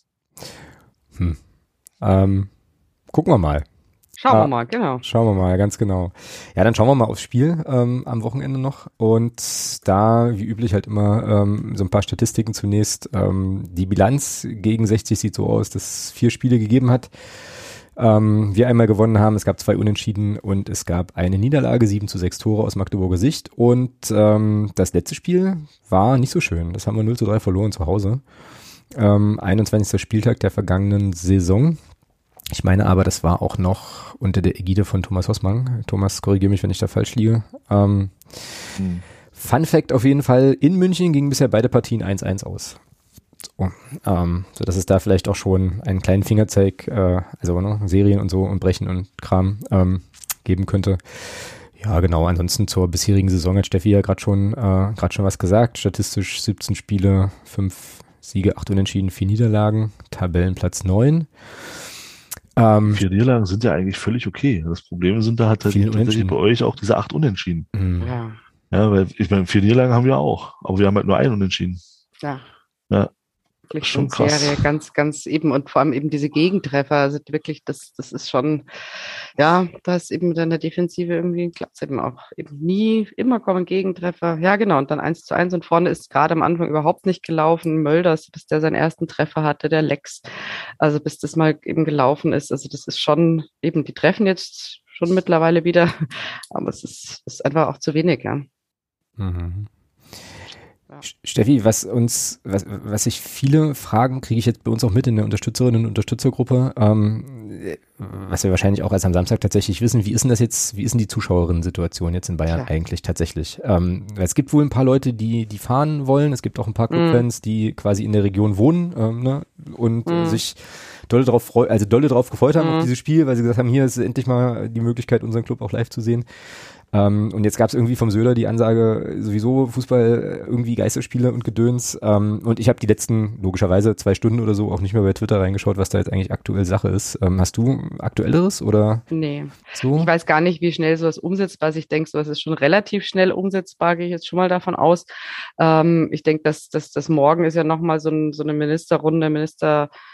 Hm. Ähm, gucken wir mal.
Schauen
ah,
wir mal, genau.
Schauen wir mal, ganz genau. Ja, dann schauen wir mal aufs Spiel ähm, am Wochenende noch. Und da, wie üblich, halt immer ähm, so ein paar Statistiken zunächst. Ähm, die Bilanz gegen sechzig sieht so aus, dass es vier Spiele gegeben hat. Ähm, wir einmal gewonnen haben, es gab zwei Unentschieden und es gab eine Niederlage, sieben zu sechs Tore aus Magdeburger Sicht. Und ähm, das letzte Spiel war nicht so schön. Das haben wir null zu drei verloren zu Hause. Ähm, einundzwanzigster Spieltag der vergangenen Saison. Ich meine aber, das war auch noch unter der Ägide von Thomas Hossmann. Thomas, korrigiere mich, wenn ich da falsch liege. Ähm, hm. Fun Fact auf jeden Fall, in München gingen bisher beide Partien eins eins aus. So, ähm, so dass es da vielleicht auch schon einen kleinen Fingerzeig, äh, also ne, Serien und so und Brechen und Kram ähm, geben könnte. Ja, genau. Ansonsten zur bisherigen Saison hat Steffi ja gerade schon, äh, gerade schon was gesagt. Statistisch siebzehn Spiele, fünf Siege, acht Unentschieden, vier Niederlagen, Tabellenplatz neun.
Ähm, Vier Niederlagen sind ja eigentlich völlig okay. Das Problem sind da halt tatsächlich bei euch auch diese acht Unentschieden.
Mhm.
Ja.
Ja, weil ich meine, vier Niederlagen haben wir auch, aber wir haben halt nur einen Unentschieden.
Ja.
Ja.
Schon krass. Serie, ganz, ganz eben und vor allem eben diese Gegentreffer, also wirklich, das, das ist schon, ja, da ist eben dann der Defensive irgendwie klappt es eben auch eben nie, immer kommen Gegentreffer, ja genau, und dann eins zu eins und vorne ist gerade am Anfang überhaupt nicht gelaufen, Mölders, bis der seinen ersten Treffer hatte, der Lex, also bis das mal eben gelaufen ist, also das ist schon, eben die treffen jetzt schon mittlerweile wieder, aber es ist, ist einfach auch zu wenig, ja.
Mhm. Ja. Steffi, was uns, was, was sich viele fragen, kriege ich jetzt bei uns auch mit in der Unterstützerinnen- und Unterstützergruppe, ähm, was wir wahrscheinlich auch erst am Samstag tatsächlich wissen, wie ist denn das jetzt, wie ist denn die Zuschauerinnen-Situation jetzt in Bayern ja. eigentlich tatsächlich? Ähm, es gibt wohl ein paar Leute, die, die fahren wollen, es gibt auch ein paar Clubfans, mm. die quasi in der Region wohnen ähm, ne, und mm. sich dolle drauf freu, also dolle drauf gefreut haben mm. auf dieses Spiel, weil sie gesagt haben, hier ist endlich mal die Möglichkeit, unseren Club auch live zu sehen. Um, und jetzt gab es irgendwie vom Söder die Ansage, sowieso Fußball, irgendwie Geisterspiele und Gedöns. Um, und ich habe die letzten, logischerweise, zwei Stunden oder so auch nicht mehr bei Twitter reingeschaut, was da jetzt eigentlich aktuell Sache ist. Um, hast du aktuelleres oder?
Nee.
So?
Ich weiß gar nicht, wie schnell sowas umsetzbar ist. Ich denke, sowas ist schon relativ schnell umsetzbar, gehe ich jetzt schon mal davon aus. Um, ich denke, dass, dass, dass morgen ist ja nochmal so, ein, so eine Ministerrunde, Minister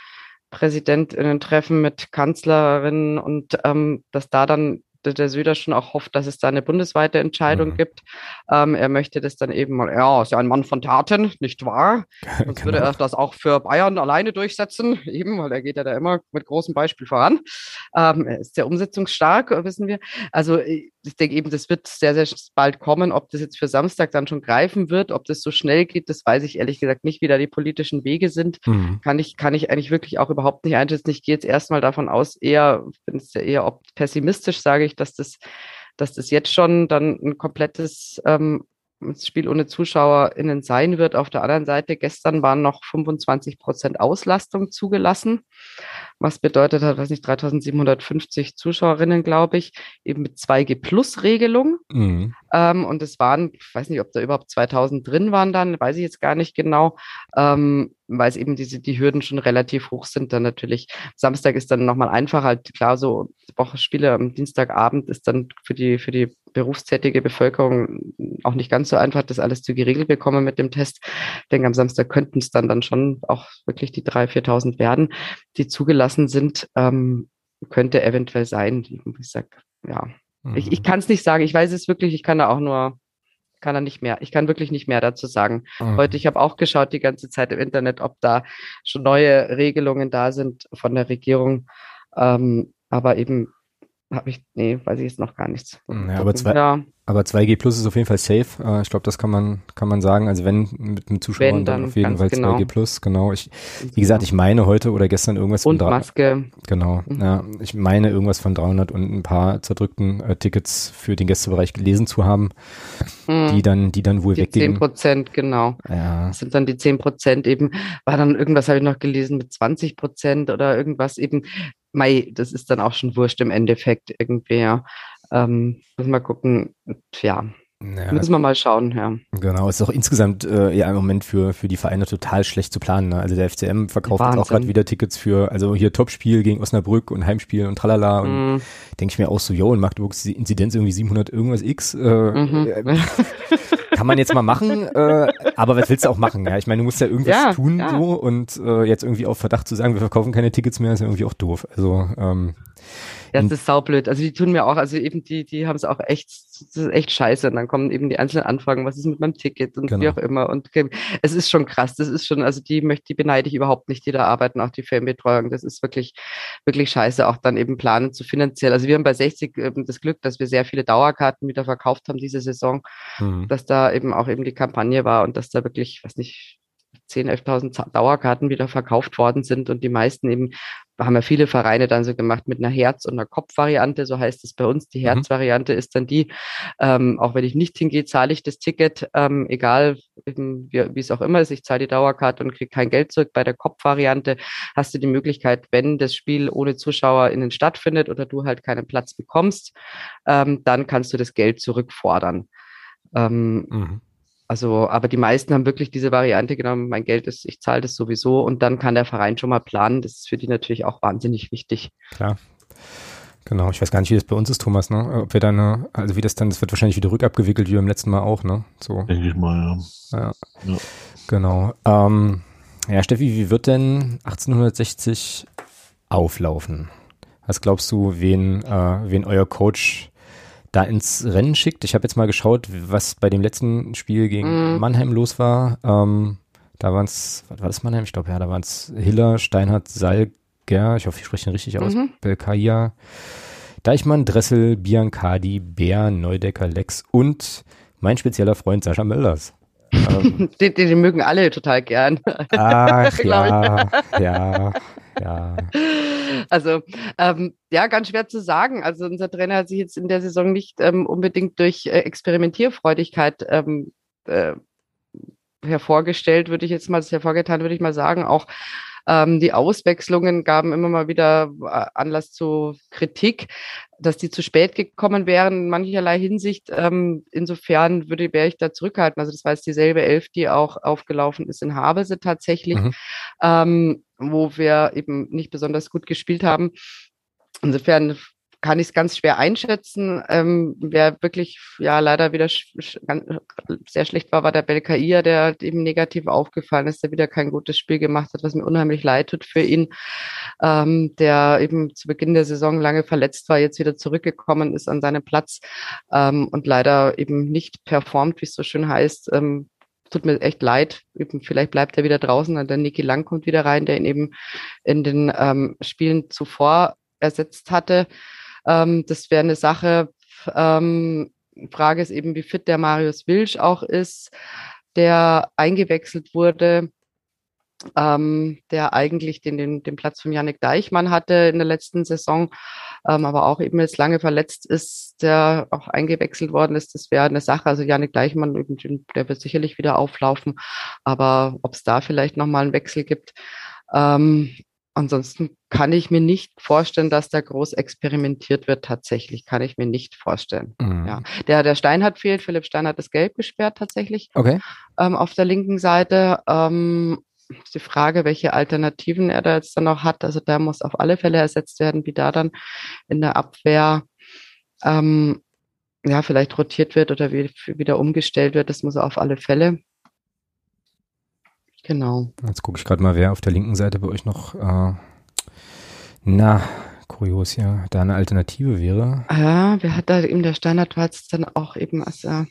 Präsidentinnen-Treffen mit Kanzlerinnen und ähm, dass da dann der Söder schon auch hofft, dass es da eine bundesweite Entscheidung mhm. gibt. Ähm, er möchte das dann eben mal, ja, ist ja ein Mann von Taten, nicht wahr? Sonst genau. würde er das auch für Bayern alleine durchsetzen, eben, weil er geht ja da immer mit großem Beispiel voran. Ähm, er ist sehr umsetzungsstark, wissen wir. Also ich denke eben, das wird sehr, sehr bald kommen. Ob das jetzt für Samstag dann schon greifen wird, ob das so schnell geht, das weiß ich ehrlich gesagt nicht, wie da die politischen Wege sind. Mhm. Kann ich, kann ich eigentlich wirklich auch überhaupt nicht einschätzen. Ich gehe jetzt erstmal davon aus, eher, bin es ja eher pessimistisch, sage ich, dass das, dass das jetzt schon dann ein komplettes ähm, Spiel ohne ZuschauerInnen sein wird. Auf der anderen Seite, gestern waren noch fünfundzwanzig Prozent Auslastung zugelassen, was bedeutet hat, weiß nicht, dreitausendsiebenhundertfünfzig Zuschauerinnen, glaube ich, eben mit zwei G Plus Regelung. Mhm. Ähm, und es waren, ich weiß nicht, ob da überhaupt zweitausend drin waren dann, weiß ich jetzt gar nicht genau, ähm, weil es eben diese, die Hürden schon relativ hoch sind dann natürlich. Samstag ist dann nochmal einfacher, halt klar, so Wochenspiele am Dienstagabend ist dann für die, für die berufstätige Bevölkerung auch nicht ganz so einfach, das alles zu geregelt bekommen mit dem Test. Ich denke, am Samstag könnten es dann dann schon auch wirklich die dreitausend, viertausend werden, die zugelassen sind, ähm, könnte eventuell sein. Ich sag, ja, mhm. ich, ich kann es nicht sagen. Ich weiß es wirklich, ich kann da auch nur, kann da nicht mehr. Ich kann wirklich nicht mehr dazu sagen. Mhm. Heute, ich habe auch geschaut die ganze Zeit im Internet, ob da schon neue Regelungen da sind von der Regierung. Ähm, aber eben habe ich, nee, weiß ich jetzt noch gar nichts.
Ja, aber, zwei, ja. aber zwei G Plus ist auf jeden Fall safe. Uh, ich glaube, das kann man kann man sagen. Also wenn mit dem Zuschauern wenn, dann, dann auf jeden Fall genau. zwei G Plus, genau. Ich, wie gesagt, ich meine heute oder gestern irgendwas
und von Maske.
Genau. Mhm. Ja, ich meine irgendwas von dreihundert und ein paar zerdrückten äh, Tickets für den Gästebereich gelesen zu haben, mhm. die dann die dann wohl
die
weggehen.
zehn Prozent, genau.
Ja.
Das sind dann die zehn Prozent eben. War dann irgendwas, habe ich noch gelesen, mit zwanzig Prozent oder irgendwas eben. Mei, das ist dann auch schon wurscht im Endeffekt irgendwie, ja. Ähm, müssen wir gucken, ja. Ja, müssen wir mal schauen, ja.
Genau, es ist auch insgesamt äh, ja im Moment für für die Vereine total schlecht zu planen. Ne? Also der F C M verkauft jetzt auch gerade wieder Tickets für, also hier Topspiel gegen Osnabrück und Heimspiel und tralala. Und mm. denke ich mir auch so, jo, in Magdeburg ist die Inzidenz irgendwie siebenhundert irgendwas X. Äh, mhm. äh, kann man jetzt mal machen, äh, aber was willst du auch machen? Ja, ich meine, du musst ja irgendwas ja, tun ja. so und äh, jetzt irgendwie auf Verdacht zu sagen, wir verkaufen keine Tickets mehr, ist ja irgendwie auch doof. Also ähm,
ja, das ist saublöd. Also die tun mir auch, also eben die, die haben es auch echt, das ist echt scheiße. Und dann kommen eben die einzelnen Anfragen, was ist mit meinem Ticket und genau. wie auch immer. Und es ist schon krass. Das ist schon, also die möchte, die beneide ich überhaupt nicht, die da arbeiten, auch die Fanbetreuung. Das ist wirklich, wirklich scheiße, auch dann eben planen zu finanziell. Also wir haben bei sechzig ähm, das Glück, dass wir sehr viele Dauerkarten wieder verkauft haben diese Saison, mhm. dass da eben auch eben die Kampagne war und dass da wirklich, weiß nicht, zehntausend, elftausend Dauerkarten wieder verkauft worden sind und die meisten eben, haben ja viele Vereine dann so gemacht mit einer Herz- und einer Kopfvariante, so heißt es bei uns. Die Herzvariante mhm. ist dann die, ähm, auch wenn ich nicht hingehe, zahle ich das Ticket, ähm, egal eben, wie, wie es auch immer ist, ich zahle die Dauerkarte und kriege kein Geld zurück. Bei der Kopfvariante hast du die Möglichkeit, wenn das Spiel ohne ZuschauerInnen stattfindet oder du halt keinen Platz bekommst, ähm, dann kannst du das Geld zurückfordern. Ähm, mhm. Also, aber die meisten haben wirklich diese Variante genommen, mein Geld ist, ich zahle das sowieso und dann kann der Verein schon mal planen. Das ist für die natürlich auch wahnsinnig wichtig.
Klar. Genau, ich weiß gar nicht, wie das bei uns ist, Thomas, ne? Ob wir da eine, also wie das dann, das wird wahrscheinlich wieder rückabgewickelt wie beim letzten Mal auch, ne? So.
Denke ich mal, ja.
Ja. ja. Genau. Ähm, ja, Steffi, wie wird denn achtzehnhundertsechzig auflaufen? Was glaubst du, wen, äh, wen euer Coach da ins Rennen schickt? Ich habe jetzt mal geschaut, was bei dem letzten Spiel gegen mm. Mannheim los war. Ähm, da waren es, was war das Mannheim? Ich glaube, ja, da waren es Hiller, Steinhardt, Salger, ich hoffe, ich spreche den richtig aus, mhm. Belkaya, Deichmann, Dressel, Biancardi, Bär, Neudecker, Lex und mein spezieller Freund Sascha Mölders.
ähm, den, den, den mögen alle total gern.
Ach ja, ja, ja.
Also ähm, ja, ganz schwer zu sagen. Also unser Trainer hat sich jetzt in der Saison nicht ähm, unbedingt durch äh, Experimentierfreudigkeit ähm, äh, hervorgestellt, würde ich jetzt mal hervorgetan, würde ich mal sagen. Auch ähm, die Auswechslungen gaben immer mal wieder äh, Anlass zu Kritik, dass die zu spät gekommen wären in mancherlei Hinsicht. Ähm, insofern würde wäre ich da zurückhalten. Also das war jetzt dieselbe Elf, die auch aufgelaufen ist in Havelse tatsächlich, mhm. ähm, wo wir eben nicht besonders gut gespielt haben. Insofern kann ich es ganz schwer einschätzen. Ähm, wer wirklich ja leider wieder sch sch sehr schlecht war, war der Belkacem, der eben negativ aufgefallen ist, der wieder kein gutes Spiel gemacht hat, was mir unheimlich leid tut für ihn, ähm, der eben zu Beginn der Saison lange verletzt war, jetzt wieder zurückgekommen ist an seinen Platz ähm, und leider eben nicht performt, wie es so schön heißt. Ähm, tut mir echt leid. Eben, vielleicht bleibt er wieder draußen und der Niki Lang kommt wieder rein, der ihn eben in den ähm, Spielen zuvor ersetzt hatte. Ähm, das wäre eine Sache. Ähm, Frage ist eben, wie fit der Marius Wilsch auch ist, der eingewechselt wurde, ähm, der eigentlich den, den, den Platz von Yannick Deichmann hatte in der letzten Saison, ähm, aber auch eben jetzt lange verletzt ist, der auch eingewechselt worden ist. Das wäre eine Sache. Also Yannick Deichmann, der wird sicherlich wieder auflaufen, aber ob es da vielleicht nochmal einen Wechsel gibt. Ähm, Ansonsten kann ich mir nicht vorstellen, dass da groß experimentiert wird. Tatsächlich kann ich mir nicht vorstellen. Mhm. Ja. Der, der Steinhardt fehlt. Philipp Steinhardt ist gelb gesperrt tatsächlich.
Okay.
Ähm, auf der linken Seite ähm, ist die Frage, welche Alternativen er da jetzt dann noch hat. Also da muss auf alle Fälle ersetzt werden, wie da dann in der Abwehr ähm, ja vielleicht rotiert wird oder wie, wieder umgestellt wird. Das muss er auf alle Fälle. Genau.
Jetzt gucke ich gerade mal, wer auf der linken Seite bei euch noch, äh, na, kurios, ja, da eine Alternative wäre.
Ja, wer hat da eben, der Steinhardt war jetzt dann auch eben, als er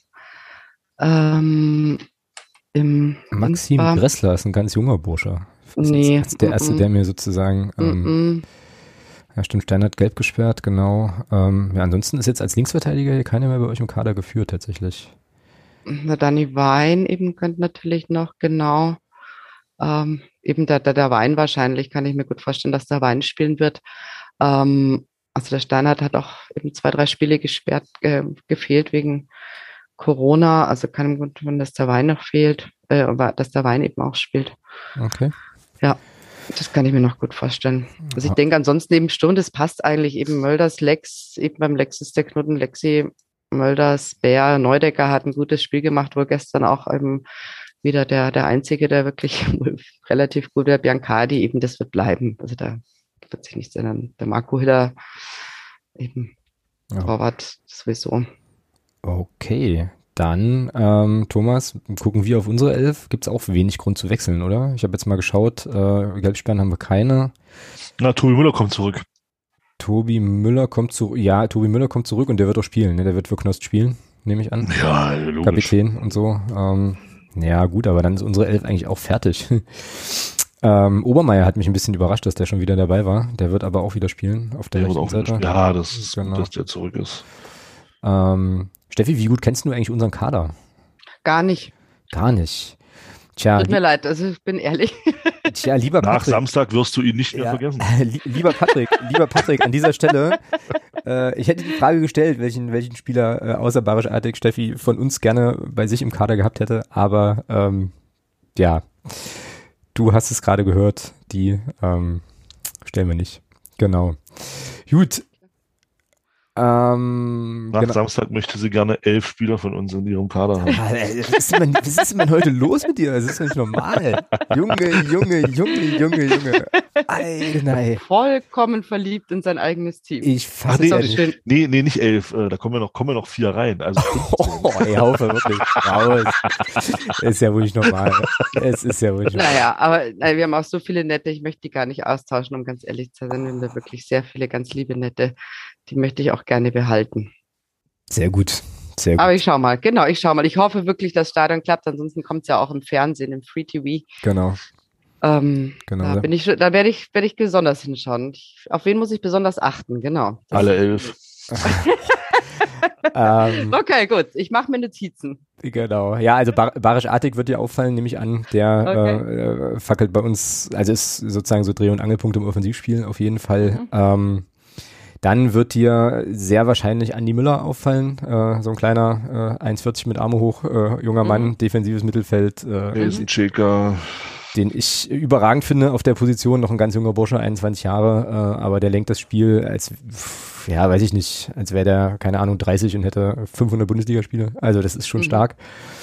ähm, im
Maxim war. Gressler ist ein ganz junger Bursche. Das
nee.
ist der erste, der mir sozusagen, ähm, ja stimmt, Steinhardt gelb gesperrt, genau. Ähm, ja, ansonsten ist jetzt als Linksverteidiger hier keiner mehr bei euch im Kader geführt, tatsächlich.
Na, Danny Wein eben könnte natürlich noch, genau. Ähm, eben der, der, der Wein wahrscheinlich, kann ich mir gut vorstellen, dass der Wein spielen wird. Ähm, also der Steinhardt hat auch eben zwei, drei Spiele gesperrt, äh, gefehlt wegen Corona. Also kann im Grunde sein, dass der Wein noch fehlt, äh, aber dass der Wein eben auch spielt.
Okay.
Ja, das kann ich mir noch gut vorstellen. Also ich denke ansonsten eben Sturm, das passt eigentlich eben Mölders, Lex, eben beim Lex ist der Knoten, Lexi, Mölders, Bär, Neudecker hat ein gutes Spiel gemacht, wohl gestern auch eben wieder der, der Einzige, der wirklich relativ gut wäre, Biancardi, eben das wird bleiben. Also da wird sich nichts ändern. Der Marco Hiller, eben ja. Torwart sowieso.
Okay, dann ähm, Thomas, gucken wir auf unsere Elf. Gibt es auch wenig Grund zu wechseln, oder? Ich habe jetzt mal geschaut, äh, Gelbsperren haben wir keine.
Na, Tobi Müller kommt zurück.
Tobi Müller kommt zurück, ja, Tobi Müller kommt zurück und der wird auch spielen, ne? Der wird für Knost spielen, nehme ich an.
Ja, logisch.
Kapitän und so, ähm, ja gut, aber dann ist unsere Elf eigentlich auch fertig. ähm, Obermeier hat mich ein bisschen überrascht, dass der schon wieder dabei war. Der wird aber auch wieder spielen auf der, der rechten Seite.
Ja, das ist genau. Gut, dass der zurück ist.
Ähm, Steffi, wie gut kennst du eigentlich unseren Kader?
Gar nicht.
Gar nicht. Tja,
Tut mir leid, also ich bin ehrlich.
Tja, lieber
Nach
Patrick,
Samstag wirst du ihn nicht mehr
ja,
vergessen.
Lieber Patrick, lieber Patrick, an dieser Stelle, äh, ich hätte die Frage gestellt, welchen, welchen Spieler äh, außer Barisch Artig Steffi von uns gerne bei sich im Kader gehabt hätte, aber ähm, ja, du hast es gerade gehört, die ähm, stellen wir nicht. Genau. Gut. Ähm,
Nach
genau.
Samstag möchte sie gerne elf Spieler von uns in ihrem Kader haben.
Was ist denn, was ist denn heute los mit dir? Das ist doch nicht normal. Junge, Junge, Junge, Junge, Junge. Ei, nein.
Vollkommen verliebt in sein eigenes Team.
Ich fasse
nee,
das nicht.
Schön. Nee, nee, nicht elf. Da kommen wir noch, kommen wir noch vier rein. Also
oh, ey, Haufe, wirklich raus. Ist ja wohl nicht normal. Es ist ja wohl nicht normal.
Naja, aber nein, wir haben auch so viele nette, ich möchte die gar nicht austauschen, um ganz ehrlich zu sein. Wir haben da wirklich sehr viele ganz liebe nette. Die möchte ich auch gerne behalten.
Sehr gut, sehr gut.
Aber ich schau mal, genau, ich schau mal. Ich hoffe wirklich, dass das Stadion klappt, ansonsten kommt es ja auch im Fernsehen, im Free T V.
Genau.
Ähm,
genau
da bin ich, da werde ich, werde ich besonders hinschauen. Ich, auf wen muss ich besonders achten, genau.
Das Alle elf.
ähm, okay, gut. Ich mache mir Notizen.
Genau. Ja, also Bar Barisch Artig wird dir auffallen, nehme ich an. Der
okay.
äh, fackelt bei uns, also ist sozusagen so Dreh- und Angelpunkt im Offensivspiel auf jeden Fall. Mhm. Ähm, Dann wird dir sehr wahrscheinlich Andi Müller auffallen, äh, so ein kleiner äh, eins vierzig mit Arme hoch, äh, junger Mann, mhm. defensives Mittelfeld, äh, den ich überragend finde auf der Position, noch ein ganz junger Bursche, einundzwanzig Jahre, äh, aber der lenkt das Spiel als, ja, weiß ich nicht, als wäre der, keine Ahnung, dreißig und hätte fünfhundert Bundesligaspiele, also das ist schon mhm. stark.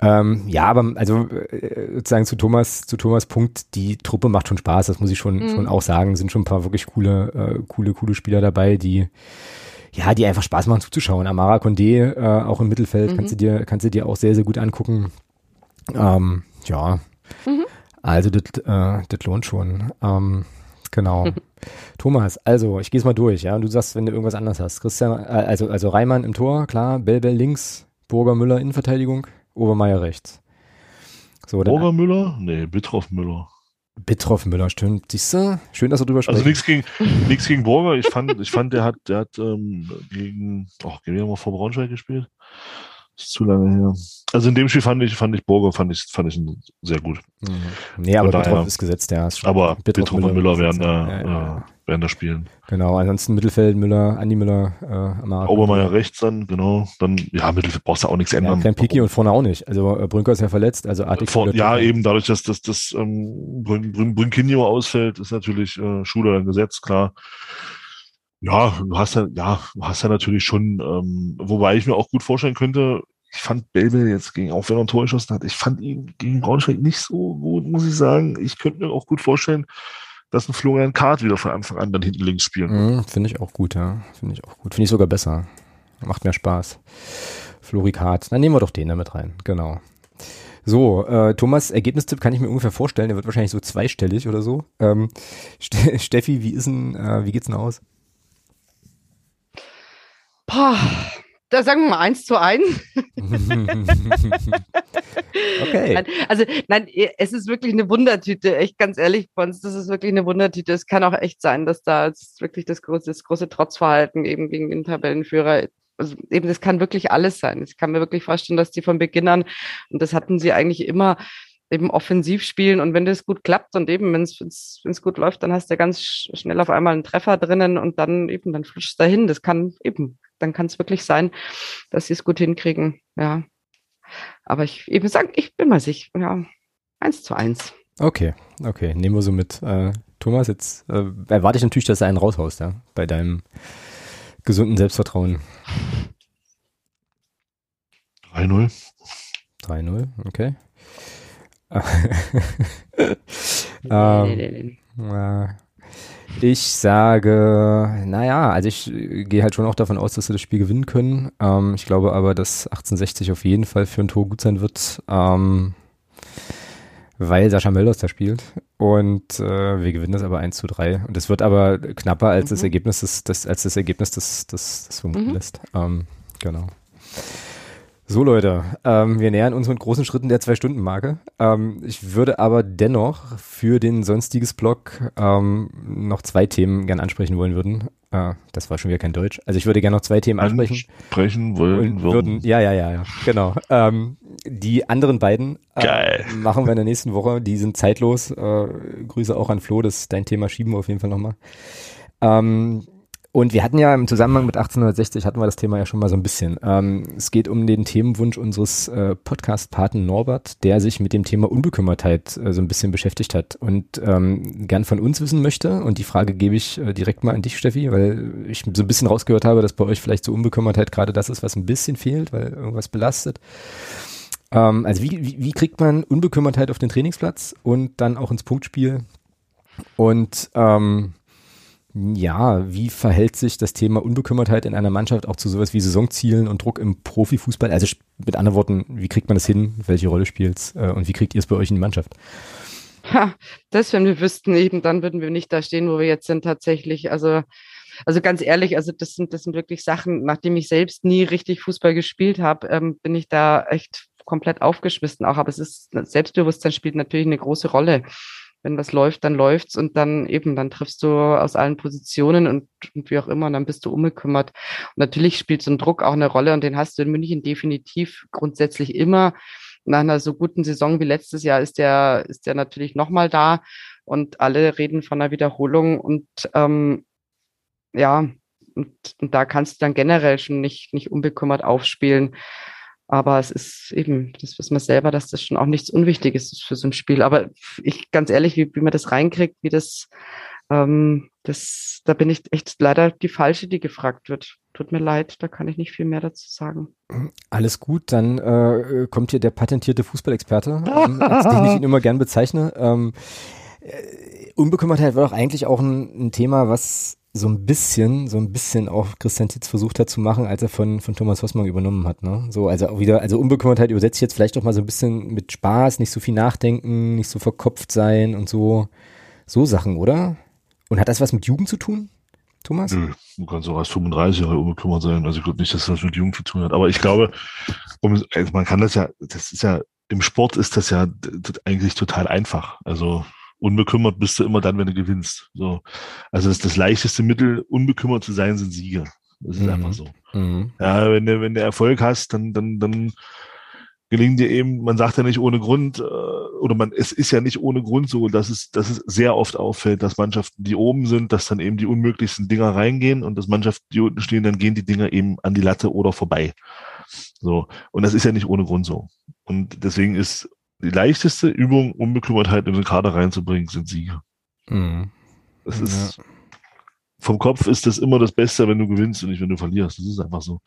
Ähm, ja, aber also äh, sozusagen zu Thomas, zu Thomas Punkt, die Truppe macht schon Spaß, das muss ich schon, mhm. schon auch sagen. Sind schon ein paar wirklich coole, äh, coole, coole Spieler dabei, die ja, die einfach Spaß machen zuzuschauen. Amara Condé, äh, auch im Mittelfeld, mhm. kannst du dir, kannst du dir auch sehr, sehr gut angucken. Ähm, ja, mhm. also das, äh, das lohnt schon. Ähm, genau. Thomas, also ich gehe es mal durch, ja. Und du sagst, wenn du irgendwas anderes hast. Christian, äh, also, also Reimann im Tor, klar, Bell Bell links, Burger Müller Innenverteidigung, Obermeier rechts. So, dann,
Burger Müller? Nee, Bittroff Müller.
Bittroff Müller, stimmt. Siehst du? Schön, dass du drüber sprichst.
Also nichts gegen, nichts gegen Burger. Ich fand, ich fand, der hat, der hat ähm, gegen, ach, gegen wen haben wir vor Braunschweig gespielt? Das ist zu lange her. Also in dem Spiel fand ich, fand ich Burger, fand ich, fand ich ihn sehr gut.
Mhm. Nee, aber Bittroff ist gesetzt, ja. Ist
schon aber Bittroff und Müller, Müller werden da, ja, ja. Äh, werden da spielen.
Genau, ansonsten Mittelfeld, Müller, Andi Müller, äh, Amara.
Obermeier rechts dann, genau. Dann, ja, Mittelfeld brauchst du auch nichts ändern.
Ja, kein Piki und vorne auch nicht. Also äh, Brünker ist ja verletzt, also Artig.
Vor, ja, eben dadurch, dass das, das ähm, Brün, Brün, Brünkinho ausfällt, ist natürlich äh, Schuler dann gesetzt, klar. Ja, du hast ja, ja, du hast ja natürlich schon, ähm, wobei ich mir auch gut vorstellen könnte, ich fand Belbel jetzt gegen, auch wenn er ein Tor geschossen hat, ich fand ihn gegen Braunschweig nicht so gut, muss ich sagen. Ich könnte mir auch gut vorstellen, dass ein Florian Kath wieder von Anfang an dann hinten links spielen
wird. Mm, finde ich auch gut, ja. Finde ich auch gut. Finde ich sogar besser. Macht mehr Spaß. Flori Kath. Dann nehmen wir doch den da mit rein. Genau. So, äh, Thomas, Ergebnistipp kann ich mir ungefähr vorstellen. Der wird wahrscheinlich so zweistellig oder so. Ähm, Ste- Steffi, wie ist denn, äh, wie geht's denn aus?
Boah. Da sagen wir mal eins zu eins.
Okay.
Nein, also nein, es ist wirklich eine Wundertüte, echt ganz ehrlich, bei uns, das ist wirklich eine Wundertüte. Es kann auch echt sein, dass da das wirklich das große, das große Trotzverhalten eben gegen den Tabellenführer, also eben das kann wirklich alles sein. Ich kann mir wirklich vorstellen, dass die von Beginn an, und das hatten sie eigentlich immer, eben offensiv spielen, und wenn das gut klappt und eben, wenn es gut läuft, dann hast du ganz schnell auf einmal einen Treffer drinnen und dann eben, dann flutscht es dahin. Das kann eben, dann kann es wirklich sein, dass sie es gut hinkriegen, ja. Aber ich eben sage, ich bin mal sicher, ja, eins zu eins.
Okay, okay, nehmen wir so mit. Äh, Thomas, jetzt äh, erwarte ich natürlich, dass du einen raushaust, ja, bei deinem gesunden Selbstvertrauen.
drei null.
drei null, okay. ähm, äh, ich sage, naja, also ich gehe halt schon auch davon aus, dass sie das Spiel gewinnen können. Ähm, ich glaube aber, dass achtzehnhundertsechzig auf jeden Fall für ein Tor gut sein wird, ähm, weil Sascha Mölders da spielt. Und äh, wir gewinnen das aber eins zu drei. Und es wird aber knapper als mhm. das Ergebnis, des, das, als das Ergebnis des, des, des vermuten mhm. lässt. Ähm, genau. So Leute, ähm, wir nähern uns mit großen Schritten der Zwei-Stunden-Marke. Ähm, ich würde aber dennoch für den Sonstiges-Blog ähm, noch zwei Themen gern ansprechen wollen würden. Äh, das war schon wieder kein Deutsch. Also ich würde gerne noch zwei Themen ansprechen.
Ansprechen wollen
würden. würden. Ja, ja, ja, ja, genau. Ähm, die anderen beiden äh, machen wir in der nächsten Woche. Die sind zeitlos. Äh, Grüße auch an Flo, das dein Thema schieben wir auf jeden Fall nochmal. Ähm, Und wir hatten ja im Zusammenhang mit achtzehnhundertsechzig hatten wir das Thema ja schon mal so ein bisschen. Ähm, es geht um den Themenwunsch unseres äh, Podcast-Paten Norbert, der sich mit dem Thema Unbekümmertheit äh, so ein bisschen beschäftigt hat und ähm, gern von uns wissen möchte. Und die Frage gebe ich äh, direkt mal an dich, Steffi, weil ich so ein bisschen rausgehört habe, dass bei euch vielleicht so Unbekümmertheit gerade das ist, was ein bisschen fehlt, weil irgendwas belastet. Ähm, also wie, wie, wie kriegt man Unbekümmertheit auf den Trainingsplatz und dann auch ins Punktspiel? Und ähm, ja, wie verhält sich das Thema Unbekümmertheit in einer Mannschaft auch zu sowas wie Saisonzielen und Druck im Profifußball? Also mit anderen Worten, wie kriegt man das hin? Welche Rolle spielt es? Äh, und wie kriegt ihr es bei euch in die Mannschaft?
Ha, das, wenn wir wüssten, eben dann würden wir nicht da stehen, wo wir jetzt sind tatsächlich. Also, also ganz ehrlich, also das sind, das sind wirklich Sachen, nachdem ich selbst nie richtig Fußball gespielt habe, ähm, bin ich da echt komplett aufgeschmissen auch. Aber es ist, Selbstbewusstsein spielt natürlich eine große Rolle. Wenn was läuft, dann läuft's und dann eben, dann triffst du aus allen Positionen und, und wie auch immer und dann bist du unbekümmert. Und natürlich spielt so ein Druck auch eine Rolle und den hast du in München definitiv grundsätzlich immer. Nach einer so guten Saison wie letztes Jahr ist der, ist der natürlich nochmal da und alle reden von einer Wiederholung und ähm, ja, und, und da kannst du dann generell schon nicht, nicht unbekümmert aufspielen. Aber es ist eben, das wissen wir selber, dass das schon auch nichts Unwichtiges ist für so ein Spiel. Aber ich, ganz ehrlich, wie, wie man das reinkriegt, wie das, ähm, das, da bin ich echt leider die Falsche, die gefragt wird. Tut mir leid, da kann ich nicht viel mehr dazu sagen.
Alles gut, dann äh, kommt hier der patentierte Fußballexperte, ähm, als den ich ihn immer gern bezeichne. Ähm, äh, Unbekümmertheit war doch eigentlich auch ein, ein Thema, was so ein bisschen, so ein bisschen auch Christian Titz versucht hat zu machen, als er von, von Thomas Hossmann übernommen hat, ne? So, also auch wieder, also Unbekümmertheit übersetze ich jetzt vielleicht doch mal so ein bisschen mit Spaß, nicht so viel nachdenken, nicht so verkopft sein und so, so Sachen, oder? Und hat das was mit Jugend zu tun, Thomas?
Nö, du kannst auch als fünfunddreißig Jahre unbekümmert sein, also ich glaube nicht, dass das mit Jugend zu tun hat, aber ich glaube, um, also man kann das ja, das ist ja, im Sport ist das ja eigentlich total einfach, also unbekümmert bist du immer dann, wenn du gewinnst. So. Also das, das leichteste Mittel, unbekümmert zu sein, sind Siege. Das ist mhm. einfach so. Mhm. Ja, wenn du, wenn du Erfolg hast, dann, dann, dann gelingt dir eben, man sagt ja nicht ohne Grund, äh, oder man, es ist ja nicht ohne Grund so, dass es, dass es sehr oft auffällt, dass Mannschaften, die oben sind, dass dann eben die unmöglichsten Dinger reingehen und dass Mannschaften, die unten stehen, dann gehen die Dinger eben an die Latte oder vorbei. So. Und das ist ja nicht ohne Grund so. Und deswegen ist die leichteste Übung, Unbekümmertheit in den Kader reinzubringen, sind Siege. Mhm. Das ist, ja. Vom Kopf ist das immer das Beste, wenn du gewinnst und nicht, wenn du verlierst. Das ist einfach so.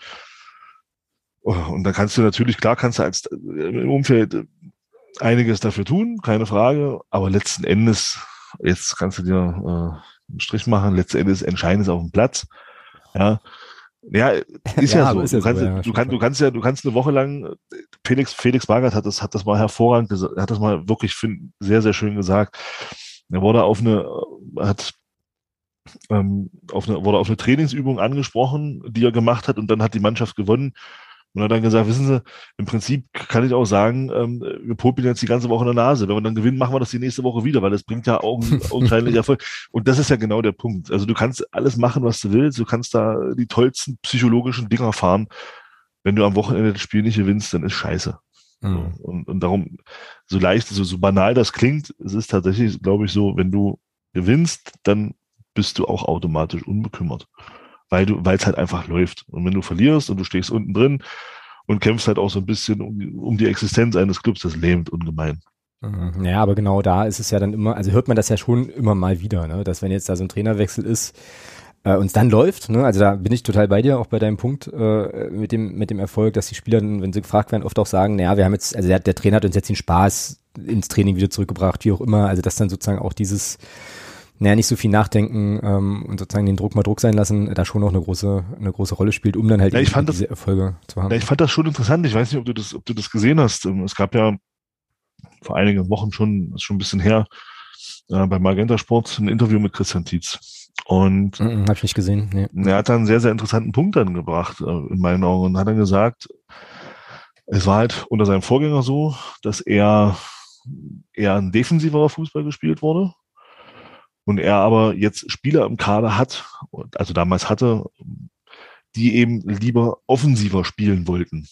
Und da kannst du natürlich, klar kannst du als im Umfeld einiges dafür tun, keine Frage, aber letzten Endes, jetzt kannst du dir äh, einen Strich machen, letzten Endes entscheidend ist auf dem Platz. Ja. Ja, ist ja, ja so. Ist du, kannst, so ja, du, kann, du kannst ja, du kannst eine Woche lang, Felix, Felix Magath hat das, hat das mal hervorragend gesagt, hat das mal wirklich find, sehr, sehr schön gesagt. Er wurde auf eine, hat, ähm, auf eine, wurde auf eine Trainingsübung angesprochen, die er gemacht hat und dann hat die Mannschaft gewonnen. Und er hat dann gesagt, wissen Sie, im Prinzip kann ich auch sagen, ähm, wir popeln jetzt die ganze Woche in der Nase. Wenn wir dann gewinnen, machen wir das die nächste Woche wieder, weil das bringt ja augenscheinlich Erfolg. Und das ist ja genau der Punkt. Also du kannst alles machen, was du willst. Du kannst da die tollsten psychologischen Dinger fahren. Wenn du am Wochenende das Spiel nicht gewinnst, dann ist scheiße. Mhm. So, und, und darum, so leicht, so, so banal das klingt, es ist tatsächlich, glaube ich, so, wenn du gewinnst, dann bist du auch automatisch unbekümmert. Weil du, weil es halt einfach läuft. Und wenn du verlierst und du stehst unten drin und kämpfst halt auch so ein bisschen um, um die Existenz eines Clubs, das lähmt ungemein.
Ja, aber genau da ist es ja dann immer, also hört man das ja schon immer mal wieder, ne? Dass wenn jetzt da so ein Trainerwechsel ist äh, und es dann läuft, ne? Also da bin ich total bei dir, auch bei deinem Punkt äh, mit dem mit dem Erfolg, dass die Spieler, wenn sie gefragt werden, oft auch sagen, naja, wir haben jetzt, also der, der Trainer hat uns jetzt den Spaß ins Training wieder zurückgebracht, wie auch immer, also dass dann sozusagen auch dieses naja, nicht so viel nachdenken ähm, und sozusagen den Druck mal Druck sein lassen, da schon noch eine große eine große Rolle spielt, um dann halt
ja, ich fand
diese
das,
Erfolge zu haben.
Ja, ich fand das schon interessant. Ich weiß nicht, ob du das, ob du das gesehen hast. Es gab ja vor einigen Wochen schon, ist schon ein bisschen her, äh, bei Magenta Sport ein Interview mit Christian Tietz. Und
mm, mm, habe ich nicht gesehen. Nee.
Er hat da einen sehr, sehr interessanten Punkt dann gebracht, äh, in meinen Augen, und hat dann gesagt, es war halt unter seinem Vorgänger so, dass er eher ein defensiverer Fußball gespielt wurde. Und er aber jetzt Spieler im Kader hat, also damals hatte, die eben lieber offensiver spielen wollten.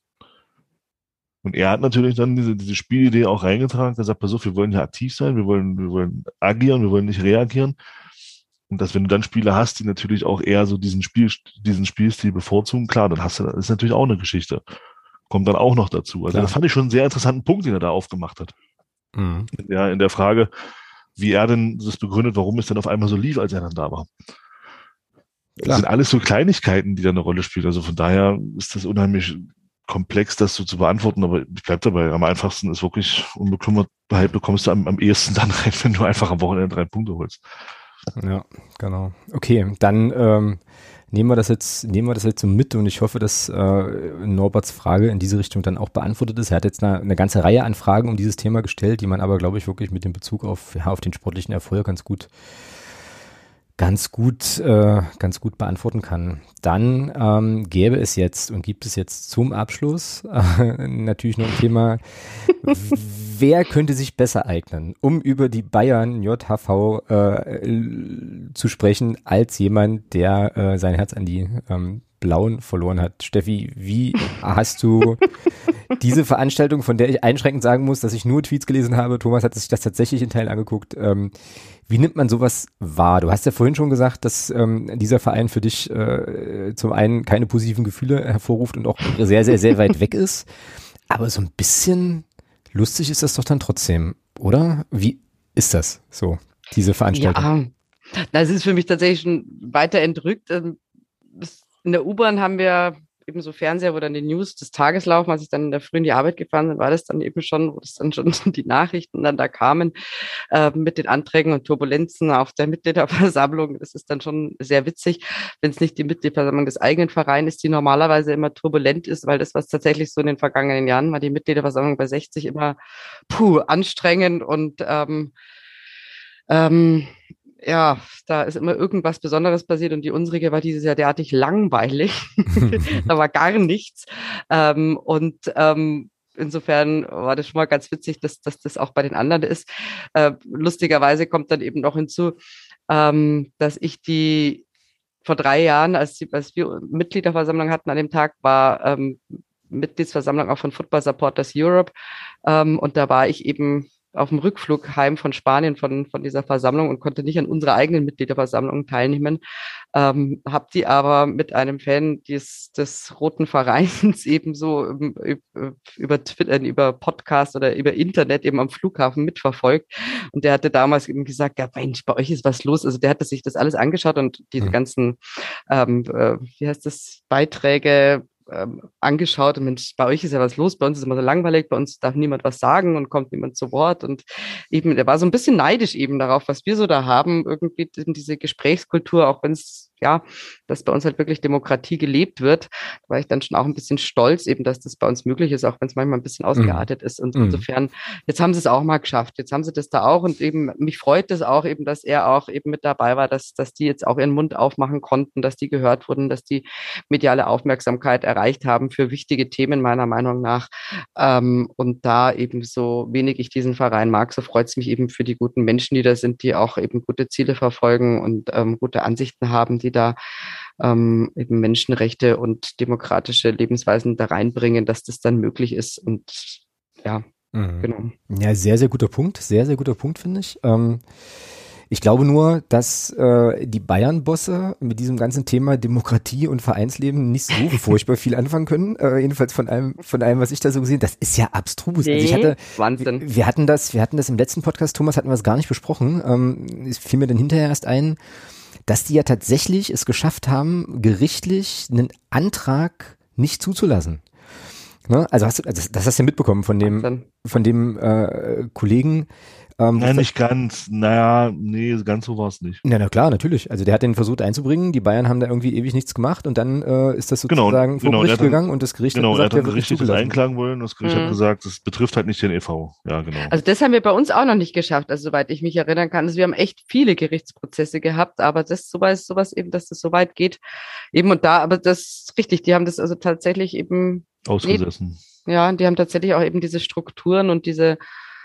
Und er hat natürlich dann diese, diese Spielidee auch reingetragen, er sagt, pass auf, wir wollen ja aktiv sein, wir wollen, wir wollen agieren, wir wollen nicht reagieren. Und dass, wenn du dann Spieler hast, die natürlich auch eher so diesen Spiel, diesen Spielstil bevorzugen, klar, dann hast du, das ist natürlich auch eine Geschichte. Kommt dann auch noch dazu. Also klar. Das fand ich schon einen sehr interessanten Punkt, den er da aufgemacht hat. Mhm. Ja, in der Frage, wie er denn das begründet, warum es denn auf einmal so lief, als er dann da war. Das sind alles so Kleinigkeiten, die da eine Rolle spielen. Also von daher ist das unheimlich komplex, das so zu beantworten, aber ich bleib dabei. Am einfachsten ist wirklich, unbekümmert halt bekommst du am, am ehesten dann rein, wenn du einfach am Wochenende drei Punkte holst.
Ja, genau. Okay, dann ähm, nehmen wir das jetzt, nehmen wir das jetzt so mit und ich hoffe, dass äh, Norberts Frage in diese Richtung dann auch beantwortet ist. Er hat jetzt eine, eine ganze Reihe an Fragen um dieses Thema gestellt, die man aber, glaube ich, wirklich mit dem Bezug auf, ja, auf den sportlichen Erfolg ganz gut ganz gut, äh, ganz gut beantworten kann. Dann ähm, gäbe es jetzt und gibt es jetzt zum Abschluss äh, natürlich noch ein Thema, wer könnte sich besser eignen, um über die Bayern J H V äh, zu sprechen, als jemand, der äh, sein Herz an die ähm, Blauen verloren hat. Steffi, wie hast du diese Veranstaltung, von der ich einschränkend sagen muss, dass ich nur Tweets gelesen habe, Thomas hat sich das tatsächlich in Teilen angeguckt, ähm, wie nimmt man sowas wahr? Du hast ja vorhin schon gesagt, dass ähm, dieser Verein für dich äh, zum einen keine positiven Gefühle hervorruft und auch sehr, sehr, sehr weit weg ist, aber so ein bisschen lustig ist das doch dann trotzdem, oder? Wie ist das so, diese Veranstaltung?
Ja. Das ist für mich tatsächlich schon weiter entrückt. In der U-Bahn haben wir eben so Fernseher, wo dann die News des Tages laufen. Als ich dann in der Früh in die Arbeit gefahren bin, war das dann eben schon, wo das dann schon die Nachrichten dann da kamen äh, mit den Anträgen und Turbulenzen auf der Mitgliederversammlung. Das ist dann schon sehr witzig, wenn es nicht die Mitgliederversammlung des eigenen Vereins ist, die normalerweise immer turbulent ist, weil das, was tatsächlich so in den vergangenen Jahren war, die Mitgliederversammlung bei sechzig immer puh, anstrengend und ähm, ähm, ja, da ist immer irgendwas Besonderes passiert und die unsrige war dieses Jahr derartig langweilig. Da war gar nichts. Ähm, und ähm, insofern war das schon mal ganz witzig, dass, dass das auch bei den anderen ist. Äh, lustigerweise kommt dann eben noch hinzu, ähm, dass ich die vor drei Jahren, als, die, als wir Mitgliederversammlung hatten an dem Tag, war ähm, Mitgliedsversammlung auch von Football Supporters Europe. Ähm, und da war ich eben auf dem Rückflug heim von Spanien von, von dieser Versammlung und konnte nicht an unserer eigenen Mitgliederversammlung teilnehmen. Ähm, habe die aber mit einem Fan des, des Roten Vereins ebenso über Twitter, über Podcast oder über Internet eben am Flughafen mitverfolgt. Und der hatte damals eben gesagt, ja Mensch, bei euch ist was los. Also der hatte sich das alles angeschaut und diese ganzen, ähm, äh, wie heißt das, Beiträge, Ähm, angeschaut und Mensch, bei euch ist ja was los, bei uns ist immer so langweilig, bei uns darf niemand was sagen und kommt niemand zu Wort und eben, der war so ein bisschen neidisch eben darauf, was wir so da haben, irgendwie diese Gesprächskultur, auch wenn es, ja, dass bei uns halt wirklich Demokratie gelebt wird, da war ich dann schon auch ein bisschen stolz eben, dass das bei uns möglich ist, auch wenn es manchmal ein bisschen ausgeartet ist und insofern, jetzt haben sie es auch mal geschafft, jetzt haben sie das da auch und eben, mich freut es auch eben, dass er auch eben mit dabei war, dass, dass die jetzt auch ihren Mund aufmachen konnten, dass die gehört wurden, dass die mediale Aufmerksamkeit erreicht haben für wichtige Themen meiner Meinung nach. Ähm, und da eben so wenig ich diesen Verein mag, so freut es mich eben für die guten Menschen, die da sind, die auch eben gute Ziele verfolgen und ähm, gute Ansichten haben, die da ähm, eben Menschenrechte und demokratische Lebensweisen da reinbringen, dass das dann möglich ist. Und ja, mhm. genau.
Ja, sehr, sehr guter Punkt. Sehr, sehr guter Punkt, finde ich. Ähm Ich glaube nur, dass äh, die Bayern-Bosse mit diesem ganzen Thema Demokratie und Vereinsleben nicht so furchtbar viel anfangen können. Äh, jedenfalls von allem, von allem, was ich da so gesehen habe. Das ist ja abstrus.
Nee,
also ich hatte,
Wahnsinn.
Wir, wir hatten das, wir hatten das im letzten Podcast, Thomas, hatten wir es gar nicht besprochen. Ähm, es fiel mir dann hinterher erst ein, dass die ja tatsächlich es geschafft haben, gerichtlich einen Antrag nicht zuzulassen. Ne? Also hast du, also das hast du ja mitbekommen von dem, Wahnsinn. von dem äh, Kollegen.
Ähm, Nein, nicht ganz. Naja, nee, ganz so war es nicht.
Na, na klar, natürlich. Also der hat den versucht einzubringen. Die Bayern haben da irgendwie ewig nichts gemacht und dann äh, ist das sozusagen
genau,
vor Gericht
genau,
gegangen und das Gericht
genau,
hat gesagt,
er hat dann gerichtlich das einklagen wollen. Das Gericht mhm. hat gesagt, das betrifft halt nicht den E V. Ja, genau.
Also das haben wir bei uns auch noch nicht geschafft, also soweit ich mich erinnern kann. Also wir haben echt viele Gerichtsprozesse gehabt, aber das sowas, sowas eben, dass das so weit geht. Eben und da, aber das ist richtig, die haben das also tatsächlich eben
ausgesessen.
Nee, ja, die haben tatsächlich auch eben diese Strukturen und diese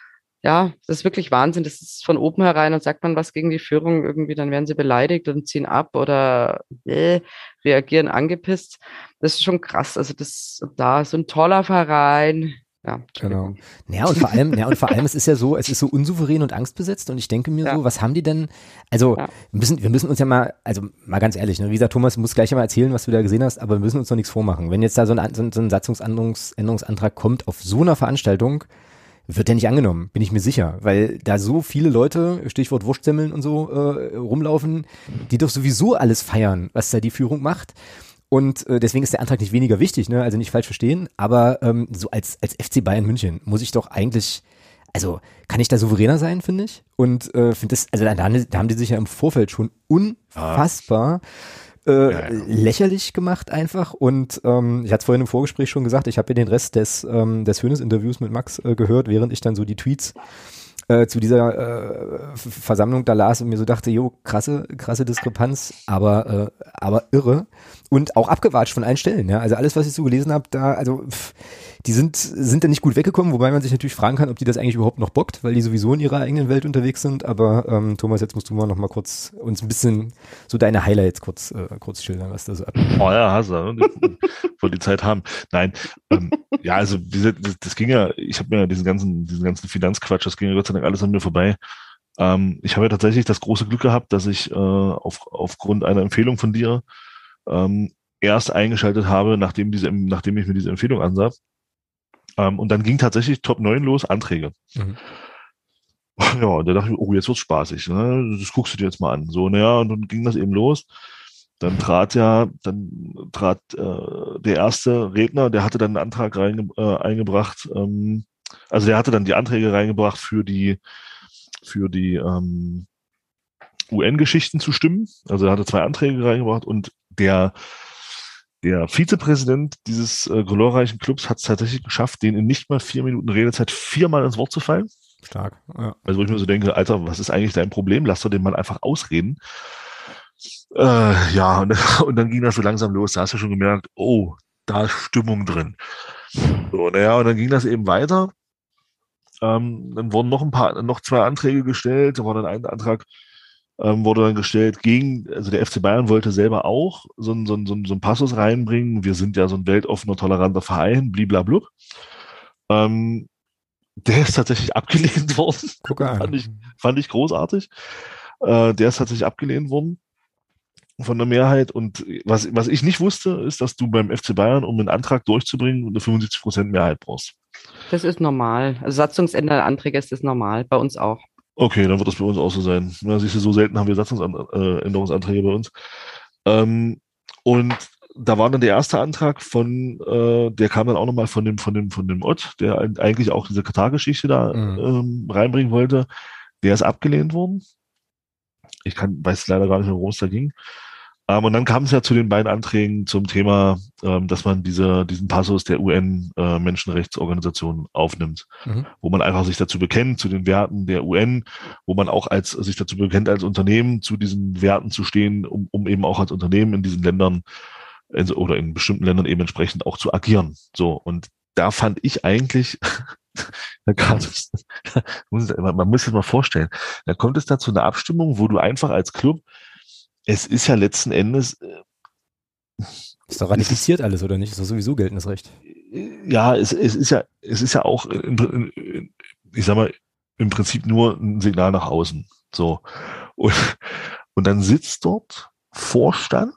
Ja, das ist wirklich Wahnsinn. Das ist von oben herein und sagt man was gegen die Führung irgendwie, dann werden sie beleidigt und ziehen ab oder äh, reagieren angepisst. Das ist schon krass. Also das da ist so ein toller Verein. Ja,
genau. Ja, und vor allem, ja, und vor allem, es ist ja so, es ist so unsouverän und angstbesetzt und ich denke mir ja. so, was haben die denn, also ja. wir müssen, wir müssen uns ja mal, also mal ganz ehrlich, ne, wie gesagt, Thomas, du musst gleich mal erzählen, was du da gesehen hast, aber wir müssen uns noch nichts vormachen. Wenn jetzt da so ein, so ein, so ein Satzungsänderungsantrag kommt auf so einer Veranstaltung, wird der nicht angenommen, bin ich mir sicher, weil da so viele Leute, Stichwort Wurstsemmeln und so, äh, rumlaufen, die doch sowieso alles feiern, was da die Führung macht. Und äh, deswegen ist der Antrag nicht weniger wichtig, ne? Also nicht falsch verstehen, aber ähm, so als als F C Bayern München muss ich doch eigentlich, also kann ich da souveräner sein, finde ich. Und äh, finde das, also da, da haben die sich ja im Vorfeld schon unfassbar Äh, ja, ja. lächerlich gemacht einfach und ähm, ich hatte es vorhin im Vorgespräch schon gesagt, ich habe ja den Rest des ähm, des Hoeneß-Interviews mit Max äh, gehört, während ich dann so die Tweets äh, zu dieser äh, Versammlung da las und mir so dachte, jo, krasse, krasse Diskrepanz, aber äh, aber irre und auch abgewatscht von allen Stellen, ja, also alles, was ich so gelesen habe, da, also pff, die sind sind da nicht gut weggekommen, wobei man sich natürlich fragen kann, ob die das eigentlich überhaupt noch bockt, weil die sowieso in ihrer eigenen Welt unterwegs sind, aber ähm, Thomas, jetzt musst du mal noch mal kurz uns ein bisschen so deine Highlights kurz äh, kurz schildern, was da so ab.
Oh ja, hast du, wollte die Zeit haben. Nein, ähm, ja, also diese, das, das ging ja, ich habe mir diesen ganzen diesen ganzen Finanzquatsch, das ging ja Gott sei Dank alles an mir vorbei. Ähm, ich habe ja tatsächlich das große Glück gehabt, dass ich äh, auf, aufgrund einer Empfehlung von dir ähm, erst eingeschaltet habe, nachdem diese, nachdem ich mir diese Empfehlung ansah. Ähm, und dann ging tatsächlich Top neun los, Anträge. Mhm. Ja, und da dachte ich, oh, jetzt wird's spaßig, ne? Das guckst du dir jetzt mal an. So, naja, und dann ging das eben los. Dann trat ja, dann trat äh, der erste Redner, der hatte dann einen Antrag reinge äh, eingebracht, ähm, also der hatte dann die Anträge reingebracht für die für die ähm, U N-Geschichten zu stimmen. Also er hatte zwei Anträge reingebracht und der der Vizepräsident dieses äh, glorreichen Clubs hat es tatsächlich geschafft, den in nicht mal vier Minuten Redezeit viermal ins Wort zu fallen.
Stark, ja.
Also wo ich mir so denke, Alter, was ist eigentlich dein Problem? Lass doch den Mann einfach ausreden. Äh, ja, und, und dann ging das so langsam los. Da hast du schon gemerkt, oh, da ist Stimmung drin. So, naja, und dann ging das eben weiter. Ähm, dann wurden noch ein paar, noch zwei Anträge gestellt. Da war dann ein Antrag, ähm, wurde dann gestellt gegen, also der F C Bayern wollte selber auch so einen so so so ein Passus reinbringen. Wir sind ja so ein weltoffener, toleranter Verein, bliblablub. Ähm, Der ist tatsächlich abgelehnt worden.
Guck an.
fand ich, fand ich großartig. Äh, der ist tatsächlich abgelehnt worden von der Mehrheit. Und was, was ich nicht wusste, ist, dass du beim F C Bayern, um einen Antrag durchzubringen, eine fünfundsiebzig Prozent Mehrheit brauchst.
Das ist normal. Also Satzungsänderungsanträge ist das normal, bei uns auch.
Okay, dann wird das bei uns auch so sein. Ja, siehst du, so selten haben wir Satzungsänderungsanträge bei uns. Ähm, und da war dann der erste Antrag von, äh, der kam dann auch nochmal von dem, von dem, von dem Ott, der eigentlich auch diese Katar-Geschichte da
Mhm.
ähm, reinbringen wollte. Der ist abgelehnt worden. Ich kann, weiß leider gar nicht mehr, worum es da ging. Ähm, und dann kam es ja zu den beiden Anträgen zum Thema, ähm, dass man diese, diesen Passus der U N-Menschenrechtsorganisation äh, aufnimmt,
Mhm.
wo man einfach sich dazu bekennt, zu den Werten der U N, wo man auch als sich dazu bekennt, als Unternehmen zu diesen Werten zu stehen, um, um eben auch als Unternehmen in diesen Ländern in, oder in bestimmten Ländern eben entsprechend auch zu agieren. So, und da fand ich eigentlich, da kam es, man muss sich mal vorstellen, da kommt es da zu einer Abstimmung, wo du einfach als Club, es ist ja letzten Endes,
Ist doch ratifiziert ist, alles, oder nicht? Ist doch sowieso geltendes Recht.
Ja, es, es ist ja, es ist ja auch, in, in, ich sag mal, im Prinzip nur ein Signal nach außen. So. Und, und dann sitzt dort Vorstand,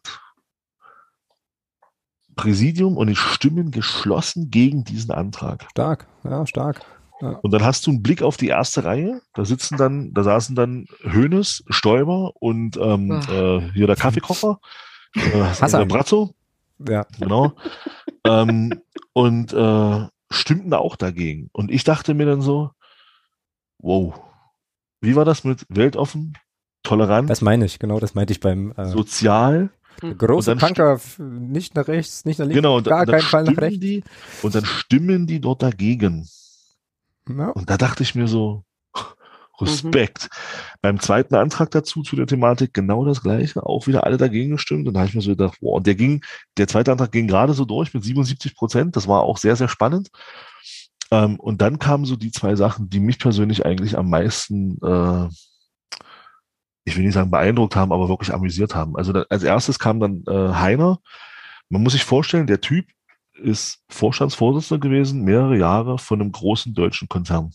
Präsidium und die stimmen geschlossen gegen diesen Antrag.
Stark, ja, stark. Ja.
Und dann hast du einen Blick auf die erste Reihe. Da sitzen dann, da saßen dann Hoeneß, Stoiber und ähm, oh. äh, hier der Kaffeekocher, äh, der Brazzo.
Ja.
Genau. ähm, und äh, stimmten da auch dagegen. Und ich dachte mir dann so, wow, wie war das mit weltoffen, tolerant?
Das meine ich, genau, das meinte ich beim äh,
sozial.
Große Punker, nicht nach rechts, nicht nach links,
genau, und
gar
dann
keinen Fall nach rechts.
Die, und dann stimmen die dort dagegen.
Ja.
Und da dachte ich mir so, Respekt. Mhm. Beim zweiten Antrag dazu, zu der Thematik, genau das Gleiche, auch wieder alle dagegen gestimmt. Und da habe ich mir so gedacht, wow, und der ging, der zweite Antrag ging gerade so durch mit siebenundsiebzig Prozent. Das war auch sehr, sehr spannend. Ähm, und dann kamen so die zwei Sachen, die mich persönlich eigentlich am meisten, äh, ich will nicht sagen beeindruckt haben, aber wirklich amüsiert haben. Also da, als erstes kam dann äh, Heiner. Man muss sich vorstellen, der Typ ist Vorstandsvorsitzender gewesen, mehrere Jahre von einem großen deutschen Konzern.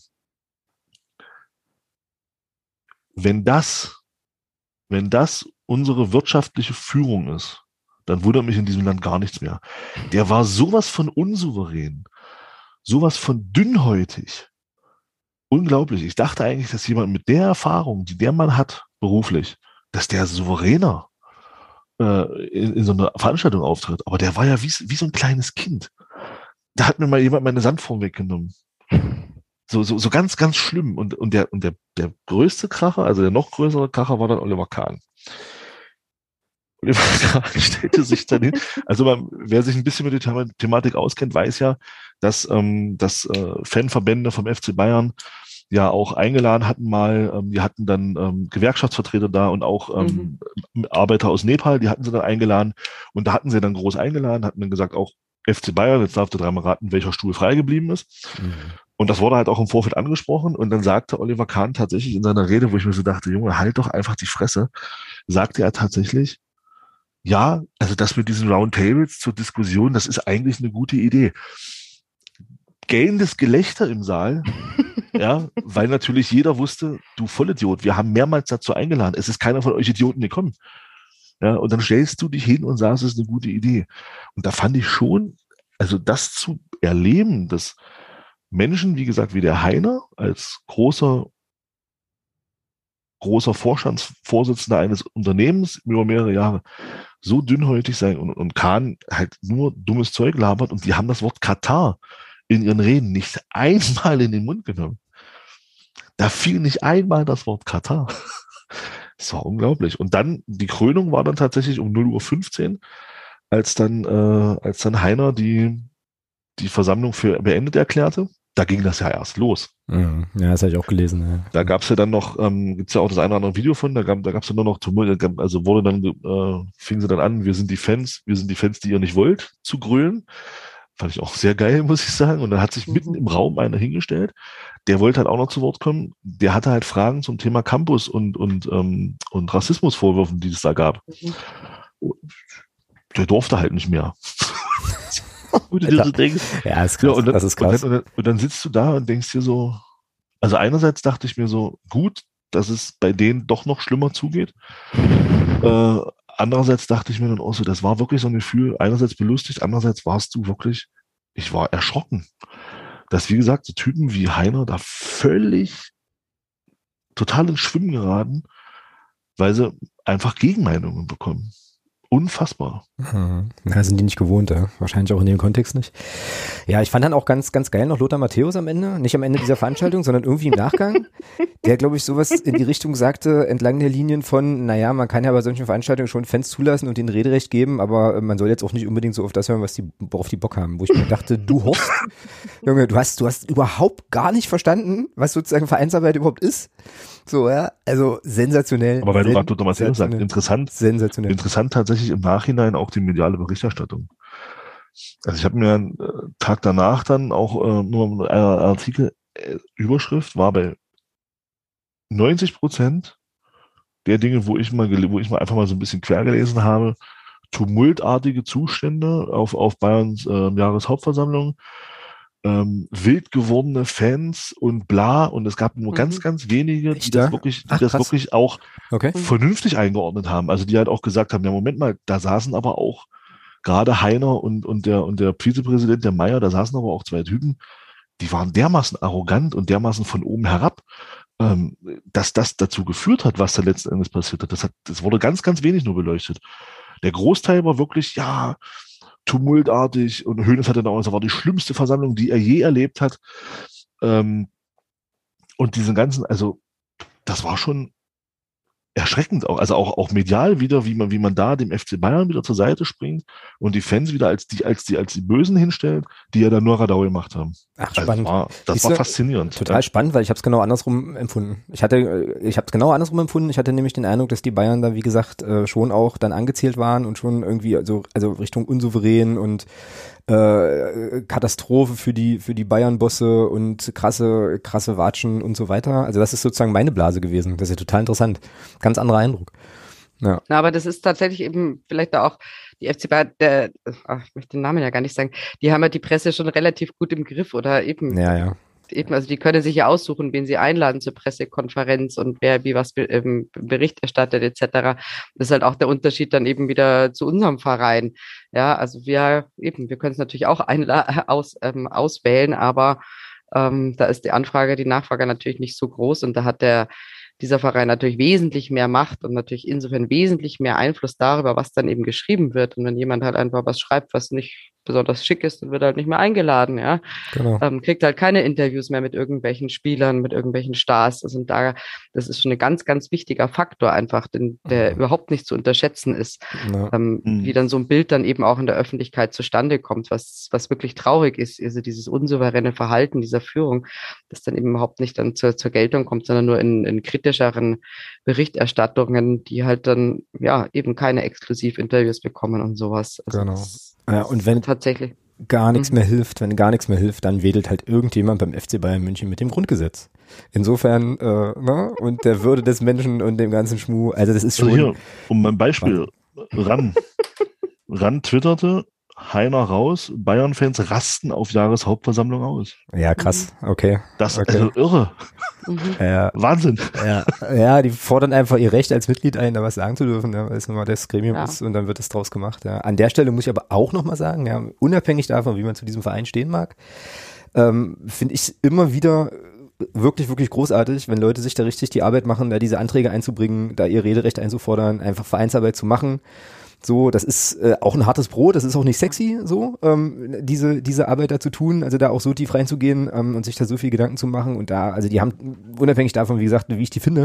Wenn das, wenn das unsere wirtschaftliche Führung ist, dann wundert mich in diesem Land gar nichts mehr. Der war sowas von unsouverän, sowas von dünnhäutig. Unglaublich. Ich dachte eigentlich, dass jemand mit der Erfahrung, die der Mann hat, beruflich, dass der souveräner äh, in, in so einer Veranstaltung auftritt. Aber der war ja wie, wie so ein kleines Kind. Da hat mir mal jemand meine Sandform weggenommen. So, so, so ganz, ganz schlimm. Und, und, der, und der, der größte Kracher, also der noch größere Kracher, war dann Oliver Kahn. Oliver Kahn stellte sich dann hin. Also man, wer sich ein bisschen mit der Thematik auskennt, weiß ja, dass, ähm, dass äh, Fanverbände vom F C Bayern ja auch eingeladen hatten mal, ähm, die hatten dann ähm, Gewerkschaftsvertreter da und auch ähm, mhm. Arbeiter aus Nepal, die hatten sie dann eingeladen. Und da hatten sie dann groß eingeladen, hatten dann gesagt, auch F C Bayern, jetzt darf der dreimal raten, welcher Stuhl frei geblieben ist. Mhm. Und das wurde halt auch im Vorfeld angesprochen. Und dann sagte Oliver Kahn tatsächlich in seiner Rede, wo ich mir so dachte, Junge, halt doch einfach die Fresse, sagte er tatsächlich, ja, also das mit diesen Roundtables zur Diskussion, das ist eigentlich eine gute Idee. Gähnendes Gelächter im Saal, ja, weil natürlich jeder wusste, du Vollidiot, wir haben mehrmals dazu eingeladen, es ist keiner von euch Idioten gekommen. Ja, und dann stellst du dich hin und sagst, es ist eine gute Idee. Und da fand ich schon, also das zu erleben, dass Menschen, wie gesagt, wie der Heiner, als großer großer Vorstandsvorsitzender eines Unternehmens über mehrere Jahre so dünnhäutig sein und, und Kahn halt nur dummes Zeug labert und die haben das Wort Katar in ihren Reden nicht einmal in den Mund genommen. Da fiel nicht einmal das Wort Katar. Das war unglaublich. Und dann, die Krönung war dann tatsächlich um null Uhr fünfzehn, als dann, äh, als dann Heiner die, die Versammlung für beendet erklärte. Da ging das ja erst los.
Mhm. Ja, das habe ich auch gelesen. Ja.
Da gab es ja dann noch, ähm, gibt es ja auch das eine oder andere Video von, da gab da gab's ja nur noch Tumult, also wurde dann, äh, fingen sie dann an, wir sind die Fans, wir sind die Fans, die ihr nicht wollt, zu grölen. Fand ich auch sehr geil, muss ich sagen. Und dann hat sich mhm. mitten im Raum einer hingestellt, der wollte halt auch noch zu Wort kommen, der hatte halt Fragen zum Thema Campus und, und, ähm, und Rassismusvorwürfen, die es da gab. Mhm. Der durfte halt nicht mehr. Gute dir so denkst.
Ja, ist krass. Ja,
und dann,
das ist krass.
Und dann, und dann sitzt du da und denkst dir so, also einerseits dachte ich mir so, gut, dass es bei denen doch noch schlimmer zugeht. Äh, andererseits dachte ich mir dann auch so, das war wirklich so ein Gefühl, einerseits belustigt, andererseits warst du wirklich, ich war erschrocken. Dass, wie gesagt, so Typen wie Heiner da völlig total ins Schwimmen geraten, weil sie einfach Gegenmeinungen bekommen. Unfassbar.
Hm. Na, sind die nicht gewohnt, ja. Wahrscheinlich auch in dem Kontext nicht. Ja, ich fand dann auch ganz, ganz geil noch Lothar Matthäus am Ende. Nicht am Ende dieser Veranstaltung, sondern irgendwie im Nachgang. Der, glaube ich, sowas in die Richtung sagte, entlang der Linien von, naja, man kann ja bei solchen Veranstaltungen schon Fans zulassen und ihnen Rederecht geben, aber man soll jetzt auch nicht unbedingt so auf das hören, was die, worauf die Bock haben. Wo ich mir dachte, du Horst, Junge, du hast, du hast überhaupt gar nicht verstanden, was sozusagen Vereinsarbeit überhaupt ist. So, ja, also sensationell.
Aber weil du gerade Lothar Matthäus sagst, interessant,
sensationell.
Interessant tatsächlich im Nachhinein auch die mediale Berichterstattung. Also ich habe mir einen Tag danach dann auch äh, nur ein Artikel, äh, Überschrift war bei neunzig Prozent der Dinge, wo ich mal, wo ich mal einfach mal so ein bisschen quer gelesen habe, tumultartige Zustände auf, auf Bayerns äh, Jahreshauptversammlung, ähm, wild gewordene Fans und bla, und es gab nur mhm. ganz, ganz wenige, die das wirklich, die Ach, das wirklich auch okay. vernünftig eingeordnet haben. Also die halt auch gesagt haben, ja Moment mal, da saßen aber auch gerade Heiner und, und der, und der Vizepräsident, der Meier, da saßen aber auch zwei Typen, die waren dermaßen arrogant und dermaßen von oben herab, ähm, dass das dazu geführt hat, was da letzten Endes passiert hat. Das hat, das wurde ganz, ganz wenig nur beleuchtet. Der Großteil war wirklich, ja, tumultartig, und Hoeneß hatte dann auch, das war die schlimmste Versammlung, die er je erlebt hat. Ähm, und diesen ganzen, also das war schon erschreckend auch, also auch, auch medial wieder, wie man, wie man da dem F C Bayern wieder zur Seite springt und die Fans wieder als die, als die, als die Bösen hinstellt, die ja dann nur Radau gemacht haben.
Ach, spannend.
Also das war, das war faszinierend.
Total
ja.
spannend, weil ich habe es genau andersrum empfunden. Ich hatte, ich habe es genau andersrum empfunden. Ich hatte nämlich den Eindruck, dass die Bayern da, wie gesagt, schon auch dann angezählt waren und schon irgendwie also, also Richtung unsouverän und äh, Katastrophe für die, für die Bayern-Bosse und krasse, krasse Watschen und so weiter. Also das ist sozusagen meine Blase gewesen. Das ist ja total interessant. Ganz anderer Eindruck. Ja.
Na, aber das ist tatsächlich eben vielleicht auch die F C Bayern, der, ach, ich möchte den Namen ja gar nicht sagen, die haben ja die Presse schon relativ gut im Griff oder eben,
ja, ja.
eben, also die können sich ja aussuchen, wen sie einladen zur Pressekonferenz und wer wie was ähm, Bericht erstattet et cetera. Das ist halt auch der Unterschied dann eben wieder zu unserem Verein. Ja, also wir eben, wir können es natürlich auch einla- aus, ähm, auswählen, aber ähm, da ist die Anfrage, die Nachfrage natürlich nicht so groß, und da hat der dieser Verein natürlich wesentlich mehr Macht und natürlich insofern wesentlich mehr Einfluss darüber, was dann eben geschrieben wird. Und wenn jemand halt einfach was schreibt, was nicht besonders schick ist, dann wird er halt nicht mehr eingeladen, ja.
Genau.
Ähm, kriegt halt keine Interviews mehr mit irgendwelchen Spielern, mit irgendwelchen Stars. Also da, das ist schon ein ganz, ganz wichtiger Faktor einfach, den, der mhm. überhaupt nicht zu unterschätzen ist, ja. ähm, mhm. wie dann so ein Bild dann eben auch in der Öffentlichkeit zustande kommt, was, was wirklich traurig ist, also dieses unsouveräne Verhalten dieser Führung, das dann eben überhaupt nicht dann zur, zur Geltung kommt, sondern nur in, in kritischeren Berichterstattungen, die halt dann, ja, eben keine Exklusivinterviews bekommen und sowas. Also
genau. Ja, und wenn
tatsächlich
gar nichts mhm. mehr hilft, wenn gar nichts mehr hilft, dann wedelt halt irgendjemand beim F C Bayern München mit dem Grundgesetz. Insofern, äh, ne, und der Würde des Menschen und dem ganzen Schmuh, also das ist schon...
Also hier, um mein Beispiel, ran, ran twitterte, Heiner raus, Bayern-Fans rasten auf Jahreshauptversammlung aus.
Ja, krass, okay.
Das ist
okay.
also irre.
Mhm.
Ja.
Wahnsinn.
Ja. ja, die fordern einfach ihr Recht als Mitglied ein, da was sagen zu dürfen, ja, weil es nun mal das Gremium ja. ist, und dann wird es draus gemacht. Ja. An der Stelle muss ich aber auch nochmal sagen, ja, unabhängig davon, wie man zu diesem Verein stehen mag, ähm, finde ich es immer wieder wirklich, wirklich großartig, wenn Leute sich da richtig die Arbeit machen, da diese Anträge einzubringen, da ihr Rederecht einzufordern, einfach Vereinsarbeit zu machen. So, das ist äh, auch ein hartes Brot, das ist auch nicht sexy, so, ähm, diese, diese Arbeit da zu tun, also da auch so tief reinzugehen ähm, und sich da so viel Gedanken zu machen und da, also die haben, unabhängig davon, wie gesagt, wie ich die finde,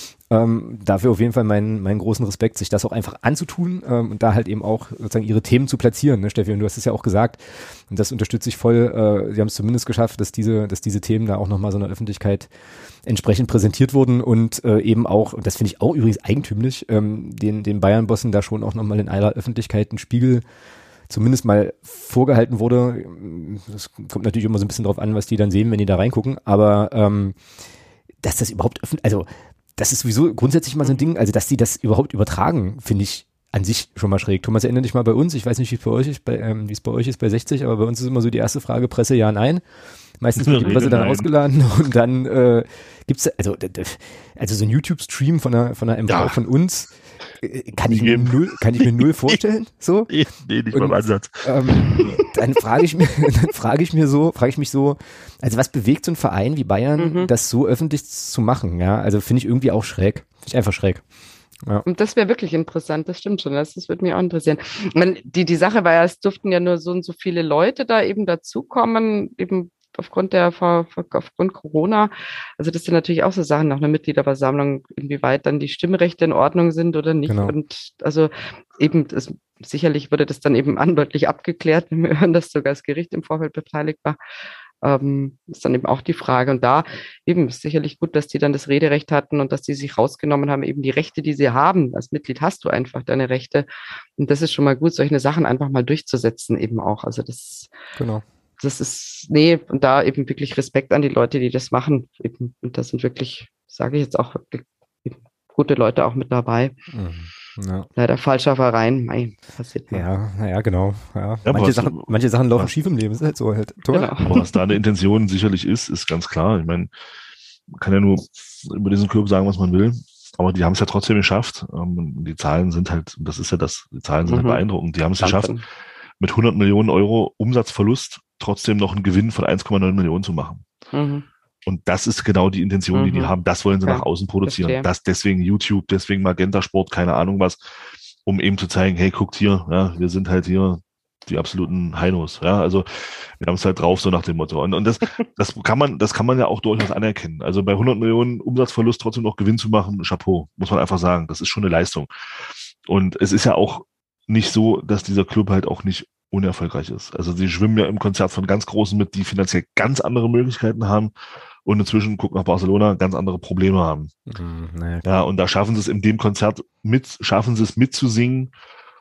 ähm, dafür auf jeden Fall meinen, meinen großen Respekt, sich das auch einfach anzutun ähm, und da halt eben auch sozusagen ihre Themen zu platzieren, ne, Steffi, und du hast es ja auch gesagt und das unterstütze ich voll, äh, sie haben es zumindest geschafft, dass diese, dass diese Themen da auch nochmal so einer Öffentlichkeit entsprechend präsentiert wurden und äh, eben auch, und das finde ich auch übrigens eigentümlich, ähm, den, den Bayern-Bossen da schon auch nochmal in aller Öffentlichkeit ein Spiegel zumindest mal vorgehalten wurde. Das kommt natürlich immer so ein bisschen drauf an, was die dann sehen, wenn die da reingucken, aber ähm, dass das überhaupt öffentlich, also das ist sowieso grundsätzlich mal so ein Ding, also dass die das überhaupt übertragen, finde ich an sich schon mal schräg. Thomas, erinnere dich mal bei uns, ich weiß nicht, wie es bei euch ist, bei, ähm, wie es bei euch ist bei sechzig, aber bei uns ist immer so die erste Frage, Presse ja, nein. Meistens wird die Presse dann ausgeladen und dann äh, gibt's also also so ein YouTube-Stream von einer von einer M V ja. von uns äh, kann ich mir null kann ich mir null vorstellen so
nee, nee nicht beim Ansatz.
Ähm, dann frage ich mir dann frage ich mir so frage ich mich so also was bewegt so ein Verein wie Bayern mhm. das so öffentlich zu machen, ja, also finde ich irgendwie auch schräg, finde ich einfach schräg. Ja.
Und das wäre wirklich interessant, das stimmt schon, das, das würde mich auch interessieren. Ich meine, die, die Sache war ja, es durften ja nur so und so viele Leute da eben dazukommen, eben aufgrund der, aufgrund Corona. Also das sind natürlich auch so Sachen nach einer Mitgliederversammlung, inwieweit dann die Stimmrechte in Ordnung sind oder nicht. Genau. Und also eben, das, sicherlich wurde das dann eben andeutlich abgeklärt, wenn wir hören, dass sogar das Gericht im Vorfeld beteiligt war. Ähm, ist dann eben auch die Frage. Und da eben ist sicherlich gut, dass die dann das Rederecht hatten und dass die sich rausgenommen haben, eben die Rechte, die sie haben. Als Mitglied hast du einfach deine Rechte. Und das ist schon mal gut, solche Sachen einfach mal durchzusetzen eben auch. Also das,
genau.
das ist, nee, und da eben wirklich Respekt an die Leute, die das machen. Eben, und das sind wirklich, sage ich jetzt auch, wirklich gute Leute auch mit dabei. Mhm. Ja. Leider falscher Verein, mei, passiert mal.
Ja, naja, genau. Ja. Ja, manche, Sachen, manche Sachen laufen was, schief im Leben, ist halt so halt.
Genau. Aber was da eine Intention sicherlich ist, ist ganz klar. Ich meine, man kann ja nur über diesen Club sagen, was man will, aber die haben es ja trotzdem geschafft. Und die Zahlen sind halt, das ist ja das, die Zahlen sind mhm. halt beeindruckend. Die haben es geschafft, mit hundert Millionen Euro Umsatzverlust trotzdem noch einen Gewinn von eins Komma neun Millionen zu machen. Mhm. Und das ist genau die Intention, die mhm. die haben. Das wollen sie ja, nach außen produzieren. Verstehe. Das deswegen YouTube, deswegen Magenta Sport, keine Ahnung was, um eben zu zeigen, hey, guckt hier, ja, wir sind halt hier die absoluten Heinos. Ja, also wir haben es halt drauf, so nach dem Motto. Und, und das, das kann man, das kann man ja auch durchaus anerkennen. Also bei hundert Millionen Umsatzverlust trotzdem noch Gewinn zu machen, Chapeau, muss man einfach sagen. Das ist schon eine Leistung. Und es ist ja auch nicht so, dass dieser Club halt auch nicht unerfolgreich ist. Also sie schwimmen ja im Konzert von ganz Großen mit, die finanziell ganz andere Möglichkeiten haben und inzwischen, guck nach Barcelona, ganz andere Probleme haben. Mhm, naja. Ja, und da schaffen sie es in dem Konzert mit, schaffen sie es mitzusingen,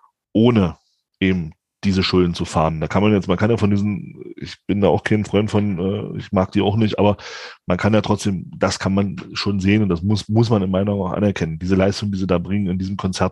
ohne eben diese Schulden zu fahren. Da kann man jetzt, man kann ja von diesen, ich bin da auch kein Freund von, äh, ich mag die auch nicht, aber man kann ja trotzdem, das kann man schon sehen und das muss, muss man in meiner Meinung auch anerkennen. Diese Leistung, die sie da bringen in diesem Konzert,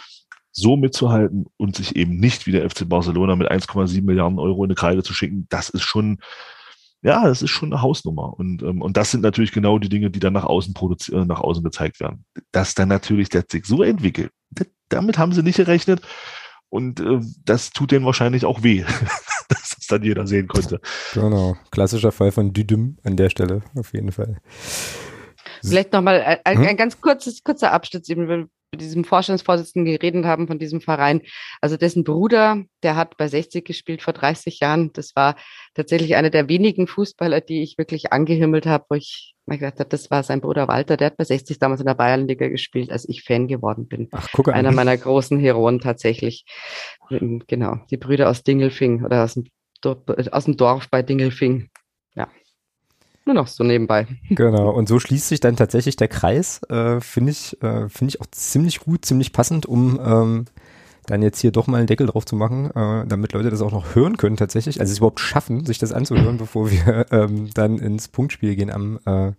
so mitzuhalten und sich eben nicht wie der F C Barcelona mit eins Komma sieben Milliarden Euro in eine Kreide zu schicken, das ist schon, ja, das ist schon eine Hausnummer. Und, ähm, und das sind natürlich genau die Dinge, die dann nach außen produziert, nach außen gezeigt werden. Dass dann natürlich der sich so entwickelt, damit haben sie nicht gerechnet. Und äh, das tut denen wahrscheinlich auch weh, dass das dann jeder sehen konnte.
Genau, klassischer Fall von Düdüm an der Stelle, auf jeden Fall.
Vielleicht nochmal ein, hm? ein ganz kurzes, kurzer Abschnitt, eben, wenn wir mit diesem Vorstandsvorsitzenden geredet haben von diesem Verein. Also dessen Bruder, der hat bei sechzig gespielt vor dreißig Jahren. Das war tatsächlich einer der wenigen Fußballer, die ich wirklich angehimmelt habe, wo ich mal gedacht habe, das war sein Bruder Walter. Der hat bei sechzig damals in der Bayernliga gespielt, als ich Fan geworden bin.
Ach, guck an.
Einer meiner großen Heroen tatsächlich. Genau, die Brüder aus Dingelfing oder aus dem, aus dem Dorf bei Dingelfing. Ja. Nur noch so nebenbei.
Genau, und so schließt sich dann tatsächlich der Kreis, äh, finde ich, äh, finde ich auch ziemlich gut, ziemlich passend, um ähm, dann jetzt hier doch mal einen Deckel drauf zu machen, äh, damit Leute das auch noch hören können tatsächlich, also es überhaupt schaffen, sich das anzuhören, bevor wir ähm, dann ins Punktspiel gehen am, äh,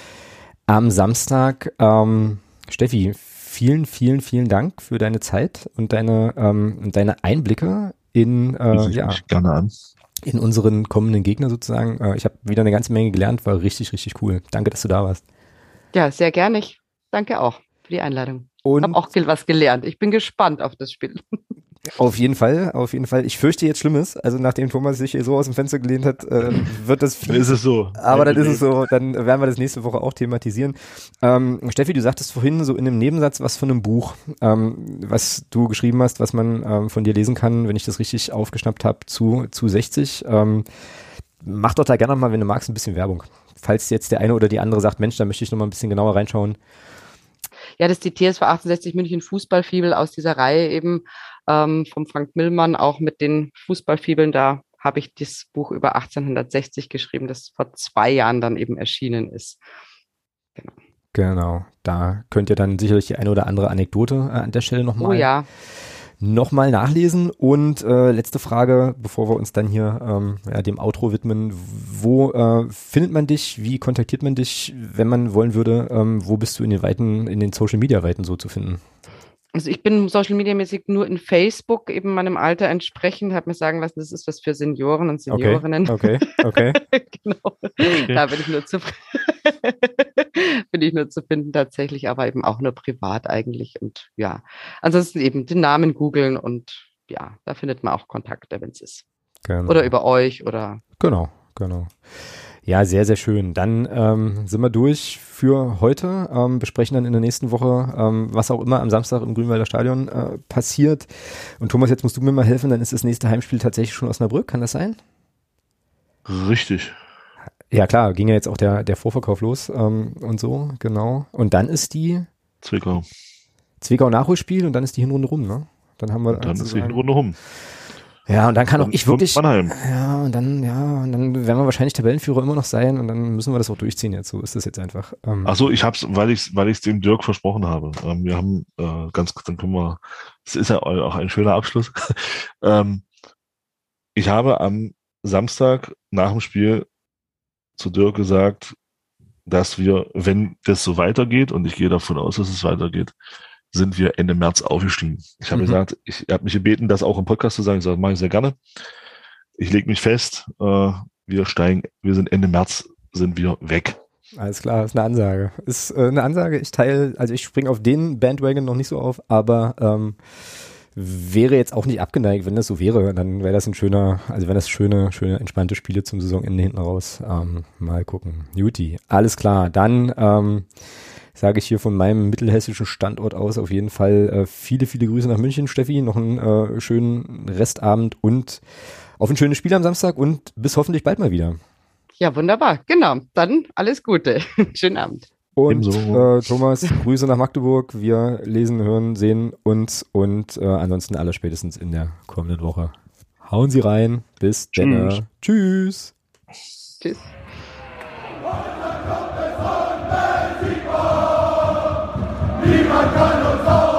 am Samstag. Ähm, Steffi, vielen, vielen, vielen Dank für deine Zeit und deine, ähm, deine Einblicke in, äh,
ich
ja,
mich gerne an.
in unseren kommenden Gegner sozusagen. Ich habe wieder eine ganze Menge gelernt, war richtig, richtig cool. Danke, dass du da warst.
Ja, sehr gerne. Ich danke auch für die Einladung. Ich habe auch was gelernt. Ich bin gespannt auf das Spiel.
Auf jeden Fall, auf jeden Fall. Ich fürchte jetzt Schlimmes. Also nachdem Thomas sich hier so aus dem Fenster gelehnt hat, äh, wird das viel.
Dann ist es so.
Aber dann ist es so. Dann werden wir das nächste Woche auch thematisieren. Ähm, Steffi, du sagtest vorhin so in einem Nebensatz was von einem Buch, ähm, was du geschrieben hast, was man ähm, von dir lesen kann, wenn ich das richtig aufgeschnappt habe, zu, zu sechzig. Ähm, mach doch da gerne mal, wenn du magst, ein bisschen Werbung. Falls jetzt der eine oder die andere sagt, Mensch, da möchte ich noch mal ein bisschen genauer reinschauen.
Ja, das ist die T S V achtundsechzig München Fußballfibel aus dieser Reihe eben ähm, vom Frank Millmann, auch mit den Fußballfibeln. Da habe ich das Buch über achtzehnhundertsechzig geschrieben, das vor zwei Jahren dann eben erschienen ist.
Genau. Genau, da könnt ihr dann sicherlich die eine oder andere Anekdote äh, an der Stelle nochmal
oh, ja.
noch mal nachlesen. Und äh, letzte Frage, bevor wir uns dann hier ähm, ja, dem Outro widmen. Wo äh, findet man dich? Wie kontaktiert man dich, wenn man wollen würde? Ähm, wo bist du in den Weiten, in den Social-Media-Weiten so zu finden?
Also ich bin Social-Media-mäßig nur in Facebook, eben meinem Alter entsprechend, habe mir sagen lassen, das ist was für Senioren und Seniorinnen.
Okay, okay. okay.
Genau. Okay. Da bin ich nur zu bin ich nur zu finden tatsächlich, aber eben auch nur privat eigentlich. Und ja, ansonsten eben den Namen googeln und ja, da findet man auch Kontakte, wenn es ist. Genau. Oder über euch oder.
Genau, genau. Ja, sehr, sehr schön. Dann ähm, sind wir durch für heute, ähm, besprechen dann in der nächsten Woche, ähm, was auch immer am Samstag im Grünwalder Stadion äh, passiert. Und Thomas, jetzt musst du mir mal helfen, dann ist das nächste Heimspiel tatsächlich schon Osnabrück, kann das sein?
Richtig.
Ja klar, ging ja jetzt auch der, der Vorverkauf los ähm, und so, genau. Und dann ist die
Zwickau.
Zwickau Nachholspiel und dann ist die Hinrunde rum, ne? Dann haben wir
und dann ist die Hinrunde rum.
Ja, und dann kann auch ich wirklich,
Mannheim.
ja, und dann, ja, und dann werden wir wahrscheinlich Tabellenführer immer noch sein und dann müssen wir das auch durchziehen jetzt, so ist das jetzt einfach.
Ähm, Ach so, ich hab's, weil ich weil ich es dem Dirk versprochen habe. Ähm, wir haben äh, ganz, dann können wir, das ist ja auch ein schöner Abschluss. ähm, ich habe am Samstag nach dem Spiel zu Dirk gesagt, dass wir, wenn das so weitergeht, und ich gehe davon aus, dass es weitergeht, sind wir Ende März aufgestiegen. Ich habe mhm. gesagt, ich habe mich gebeten, das auch im Podcast zu sagen. Ich sage, das mache ich sehr gerne. Ich lege mich fest, äh, wir steigen, wir sind Ende März, sind wir weg.
Alles klar, ist eine Ansage. Ist äh, eine Ansage, ich teile, also ich springe auf den Bandwagon noch nicht so auf, aber ähm, wäre jetzt auch nicht abgeneigt, wenn das so wäre, dann wäre das ein schöner, also wenn das schöne, schöne, entspannte Spiele zum Saisonende hinten raus. Ähm, mal gucken. Juti, alles klar, dann ähm, sage ich hier von meinem mittelhessischen Standort aus auf jeden Fall äh, viele, viele Grüße nach München, Steffi, noch einen äh, schönen Restabend und auf ein schönes Spiel am Samstag und bis hoffentlich bald mal wieder.
Ja, wunderbar, genau, dann alles Gute, schönen Abend.
Und äh, Thomas, Grüße nach Magdeburg, wir lesen, hören, sehen uns und äh, ansonsten aller spätestens in der kommenden Woche. Hauen Sie rein, bis dann. Tschüss.
Tschüss.
Niemand kann uns auf